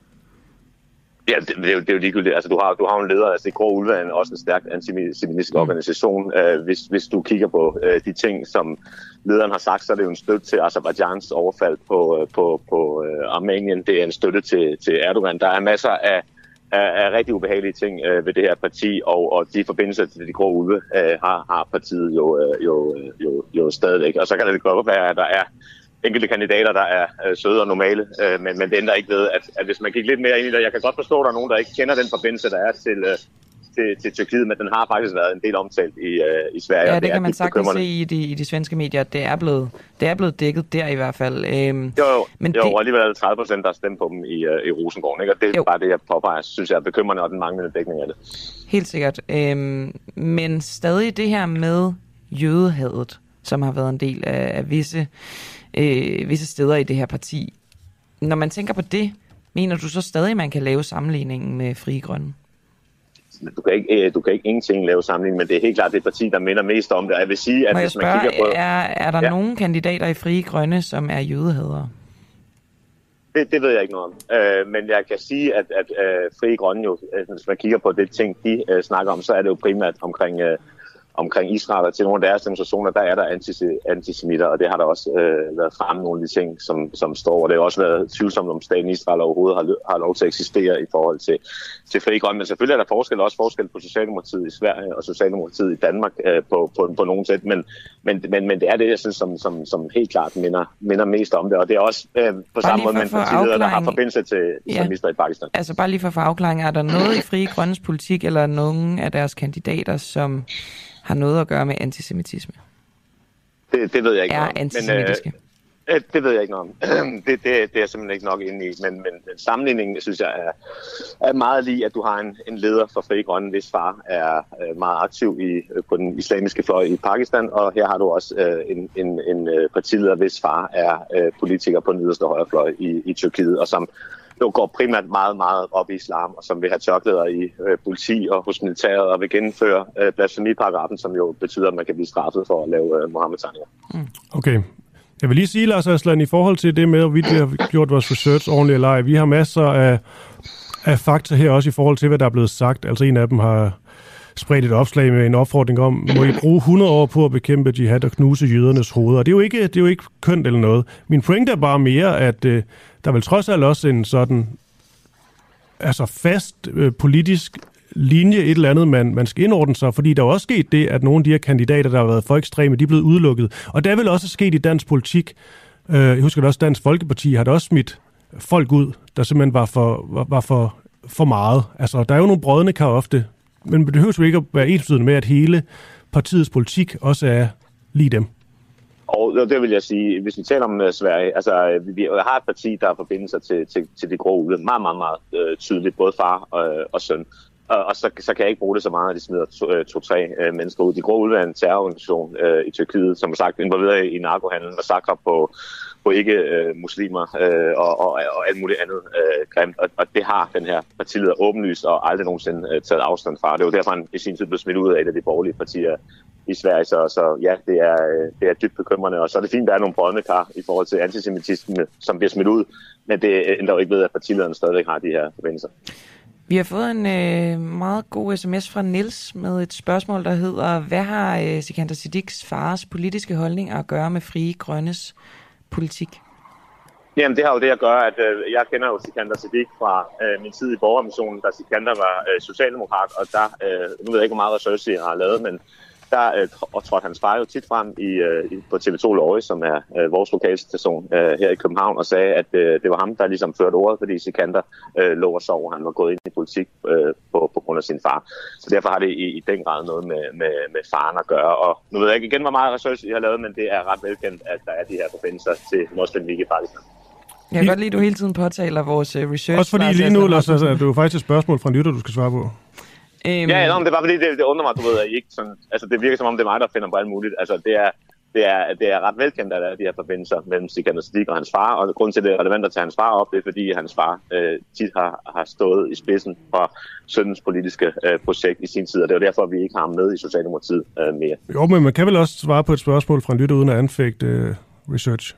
Ja, det, det, er jo, det er jo ligegyldigt. Altså, du har, du har en leder, altså det Grå Ulve er også en stærkt antisemitisk organisation. Uh, hvis, hvis du kigger på uh, de ting, som lederen har sagt, så er det jo en støtte til Aserbajdsjans overfald på, uh, på, på uh, Armenien. Det er en støtte til, til Erdogan. Der er masser af, af, af rigtig ubehagelige ting uh, ved det her parti, og, og de forbindelser til de Grå Ulve uh, har, har partiet jo, uh, jo, jo, jo stadigvæk. Og så kan det godt være, at der er enkelte kandidater, der er øh, søde og normale, øh, men, men det ændrer ikke ved, at, at hvis man kigger lidt mere ind i det, jeg kan godt forstå, at der er nogen, der ikke kender den forbindelse, der er til, øh, til, til Tyrkiet, men den har faktisk været en del omtalt i, øh, i Sverige. Ja, det, det kan er man sagtens se i de, i de svenske medier, at det er blevet, det er blevet dækket der i hvert fald. Øhm, jo, jo, men jo det... og alligevel er det tredive procent, der har stemt på dem i, øh, i Rosengården, ikke? Og det er jo bare det, jeg påpeger, synes jeg er bekymrende, og den manglende dækning af det. Helt sikkert. Øhm, men stadig det her med jødehadet, som har været en del af, af visse Øh, visse steder i det her parti. Når man tænker på det, mener du så stadig, at man kan lave sammenligningen med Frie Grønne? Du kan ikke, du kan ikke ingenting lave sammenligning, men det er helt klart det parti, der minder mest om det. Jeg vil sige, at Må jeg hvis spørge, man kigger på... Er, er der ja. nogen kandidater i Frie Grønne, som er jødehadere? Det, det ved jeg ikke noget om. Øh, men jeg kan sige, at, at øh, Frie Grønne jo, hvis man kigger på det ting, de øh, snakker om, så er det jo primært omkring... Øh, omkring Israel, og til nogle af deres demonstrationer, der er der antisemitter, og det har der også øh, været fremme nogle af de ting, som, som står, og det har også været tvivlsomt, om staten Israel overhovedet har, har lov til at eksistere i forhold til, til Frie Grønne, men selvfølgelig er der forskel, også forskel på Socialdemokratiet i Sverige og Socialdemokratiet i Danmark øh, på, på, på nogle sæt, men, men, men, men det er det, jeg synes, som, som, som helt klart minder, minder mest om det, og det er også øh, på samme måde med en partileder, der har forbindelse til islamister ja. i Pakistan. Altså bare lige for at få afklaring, er der noget i Frie Grønnes politik, eller nogen af deres kandidater, som har noget at gøre med antisemitisme? Det, det ved jeg ikke er noget om. Antisemitiske? Men, øh, det ved jeg ikke noget om. det, det, det er jeg simpelthen ikke nok inde i. Men, men sammenligningen, synes jeg, er, er meget lige, at du har en, en leder for Frie Grønne, hvis far er øh, meget aktiv i, øh, på den islamiske fløj i Pakistan, og her har du også øh, en, en, en partileder, hvis far er øh, politiker på den yderste højrefløj i, i Tyrkiet, og som jo går primært meget, meget op i islam, og som vil have tørklæder i øh, politi og hos militæret, og vil gennemføre øh, blasfemiparagrafen, som jo betyder, at man kan blive straffet for at lave øh, Mohammed-tegninger. Mm. Okay. Jeg vil lige sige, Lars Aslan, i forhold til det med, at vi har gjort vores research ordentligt eller ej, vi har masser af, af fakta her, også i forhold til, hvad der er blevet sagt. Altså en af dem har spredt et opslag med en opfordring om, må I bruge hundrede år på at bekæmpe jihad og knuse jødernes hoveder. Og det er jo ikke, det er jo ikke kønt eller noget. Min pointe er bare mere, at øh, der er vel trods alt også en sådan altså fast øh, politisk linje, et eller andet, man, man skal indordne sig, fordi der er også sket det, at nogle af de her kandidater, der har været for ekstreme, de er blevet udelukket. Og der er vel også sket i dansk politik, øh, jeg husker det også, Dansk Folkeparti har der også smidt folk ud, der simpelthen var for, var, var for, for meget. Altså, der er jo nogle brødne kar ofte, men det behøver jo ikke at være ensbetydende med, at hele partiets politik også er lige dem? Og det vil jeg sige, hvis vi taler om uh, Sverige, altså vi har et parti, der forbinder sig til, til, til de grå ulve, meget, meget, meget uh, tydeligt, både far og, og søn. Og, og så, så kan jeg ikke bruge det så meget, at de smider to-tre to, uh, mennesker ud. De grå ulve er en terrororganisation uh, i Tyrkiet, som er sagt involveret i narkohandel, massakre på, på ikke-muslimer uh, og, og, og alt muligt andet uh, grimt. Og, og det har den her partileder åbenlyst og aldrig nogensinde uh, taget afstand fra. Det var derfor, han i sin tid blev smidt ud af et af de borgerlige partier i Sverige, så, så ja, det er, det er dybt bekymrende, og så er det fint, at der er nogle brodne kar i forhold til antisemitisme, som bliver smidt ud, men det ændrer jo ikke ved, at partilederne stadigvæk har de her forbindelser. Vi har fået en øh, meget god sms fra Niels med et spørgsmål, der hedder, hvad har øh, Sikander Siddiques fars politiske holdninger at gøre med Frie Grønnes politik? Jamen, det har jo det at gøre, at øh, jeg kender jo Sikander Siddique fra øh, min tid i Borgermissionen, da Sikander var øh, socialdemokrat, og der, øh, nu ved jeg ikke, hvor meget research jeg har lavet, men der øh, trådte hans far jo tit frem i, øh, på T V to Løje, som er øh, vores lokalstation øh, her i København, og sagde, at øh, det var ham, der ligesom førte ordet, fordi Sikander øh, lå og sov, og han var gået ind i politik øh, på, på grund af sin far. Så derfor har det i, i den grad noget med, med, med faren at gøre. Og nu ved jeg ikke igen, hvor meget research jeg har lavet, men det er ret velkendt, at der er de her forbindelser til Muslim League i Pakistan. Jeg kan godt lide, at du hele tiden påtaler vores uh, research. Også fordi lige nu, Lars, altså, det er jo faktisk et spørgsmål fra en lytter, du skal svare på. Um... Ja, ja, det er bare fordi, det, det undrer mig, du ved, at I ikke sådan, altså det virker som om, det er mig, der finder på alt muligt. Altså det er, det er, det er ret velkendt, at der er de her forbindelser mellem Sikander Siddique og hans far, og grunden til, at det er relevant at tage hans far op, det er fordi, hans far øh, tit har, har stået i spidsen for sønnens politiske øh, projekt i sin tid, og det er derfor, at vi ikke har ham med i Socialdemokratiet øh, mere. Jo, men man kan vel også svare på et spørgsmål fra en lytter uden at anfægte øh, research?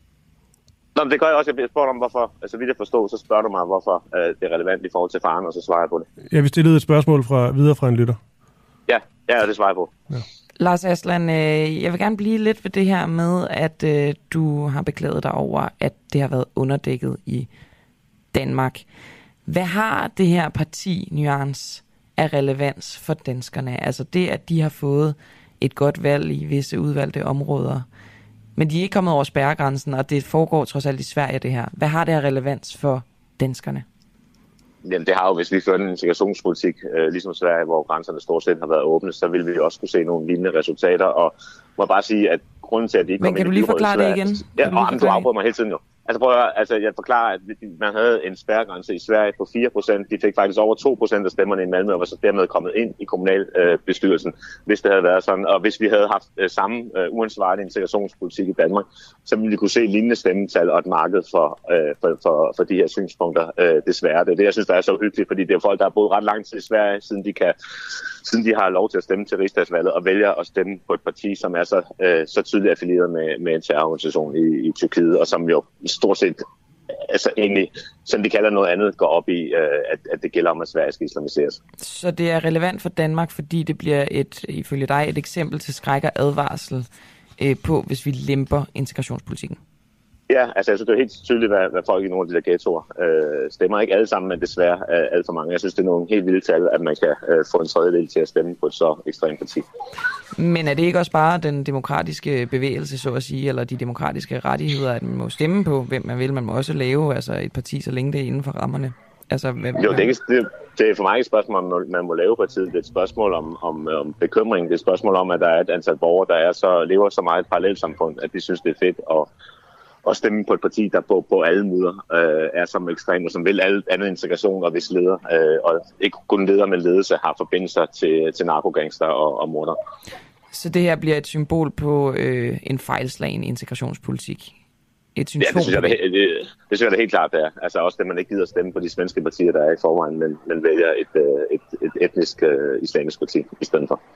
Nå, men det gør jeg også. Jeg spørger om, hvorfor, altså vidt jeg forstår, så spørger du mig, hvorfor øh, det er relevant i forhold til faren, og så svarer jeg på det. Ja, vi stillede et spørgsmål fra, videre fra en lytter. Ja, ja, det svarer jeg på. Ja. Lars Aslan, øh, jeg vil gerne blive lidt ved det her med, at øh, du har beklaget dig over, at det har været underdækket i Danmark. Hvad har det her parti, Nuance, af relevans for danskerne? Altså det, at de har fået et godt valg i visse udvalgte områder, men de er ikke kommet over spærregrænsen, og det foregår trods alt i Sverige, det her. Hvad har det af relevans for danskerne? Jamen, det har jo, hvis vi fører en integrationspolitik, øh, ligesom Sverige, hvor grænserne stort set har været åbne, så vil vi også kunne se nogle lignende resultater. Og må bare sige, at grunden til, at de ikke Men kan du lige forklare det igen? Ja, og du afbryder mig hele tiden jo. Altså prøv at, altså jeg forklarer, at man havde en spærregrænse i Sverige på fire procent. De fik faktisk over to procent af stemmerne i Malmø, og var så dermed kommet ind i kommunalbestyrelsen, øh, hvis det havde været sådan. Og hvis vi havde haft øh, samme øh, uansvarlige integrationspolitik i Danmark, så ville vi kunne se lignende stemmetal og et marked for, øh, for, for, for de her synspunkter. Øh, desværre. Det er det, jeg synes, der er så hyggeligt, fordi det er folk, der har boet ret lang tid i Sverige, siden de, kan, siden de har lov til at stemme til rigsdagsvalget, og vælger at stemme på et parti, som er så, øh, så tydeligt affilieret med, med en terrororganisation i, i Tyrkiet, og som jo stort set, altså egentlig, som de kalder noget andet, går op i, at, at det gælder om, at Sverige skal islamiseres. Så det er relevant for Danmark, fordi det bliver et, ifølge dig, et eksempel til skræk og advarsel øh, på, hvis vi lemper integrationspolitikken? Ja, altså jeg synes, det er helt tydeligt, hvad, hvad folk i nogle af de der ghettoer øh, stemmer. Ikke alle sammen, men desværre øh, alt for mange. Jeg synes, det er nogle helt vilde tal, at man kan øh, få en tredjedel til at stemme på et så ekstremt parti. Men er det ikke også bare den demokratiske bevægelse, så at sige, eller de demokratiske rettigheder, at man må stemme på, hvem man vil? Man må også lave altså et parti, så længe det er inden for rammerne. Altså, hvem, jo, det er, ikke, det, det er for mig ikke et spørgsmål om, man må lave partiet. Det er et spørgsmål om, om, om bekymring. Det er et spørgsmål om, at der er et antal borgere, der er så, lever så meget et parallelsamfund, at de synes, det er fedt at og stemme på et parti, der på, på alle måder øh, er som ekstrem, og som vil alle andet integration, og hvis leder, øh, og ikke kun leder, men ledelse, har forbindelser til, til narkogangster og, og morder. Så det her bliver et symbol på øh, en fejlslagen integrationspolitik? Et ja, det synes jeg, det, det, det synes jeg det helt klart, det er. Altså også det, man ikke gider stemme på de svenske partier, der er i forvejen, men, men vælger et, et, et etnisk øh, islamisk parti i stedet for.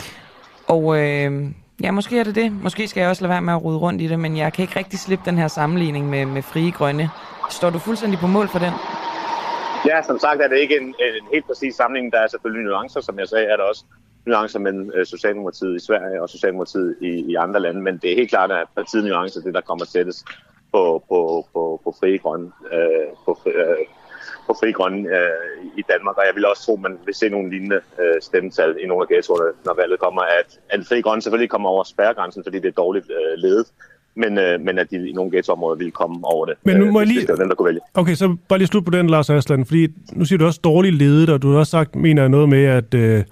Og øh, ja, måske er det det. Måske skal jeg også lade være med at rode rundt i det, men jeg kan ikke rigtig slippe den her sammenligning med, med Frie Grønne. Står du fuldstændig på mål for den? Ja, som sagt er det ikke en, en helt præcis sammenligning. Der er selvfølgelig nuancer, som jeg sagde, er der også nuancer mellem Socialdemokratiet i Sverige og Socialdemokratiet i, i andre lande, men det er helt klart, at partiet nuancer det, der kommer tættest på, på, på, på Frie Grønne, øh, på, øh, på Frie Grønne øh, i Danmark, og jeg vil også tro, at man vil se nogle lignende øh, stemmetal i nogle af ghettoerne, når valget kommer, at, at Frie Grønne selvfølgelig kommer over spærregrænsen, fordi det er dårligt øh, ledet, men, øh, men at de i nogle ghettoområder vil komme over det, men nu må øh, lige... det er den, der kunne vælge. Okay, så bare lige slut på den, Lars Aslan, fordi nu siger du også dårligt ledet, og du har også sagt, mener noget med, at øh,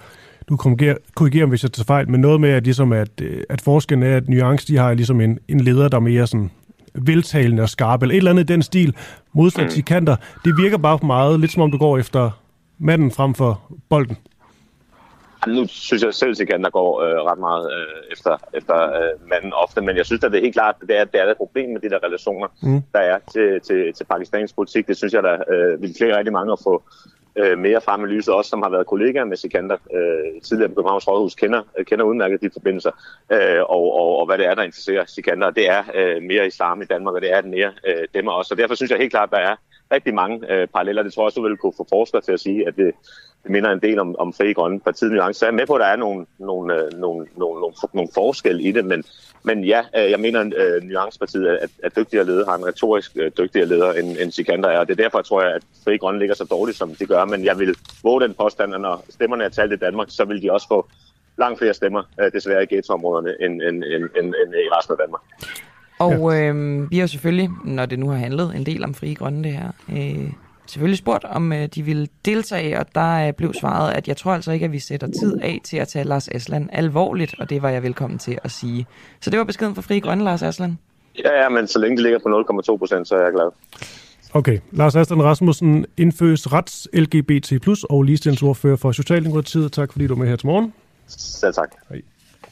du korrigerer, korrigerer hvis jeg tager fejl, men noget med, at, ligesom at, at forskellen er, at Nuance, de har ligesom en, en leder, der er mere sådan veltalende og skarp, eller et eller andet i den stil, modsat til Sikander. Det virker bare for meget, lidt som om du går efter manden frem for bolden. Nu synes jeg selv, at der går øh, ret meget øh, efter, efter øh, manden ofte, men jeg synes, at det er helt klart, at det er, det er et problem med de der relationer, mm. der er til, til, til pakistansk politik. Det synes jeg, der øh, vil klæde rigtig mange at få øh, mere frem i lyset. Også som har været kollegaer med Sikander øh, tidligere på Københavns Rådhus, kender, kender udmærket de forbindelser, øh, og, og, og hvad det er, der interesserer Sikander. Det er øh, mere islam i Danmark, og det er mere øh, dem også. Og derfor synes jeg helt klart, at der er rigtig mange øh, paralleller. Det tror jeg også, du vil kunne få forskere til at sige, at det Det minder en del om, om Frie Grønne partiet Nuance. Så jeg er med på, at der er nogle, nogle, nogle, nogle, nogle, nogle forskelle i det, men, men ja, jeg mener, at uh, Nuance-partiet er, er dygtigere leder, har en retorisk uh, dygtigere leder, end, end Sikander er, og det er derfor, tror jeg, at Frie Grønne ligger så dårligt, som de gør, men jeg vil våge den påstand, at når stemmerne er talt i Danmark, så vil de også få langt flere stemmer, uh, desværre i ghettoområderne, end, end, end, end, end i resten af Danmark. Og øh, vi har selvfølgelig, når det nu har handlet en del om Frie Grønne, det her, øh, selvfølgelig spurgt, om øh, de ville deltage, og der øh, blev svaret, at jeg tror altså ikke, at vi sætter tid af til at tage Lars Aslan alvorligt, og det var jeg velkommen til at sige. Så det var beskeden fra Frie Grønne, Lars Aslan. Ja, ja, men så længe det ligger på nul komma to procent, så er jeg glad. Okay, Lars Aslan Rasmussen, indfødsrets L G B T plus og ligestillingsordfører for Socialdemokratiet. Tak fordi du er med her til morgen. Selv tak. Hej.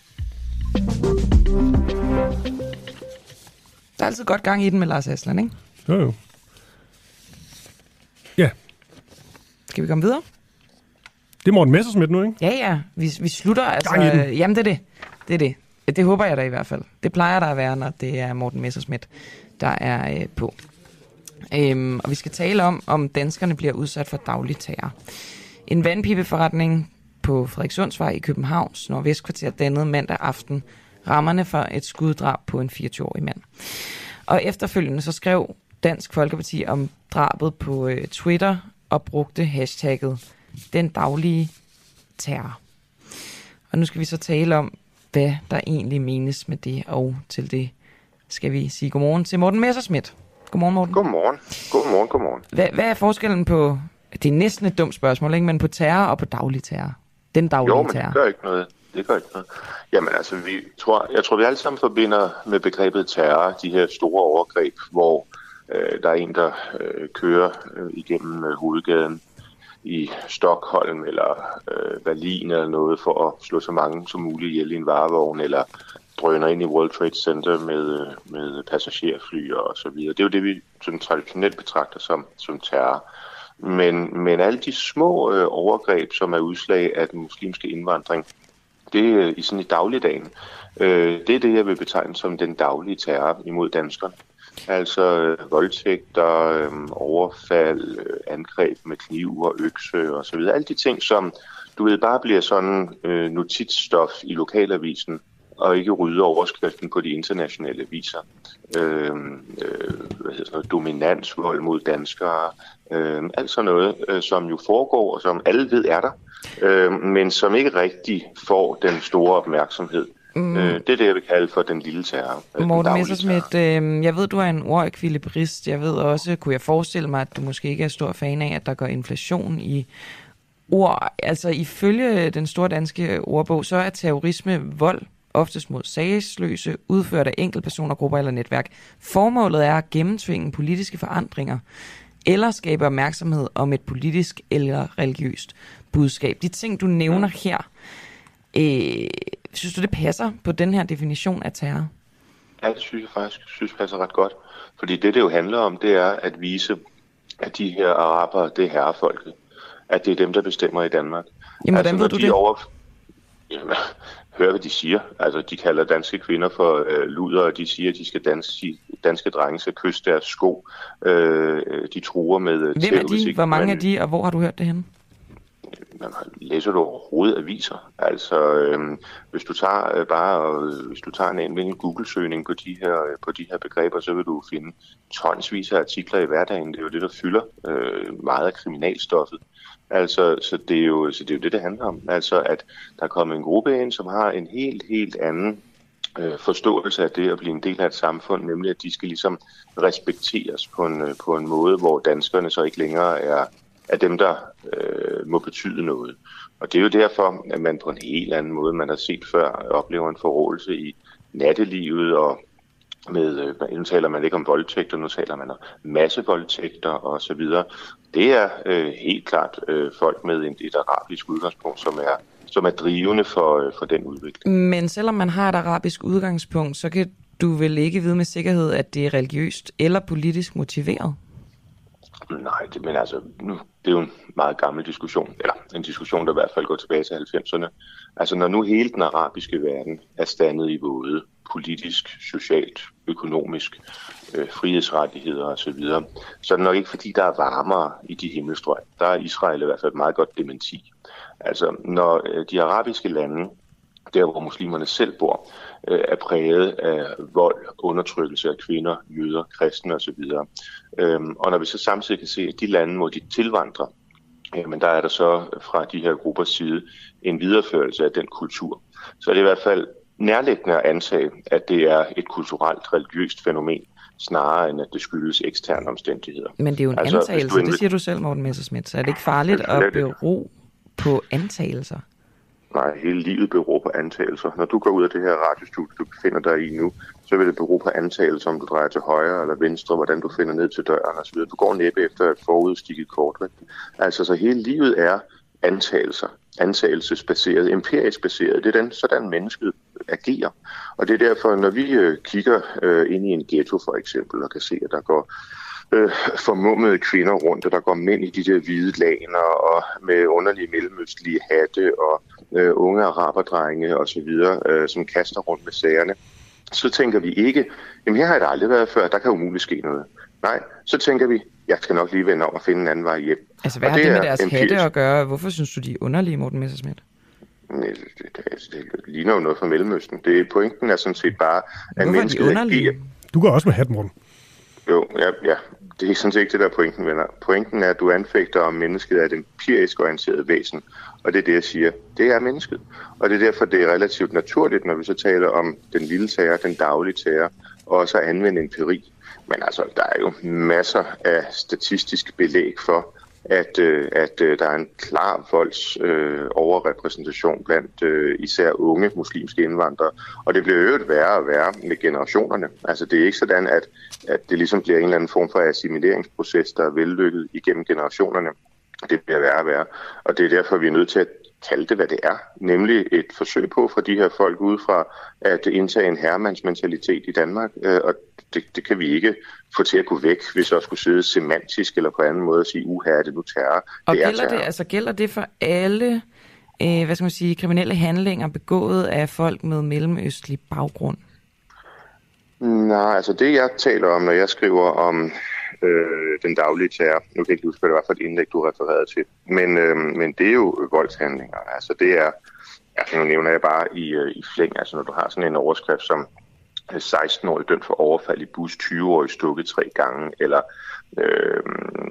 Der er altid godt gang i den med Lars Aslan, ikke? Jo, jo. Ja. Skal vi komme videre? Det er Morten Messerschmidt nu, ikke? Ja, ja. Vi, vi slutter altså... Jamen, det er det. Det er det. Det håber jeg da i hvert fald. Det plejer der at være, når det er Morten Messerschmidt, der er øh, på. Øhm, og vi skal tale om, om danskerne bliver udsat for daglig terror. En vandpibeforretning på Frederikssundsvej i Københavns Nordvestkvarter dannede mandag aften rammerne for et skuddrab på en fireogtyve-årig mand. Og efterfølgende så skrev Dansk Folkeparti om drabet på øh, Twitter og brugte hashtagget den daglige terror. Og nu skal vi så tale om, hvad der egentlig menes med det, og til det skal vi sige godmorgen til Morten Messerschmidt. Godmorgen, Morten. Godmorgen. Godmorgen, godmorgen. Hvad, hvad er forskellen på, det er næsten et dumt spørgsmål, ikke? Men på terror og på daglig terror? Den daglige jo, men terror. det gør ikke noget. Det gør ikke noget. Jamen altså, vi tror, jeg tror, vi alle sammen forbinder med begrebet terror de her store overgreb, hvor øh, der er en, der øh, kører øh, igennem øh, hovedgaden i Stockholm eller øh, Berlin eller noget for at slå så mange som muligt ihjel i en varevogn, eller drøner ind i World Trade Center med, med passagerfly og så videre. Det er jo det, vi sådan traditionelt betragter som, som terror. Men, men alle de små øh, overgreb, som er udslag af den muslimske indvandring, det er i sådan i dagligdagen. Øh, det er det, jeg vil betegne som den daglige terror imod danskerne. Altså øh, voldtægter, øh, overfald, øh, angreb med kniv og økse og så videre. Alle de ting, som du ved bare bliver sådan øh, notitsstof i lokalavisen, og ikke rydde overskriften på de internationale aviser. Øh, øh, hvad hedder det, dominansvold mod danskere, øh, alt sådan noget, øh, som jo foregår, og som alle ved er der, øh, men som ikke rigtig får den store opmærksomhed. Mm. Øh, det er det, jeg vil kalde for den lille terror. Øh, Morten Messerschmidt, øh, jeg ved, du er en ordekvilibrist. Jeg ved også, kunne jeg forestille mig, at du måske ikke er stor fan af, at der går inflation i ord. Altså ifølge den store danske ordbog, så er terrorisme vold, oftest mod sagsløse, udført af enkeltpersoner, grupper eller netværk. Formålet er at gennemtvinge politiske forandringer, eller skabe opmærksomhed om et politisk eller religiøst budskab. De ting, du nævner her, øh, synes du, det passer på den her definition af terror? Ja, det synes jeg faktisk synes passer ret godt. Fordi det, det jo handler om, det er at vise, at de her arabere, det er herrefolket. At det er dem, der bestemmer i Danmark. Jamen, hvordan altså, ved du de det? Over... Jamen, hør, hvad de siger. Altså, de kalder danske kvinder for øh, luder, og de siger, at de skal danske, danske drenge skal kysse deres sko. Øh, de truer med... Hvem er de? Hvor mange man... er de, og hvor har du hørt det henne? Man læser du overhovedet aviser. Altså, øh, hvis du tager øh, bare, øh, hvis du tager en enkelt Google-søgning på de her øh, på de her begreber, så vil du finde tonsvis af artikler i hverdagen. Det er jo det, der fylder øh, meget af kriminalstoffet. Altså, så det er jo så det er jo det, det handler om. Altså, at der er kommet en gruppe ind, som har en helt, helt anden øh, forståelse af det at blive en del af et samfund, nemlig at de skal ligesom respekteres på en, på en måde, hvor danskerne så ikke længere er er dem, der øh, må betyde noget. Og det er jo derfor, at man på en helt anden måde, man har set før, oplever en forrådelse i nattelivet, og med, nu taler man ikke om voldtægter, nu taler man om massevoldtægter og så videre. Det er øh, helt klart øh, folk med et, et arabisk udgangspunkt, som er, som er drivende for, øh, for den udvikling. Men selvom man har et arabisk udgangspunkt, så kan du vel ikke vide med sikkerhed, at det er religiøst eller politisk motiveret? Nej, det, men altså, nu, det er jo en meget gammel diskussion, eller en diskussion, der i hvert fald går tilbage til halvfemserne. Altså, når nu hele den arabiske verden er standet i både politisk, socialt, økonomisk, øh, frihedsrettigheder osv., så er det nok ikke, fordi der er varmere i de himmelstrøg. Der er Israel i hvert fald et meget godt dementi. Altså, når øh, de arabiske lande, der hvor muslimerne selv bor, øh, er præget af vold, undertrykkelse af kvinder, jøder, kristne osv. Øhm, og når vi så samtidig kan se, at de lande, hvor de tilvandrer, jamen der er der så fra de her gruppers side en videreførelse af den kultur. Så er det i hvert fald nærliggende at antage, at det er et kulturelt, religiøst fænomen, snarere end at det skyldes eksterne omstændigheder. Men det er jo en altså, antagelse, det siger du selv, Morten Messerschmidt. Så er det ikke farligt at bero på antagelser? Nej, hele livet beror på antagelser. Når du går ud af det her radiostudie, du befinder dig i nu, så vil det bero på antagelser, om du drejer til højre eller venstre, hvordan du finder ned til døren osv. Du går næppe efter et forudstikket kort. Altså, så hele livet er antagelser. Antagelsesbaseret, empirisk baseret. Det er den, sådan mennesket agerer. Og det er derfor, når vi øh, kigger øh, ind i en ghetto for eksempel, og kan se, at der går øh, formummede kvinder rundt, og der går mænd i de der hvide laner, og med underlige mellemøstlige hatte, og øh, unge araberdrenge osv., øh, som kaster rundt med sagerne, så tænker vi ikke, jamen her har jeg da aldrig været før, der kan umuligt ske noget. Nej, så tænker vi, jeg skal nok lige vende om og finde en anden vej hjem. Altså, hvad og har det, det med deres empirisk hatte at gøre? Hvorfor synes du, de er underlige, Morten Messerschmidt? Det, det, det, det ligner jo noget fra Mellemøsten. Det, pointen er sådan set bare, at mennesket agerer. Du går også med hat, Morten. Jo, ja, ja. Det er sådan set ikke det, der er pointen, venner. Pointen er, at du anfægter, om mennesket er et empirisk orienteret væsen. Og det er det, jeg siger. Det er mennesket. Og det er derfor, det er relativt naturligt, når vi så taler om den lille terror, den daglige terror, og også at anvende empiri. Men altså, der er jo masser af statistisk belæg for, at, øh, at øh, der er en klar volds øh, overrepræsentation blandt øh, især unge muslimske indvandrere. Og det bliver øvrigt værre og værre med generationerne. Altså, det er ikke sådan, at, at det ligesom bliver en eller anden form for assimileringsproces, der er vellykket igennem generationerne. Det bliver værre og værre. Og det er derfor, vi er nødt til at kalde det, hvad det er. Nemlig et forsøg på fra de her folk udefra at indtage en herremandsmentalitet i Danmark. Og det, det kan vi ikke få til at gå væk, hvis jeg skulle sidde semantisk eller på anden måde og sige, uha, er det nu terror? Og det er gælder, terror. Det, altså, gælder det for alle øh, hvad skal man sige, kriminelle handlinger begået af folk med mellemøstlig baggrund? Nej, altså det jeg taler om, når jeg skriver om øh, den daglige terror, nu kan jeg ikke huske, hvad det var for et indlæg, du refererede til, men, øh, men det er jo voldshandlinger. Altså det er, altså nu nævner jeg bare i, øh, i flæng, altså når du har sådan en overskrift som seksten-årig dømt for overfald i bus, tyve-årig stukket tre gange, eller øh,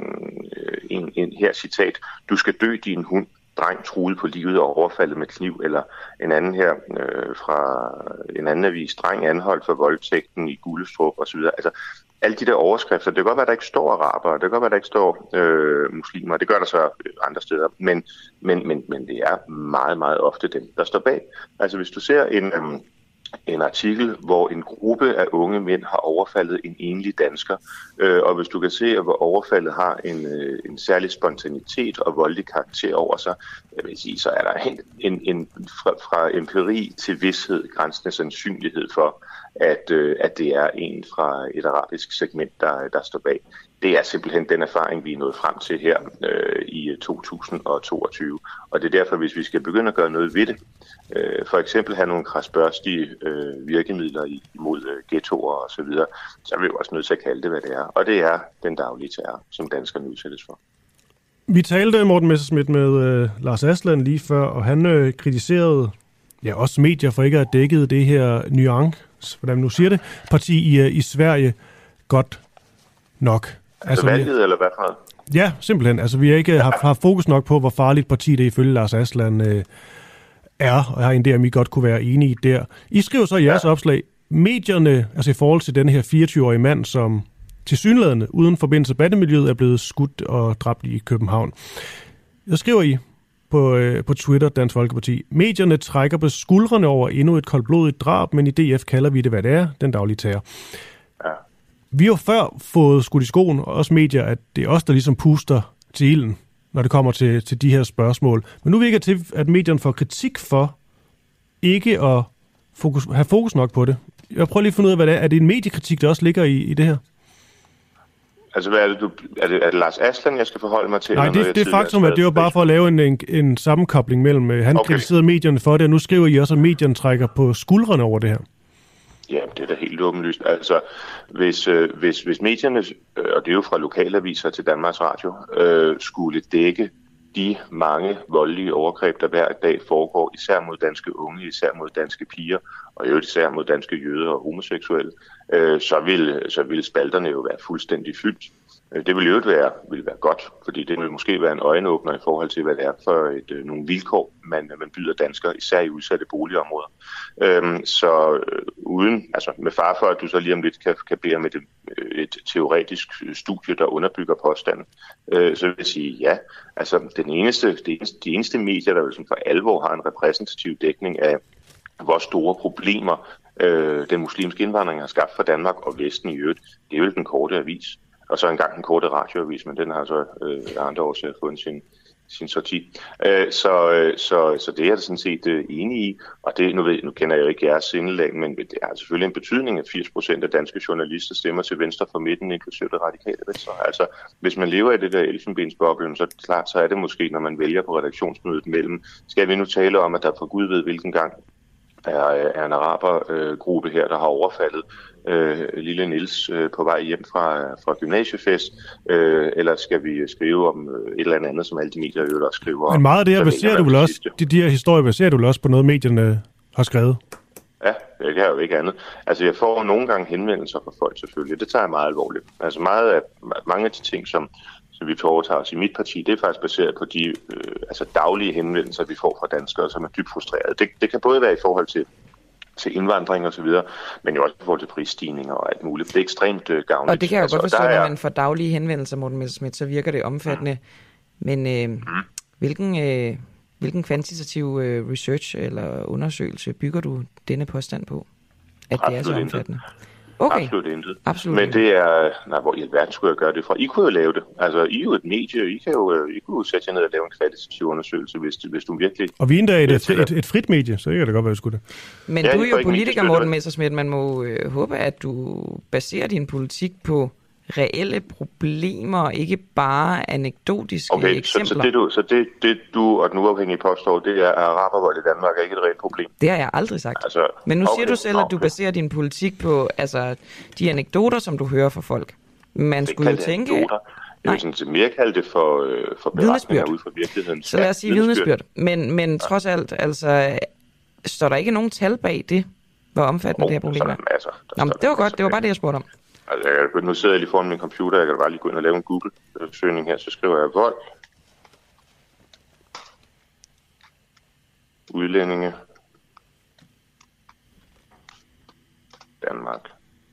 en, en her citat, du skal dø din hund, dreng truet på livet og overfaldet med kniv, eller en anden her øh, fra en anden avis, dreng anholdt for voldtægten i Gullestrup osv. Altså alle de der overskrifter, det kan godt være, der ikke står araber, det kan godt være, der ikke står øh, muslimer, det gør der så andre steder, men, men, men, men det er meget, meget ofte dem, der står bag. Altså hvis du ser en... Øh, en artikel, hvor en gruppe af unge mænd har overfaldet en enlig dansker. Øh, og hvis du kan se, hvor overfaldet har en, øh, en særlig spontanitet og voldelig karakter over sig, jeg vil sige, så er der en, en, en fra, fra empiri til vidshed grænsende sandsynlighed for, at, øh, at det er en fra et arabisk segment, der, der står bag. Det er simpelthen den erfaring, vi er nået frem til her øh, i to tusind toogtyve. Og det er derfor, hvis vi skal begynde at gøre noget ved det, øh, for eksempel have nogle krasbørstige øh, virkemidler imod øh, ghettoer og så videre, så er vi jo også nødt til at kalde det, hvad det er. Og det er den daglige terror, som danskerne udsættes for. Vi talte, Morten Messerschmidt, med øh, Lars Aslan lige før, og han øh, kritiserede ja, også medier for ikke at have dækket det her Nyang, hvordan man nu siger det, parti i, øh, i Sverige godt nok. Altså valget, eller hvad for noget? Ja, simpelthen. Altså, vi har ikke haft, haft fokus nok på, hvor farligt parti det ifølge Lars Aslan øh, er, og jeg har en idé, om I godt kunne være enige der. I skriver så i jeres ja. opslag, medierne, altså i forhold til den her fireogtyve-årige mand, som tilsyneladende uden forbindelse med bandemiljøet er blevet skudt og dræbt i København. Jeg skriver I på, øh, på Twitter, Dansk Folkeparti. Medierne trækker på skuldrene over endnu et koldblodigt drab, men i D F kalder vi det, hvad det er, den daglige terror. Ja. Vi har jo før fået skudt i skoen, og også medier, at det er os, der ligesom puster til ilden, når det kommer til, til de her spørgsmål. Men nu virker det til, at medierne får kritik for ikke at fokus, have fokus nok på det. Jeg prøver lige at finde ud af, hvad det er. Er det en mediekritik, der også ligger i, i det her? Altså, hvad er det, du, er det, er det Lars Aslan, jeg skal forholde mig til? Nej, det, det er faktum, at det var bare for at lave en, en, en sammenkobling mellem, han okay. kritiserede medierne for det, og nu skriver I også, at medierne trækker på skuldrene over det her. Ja, det er da helt åbenlyst. Altså, hvis, øh, hvis, hvis medierne, øh, og det er jo fra lokalaviser til Danmarks Radio, øh, skulle dække de mange voldelige overgreb, der hver dag foregår, især mod danske unge, især mod danske piger, og i øvrigt især mod danske jøder og homoseksuelle, øh, så, vil, så vil spalterne jo være fuldstændig fyldt. Det vil jo være, vil være godt, fordi det vil måske være en øjenåbner i forhold til, hvad det er for et, øh, nogle vilkår, man, man byder danskere, især i udsatte boligområder. Øhm, så øh, uden, altså med far for, at du så lige om lidt kan, kan bede om et, et teoretisk studie, der underbygger påstanden, øh, så vil jeg sige ja. Altså den eneste, det eneste, de eneste medier, der for alvor har en repræsentativ dækning af, hvor store problemer øh, den muslimske indvandring har skabt for Danmark og Vesten i øvrigt, det er jo den korte avis. Og så engang den korte radioavis, men den har så øh, andre årsager fundet sin, sin sorti. Øh, så, øh, så, så det er jeg da sådan set øh, enig i. Og det, nu, ved, nu kender jeg jo ikke jeres sindelag, men det har selvfølgelig en betydning, at firs procent af danske journalister stemmer til venstre for midten, inklusive det radikale venstre. Altså, hvis man lever i det der elfenbensboble, så klart, så er det måske, når man vælger på redaktionsmødet mellem, skal vi nu tale om, at der for Gud ved hvilken gang er, er en arabergruppe øh, her, der har overfaldet øh, lille Niels øh, på vej hjem fra, fra gymnasiefest, øh, eller skal vi skrive om øh, et eller andet, som alle de medier jo også skriver om. Men meget af det her baserer du vel også, de, de her historier baserer du vel også på noget, medierne har skrevet? Ja, det kan jo ikke andet. Altså, jeg får nogle gange henvendelser fra folk selvfølgelig. Det tager jeg meget alvorligt. Altså, meget af, mange af de ting, som som vi foretager os i mit parti, det er faktisk baseret på de øh, altså daglige henvendelser, vi får fra danskere, som er dybt frustrerede. Det, det kan både være i forhold til, til indvandring og så videre, men jo også i forhold til prisstigninger og alt muligt. Det er ekstremt øh, gavnligt. Og det kan jeg jo altså, godt forstå, er... når man får daglige henvendelser, Morten Messerschmidt, så virker det omfattende. Mm. Men øh, mm. hvilken, øh, hvilken kvantitativ øh, research eller undersøgelse bygger du denne påstand på, at det er så omfattende? Okay. Absolut intet. Absolut. Men det er, nej, hvor i alverden skulle jeg gøre det fra? I kunne jo lave det. Altså, I er jo et medie, I kan jo, I kunne jo sætte jer ned og lave en kvalitativ undersøgelse, hvis, hvis du virkelig... Og vi er endda et, et, et, et frit medie, så det kan det godt være, at jeg skulle det. Men ja, du er jo politiker, Morten Messerschmidt. Man må øh, håbe, at du baserer din politik på reelle problemer, og ikke bare anekdotiske okay, eksempler. Så, så, det, du, så det, det du og den uafhængige påstår, det er, at arabervold i Danmark er ikke et reelt problem? Det har jeg aldrig sagt. Altså, Men nu okay, siger du selv, at du okay. baserer din politik på altså, de anekdoter, som du hører fra folk. Man det skulle jo tænke... Anekdoter. Jeg vil sådan set mere kalde det for, øh, for beretninger ud fra virkeligheden. Så lad os sige vidnesbyrd. Men, men ja. trods alt, altså, står der ikke nogen tal bag det, hvor omfattende oh, det her problem er? Masser, Nå, men det var godt, det var bare det, jeg spurgte om. Altså, jeg, nu sidder jeg lige foran min computer, jeg kan bare lige gå ind og lave en Google-søgning her, så skriver jeg vold, udlændinge, Danmark.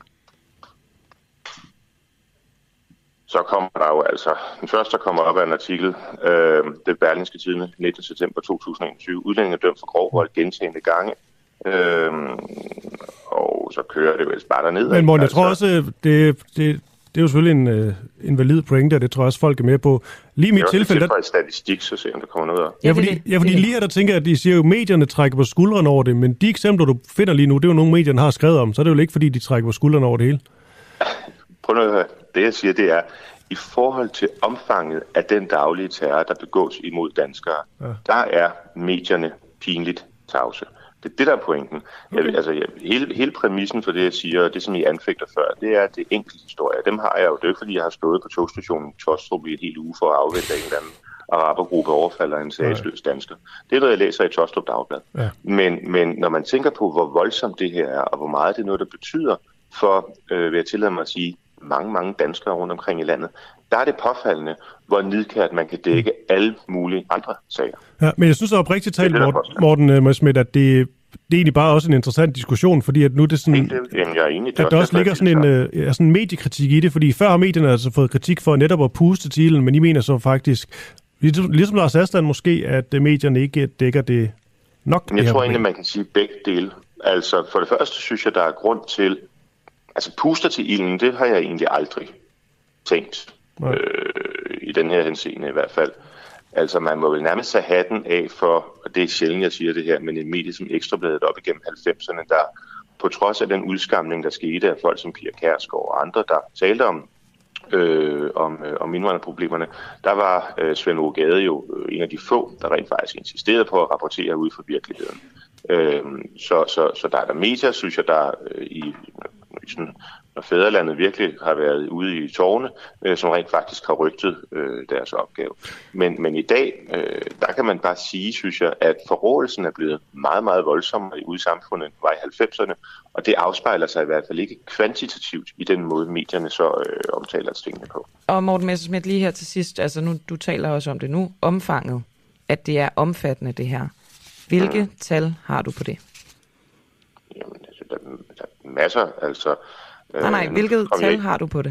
Så kommer der jo altså, den første, der kommer op af en artikel, øh, det er Berlingske Tidende, nittende september to tusind og enogtyve, udlændinge dømt for grov vold gentagne gange. Øhm, og så kører det vel bare derned. Men Morten, jeg altså. tror også, det, det, det er jo selvfølgelig en, uh, en valid pointe, og det tror jeg også, folk er med på. Lige i mit tilfælde... Det er også statistik, så se om der kommer noget af. Ja, fordi, ja, fordi lige her, der tænker jeg, at de siger jo, at medierne trækker på skuldrene over det, men de eksempler, du finder lige nu, det er jo nogle, medierne har skrevet om, så er det jo ikke, fordi de trækker på skuldrene over det hele. Prøv at høre. Det, jeg siger, det er, i forhold til omfanget af den daglige terror, der begås imod danskere, ja. Der er medierne pinligt tavse. Det er det, der er pointen. Okay. Jeg, altså, jeg, hele, hele præmissen for det, jeg siger, og det, som I anfægter før, det er det enkelte historie. Dem har jeg jo. Det er ikke, fordi jeg har stået på togstationen i Tostrup i et helt uge for at afvente en eller anden arabergruppe overfalder en sagesløs dansker. Det er noget, jeg læser i Tostrup Dagblad. Ja. Men, men når man tænker på, hvor voldsomt det her er, og hvor meget det er noget, der betyder for, øh, vil jeg tillade mig at sige, mange, mange danskere rundt omkring i landet, der er det påfaldende, hvor nidkært man kan dække alle mulige andre sager. Ja, men jeg synes oprigtigt talt, Morten, Morten Messerschmidt, at det det er egentlig bare også en interessant diskussion, fordi at nu er det sådan, det, jamen, jeg er enig, at der også ligger sådan en, øh, sådan en mediekritik i det, fordi før har medierne altså fået kritik for netop at puste til ilden, men I mener så faktisk, ligesom, ligesom Lars Aslan måske, at medierne ikke dækker det nok. Jeg det tror egentlig, man kan sige begge dele. Altså for det første synes jeg, der er grund til, altså puster til ilden, det har jeg egentlig aldrig tænkt, øh, i den her henseende i hvert fald. Altså man må vel nærmest tage hatten af for, og det er sjældent, jeg siger det her, men en medie som Ekstrabladet op igennem halvfemserne, der på trods af den udskamning, der skete af folk som Pia Kjærsgaard og andre, der talte om, øh, om, øh, om indvandrerproblemerne, der var øh, Svend Åge Gade jo øh, en af de få, der rent faktisk insisterede på at rapportere ud fra virkeligheden. Øh, så, så, så der er der medier, synes jeg, der øh, i, i sådan, når fædrelandet virkelig har været ude i tårne, øh, som rent faktisk har rygtet øh, deres opgave. Men, men i dag, øh, der kan man bare sige, synes jeg, at forrådelsen er blevet meget, meget voldsommere ude i samfundet, var i halvfemserne, og det afspejler sig i hvert fald ikke kvantitativt i den måde, medierne så øh, omtaler tingene på. Og Morten Messerschmidt, lige her til sidst, altså nu, du taler også om det nu, omfanget, at det er omfattende det her. Hvilke mm. tal har du på det? Jamen, altså, der, der er masser, altså... Nej, nej, hvilket tal jeg... har du på det?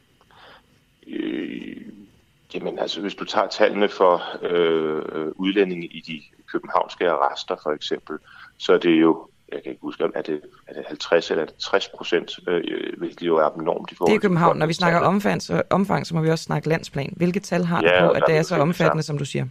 Øh, jamen altså, hvis du tager tallene for øh, udlændinge i de københavnske arrester for eksempel, så er det jo, jeg kan ikke huske, er det, er det halvtreds eller er det tres procent, øh, hvilket jo er abnormt i forhold til... Det er København. Når vi snakker omfang så, omfang, så må vi også snakke landsplan. Hvilke tal har ja, du på, at det er så omfattende, sammen. Som du siger?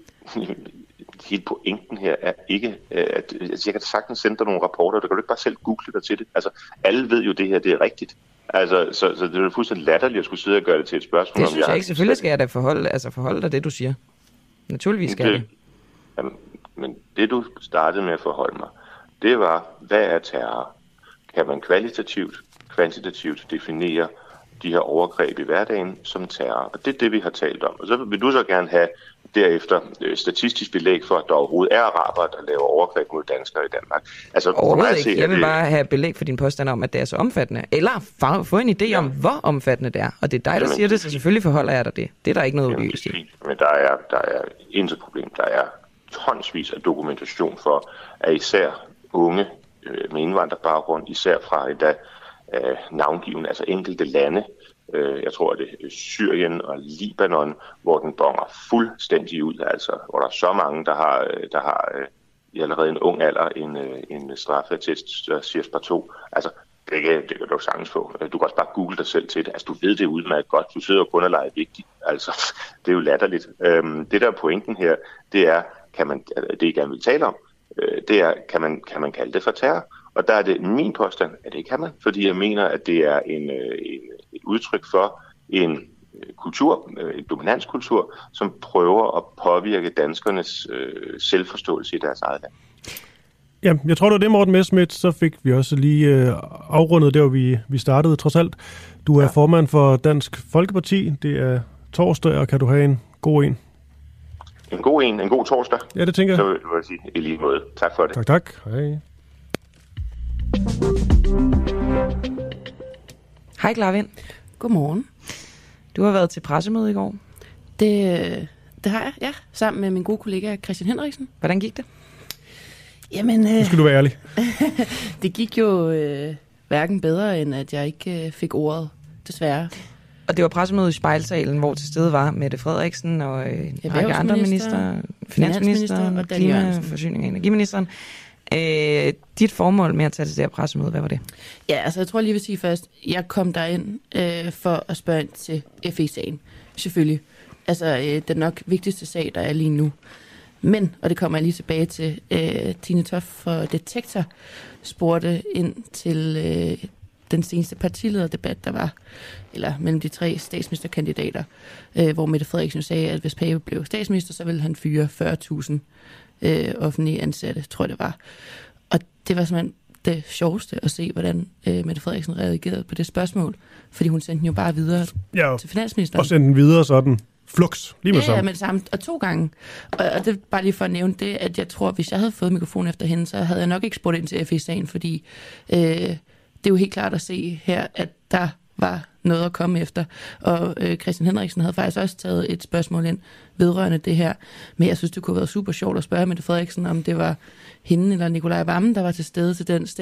Hele pointen her er ikke, at altså jeg kan sagtens sende dig nogle rapporter, du kan du ikke bare selv google dig til det. Altså, alle ved jo det her, det er rigtigt. Altså, så, så det er fuldstændig latterligt at skulle sidde og gøre det til et spørgsmål. Det synes om jeg, jeg ikke. Selvfølgelig skal jeg da forholde, altså forholde dig det, du siger. Naturligvis skal det, det. Jamen, men det, du startede med at forholde mig, det var, hvad er terror? Kan man kvalitativt, kvantitativt definere de her overgreb i hverdagen som terror? Og det er det, vi har talt om. Og så vil du så gerne have derefter øh, statistisk belæg for, at der overhovedet er arabere, der laver overgreb mod danskere i Danmark. Altså, overhovedet ikke. Jeg vil det... bare have belæg for din påstand om, at det er så omfattende. Eller få en idé ja. om, hvor omfattende det er. Og det er dig, der Jamen, siger det, så selvfølgelig forholder jeg dig det. Det er der ikke noget ubevidst i. Men der er, der er intet problem. Der er tonsvis af dokumentation for, at især unge øh, med indvandrerbaggrund, især fra endda øh, navngivende, altså enkelte lande, jeg tror, det er Syrien og Libanon, hvor den bonger fuldstændig ud, altså hvor der er så mange, der har, der har i allerede en ung alder en, en straffeattest, der siger spar to. Altså, det kan, det kan du sagtens få. Du kan også bare google dig selv til det. Altså, du ved det udmærket godt. Du sidder jo kun og leger vigtigt. Altså, det er jo latterligt. Det, der er pointen her, det er, kan man, det I gerne vil tale om, det er, kan man, kan man kalde det for terror? Og der er det min påstand, at det kan man, fordi jeg mener, at det er en, en, et udtryk for en kultur, en dominanskultur, som prøver at påvirke danskernes øh, selvforståelse i deres eget land. Ja, jeg tror, det var det, Morten Messerschmidt. Så fik vi også lige øh, afrundet der, hvor vi, vi startede trods alt. Du er ja. formand for Dansk Folkeparti. Det er torsdag, og kan du have en god en? En god en, en god torsdag. Ja, det tænker jeg. Så vil jeg sige i lige måde. Tak for det. Tak, tak. Hej. Hej, Klarvind. Godmorgen. Du har været til pressemøde i går. Det, det har jeg, ja. Sammen med min gode kollega Christian Henriksen. Hvordan gik det? Jamen... Øh, nu skal du være ærlig. Det gik jo øh, hverken bedre, end at jeg ikke øh, fik ordet, desværre. Og det var pressemødet i Spejlsalen, hvor til stede var Mette Frederiksen og en række andre minister, finansministeren, og klima-, forsyning- og energiministeren. Øh, dit formål med at tage til det her pressemøde, hvad var det? Ja, altså jeg tror lige vil sige først, jeg kom derind øh, for at spørge ind til F E-sagen, selvfølgelig. Altså øh, den nok vigtigste sag, der er lige nu. Men, og det kommer jeg lige tilbage til, øh, Tine Toft for Detektor spurgte ind til øh, den seneste partilederdebat, der var, eller mellem de tre statsministerkandidater, øh, hvor Mette Frederiksen sagde, at hvis Pape blev statsminister, så ville han fyre fyrre tusind øh, offentlige ansatte, tror jeg det var. Og det var simpelthen det sjoveste at se, hvordan øh, Mette Frederiksen reagerede på det spørgsmål, fordi hun sendte den jo bare videre ja, til finansministeren. Og sendte den videre sådan, flux, lige med ja, sammen. Ja, med det samme, og to gange. Og, og det er bare lige for at nævne det, at jeg tror, hvis jeg havde fået mikrofon efter hende, så havde jeg nok ikke spurgt ind til F E-sagen, fordi øh, det er jo helt klart at se her, at der var noget at komme efter. Og øh, Christian Henriksen havde faktisk også taget et spørgsmål ind vedrørende det her. Men jeg synes, det kunne have været super sjovt at spørge Mette Frederiksen, om det var hende eller Nikolaj Wammen, der var til stede til den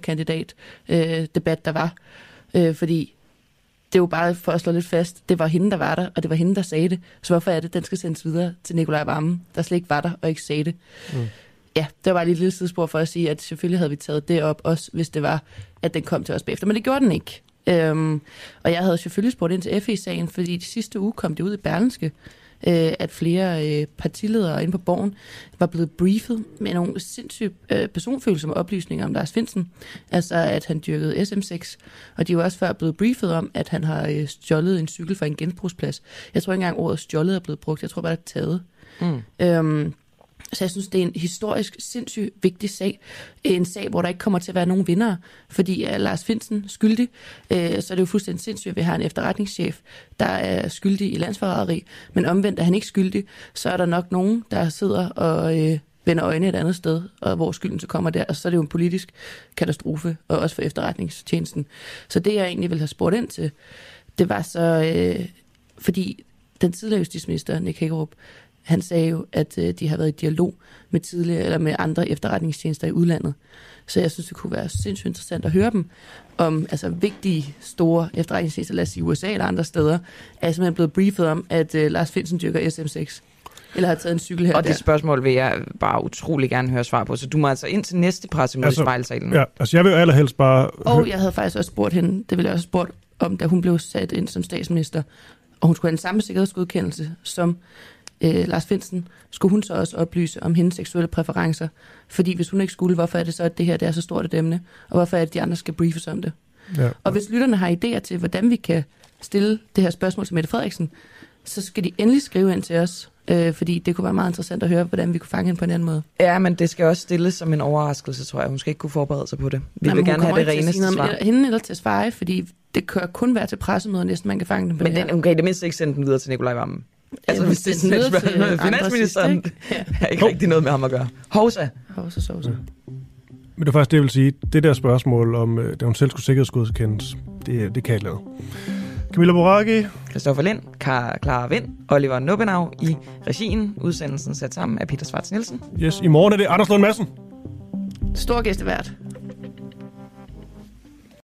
statsministerkandidat-debat, øh, der var. Øh, fordi det er jo bare for at slå lidt fast, det var hende, der var der, og det var hende, der sagde det. Så hvorfor er det, den skal sendes videre til Nikolaj Wammen, der slet ikke var der og ikke sagde det? Mm. Ja, det var bare lige et lille sidespor for at sige, at selvfølgelig havde vi taget det op, også hvis det var, at den kom til os bagefter. Men det gjorde den ikke. Øhm, og jeg havde selvfølgelig spurgt ind til F E-sagen, fordi de sidste uge kom det ud i Berlingske, øh, at flere øh, partiledere inde på Borgen var blevet briefet med nogle sindssygt øh, personfølsomme oplysninger om Lars Findsen. Altså, at han dyrkede S M seks, og de var også før blevet briefet om, at han har øh, stjålet en cykel fra en genbrugsplads. Jeg tror ikke engang, ordet stjålet er blevet brugt. Jeg tror bare, det er taget. Mm. Øhm, Så jeg synes, det er en historisk sindssygt vigtig sag. En sag, hvor der ikke kommer til at være nogen vindere. Fordi er Lars Findsen skyldig, øh, så er det jo fuldstændig sindssygt, at vi har en efterretningschef, der er skyldig i landsforræderi. Men omvendt er han ikke skyldig, så er der nok nogen, der sidder og øh, vender øjne et andet sted, og hvor skylden så kommer der. Og så er det jo en politisk katastrofe, og også for efterretningstjenesten. Så det, jeg egentlig ville have spurgt ind til, det var så, øh, fordi den tidligere justitsminister, Nick Hækkerup, han sagde jo, at øh, de har været i dialog med tidligere eller med andre efterretningstjenester i udlandet. Så jeg synes, det kunne være sindssygt interessant at høre dem om altså vigtige, store efterretningstjenester, lad os sige U S A eller andre steder, er simpelthen blevet briefet om, at øh, Lars Findsen dyrker S M seks. Eller har taget en cykel her. Og det spørgsmål vil jeg bare utrolig gerne høre svar på. Så du må altså ind til næste pressemøde altså, i spejlsalen. Ja, altså jeg vil jo allerhelst bare... Og jeg havde faktisk også spurgt hende, det ville jeg også spurgt om, da hun blev sat ind som statsminister, og hun skulle have den samme sikkerhedsgodkendelse som Øh, Lars Findsen, skulle hun så også oplyse om hendes seksuelle præferencer? Fordi hvis hun ikke skulle, hvorfor er det så, at det her det er så stort et emne? Og hvorfor er det, at de andre skal briefes om det? Ja. Og hvis lytterne har idéer til, hvordan vi kan stille det her spørgsmål til Mette Frederiksen, så skal de endelig skrive ind til os, øh, fordi det kunne være meget interessant at høre, hvordan vi kunne fange hende på en anden måde. Ja, men det skal også stilles som en overraskelse, tror jeg. Hun skal ikke kunne forberede sig på det. Vi Nej, vil gerne have det reneste svar. Hende eller til at svare, fordi det kan kun være til pressemøder, næsten man kan fange dem på. Men den, hun kan i det mindste ikke sende den videre til Nikolaj Wammen. Altså, hvis det er sådan et spørgsmål, finansministeren har ikke rigtig noget med ham at gøre. Hovsa. Hovsa, sovsa. Men det er faktisk det, jeg vil sige. Det der spørgsmål om, da hun selv skulle sikkerhedsgodkendes, det, det kan jeg lade. Camilla Boraghi. Christoffer Lind, Clara Vind, Oliver Nubbenau i regien. Udsendelsen sat sammen af Peter Schwartz Nielsen. Yes, i morgen er det Anders Lund Madsen. Stor gæstevært.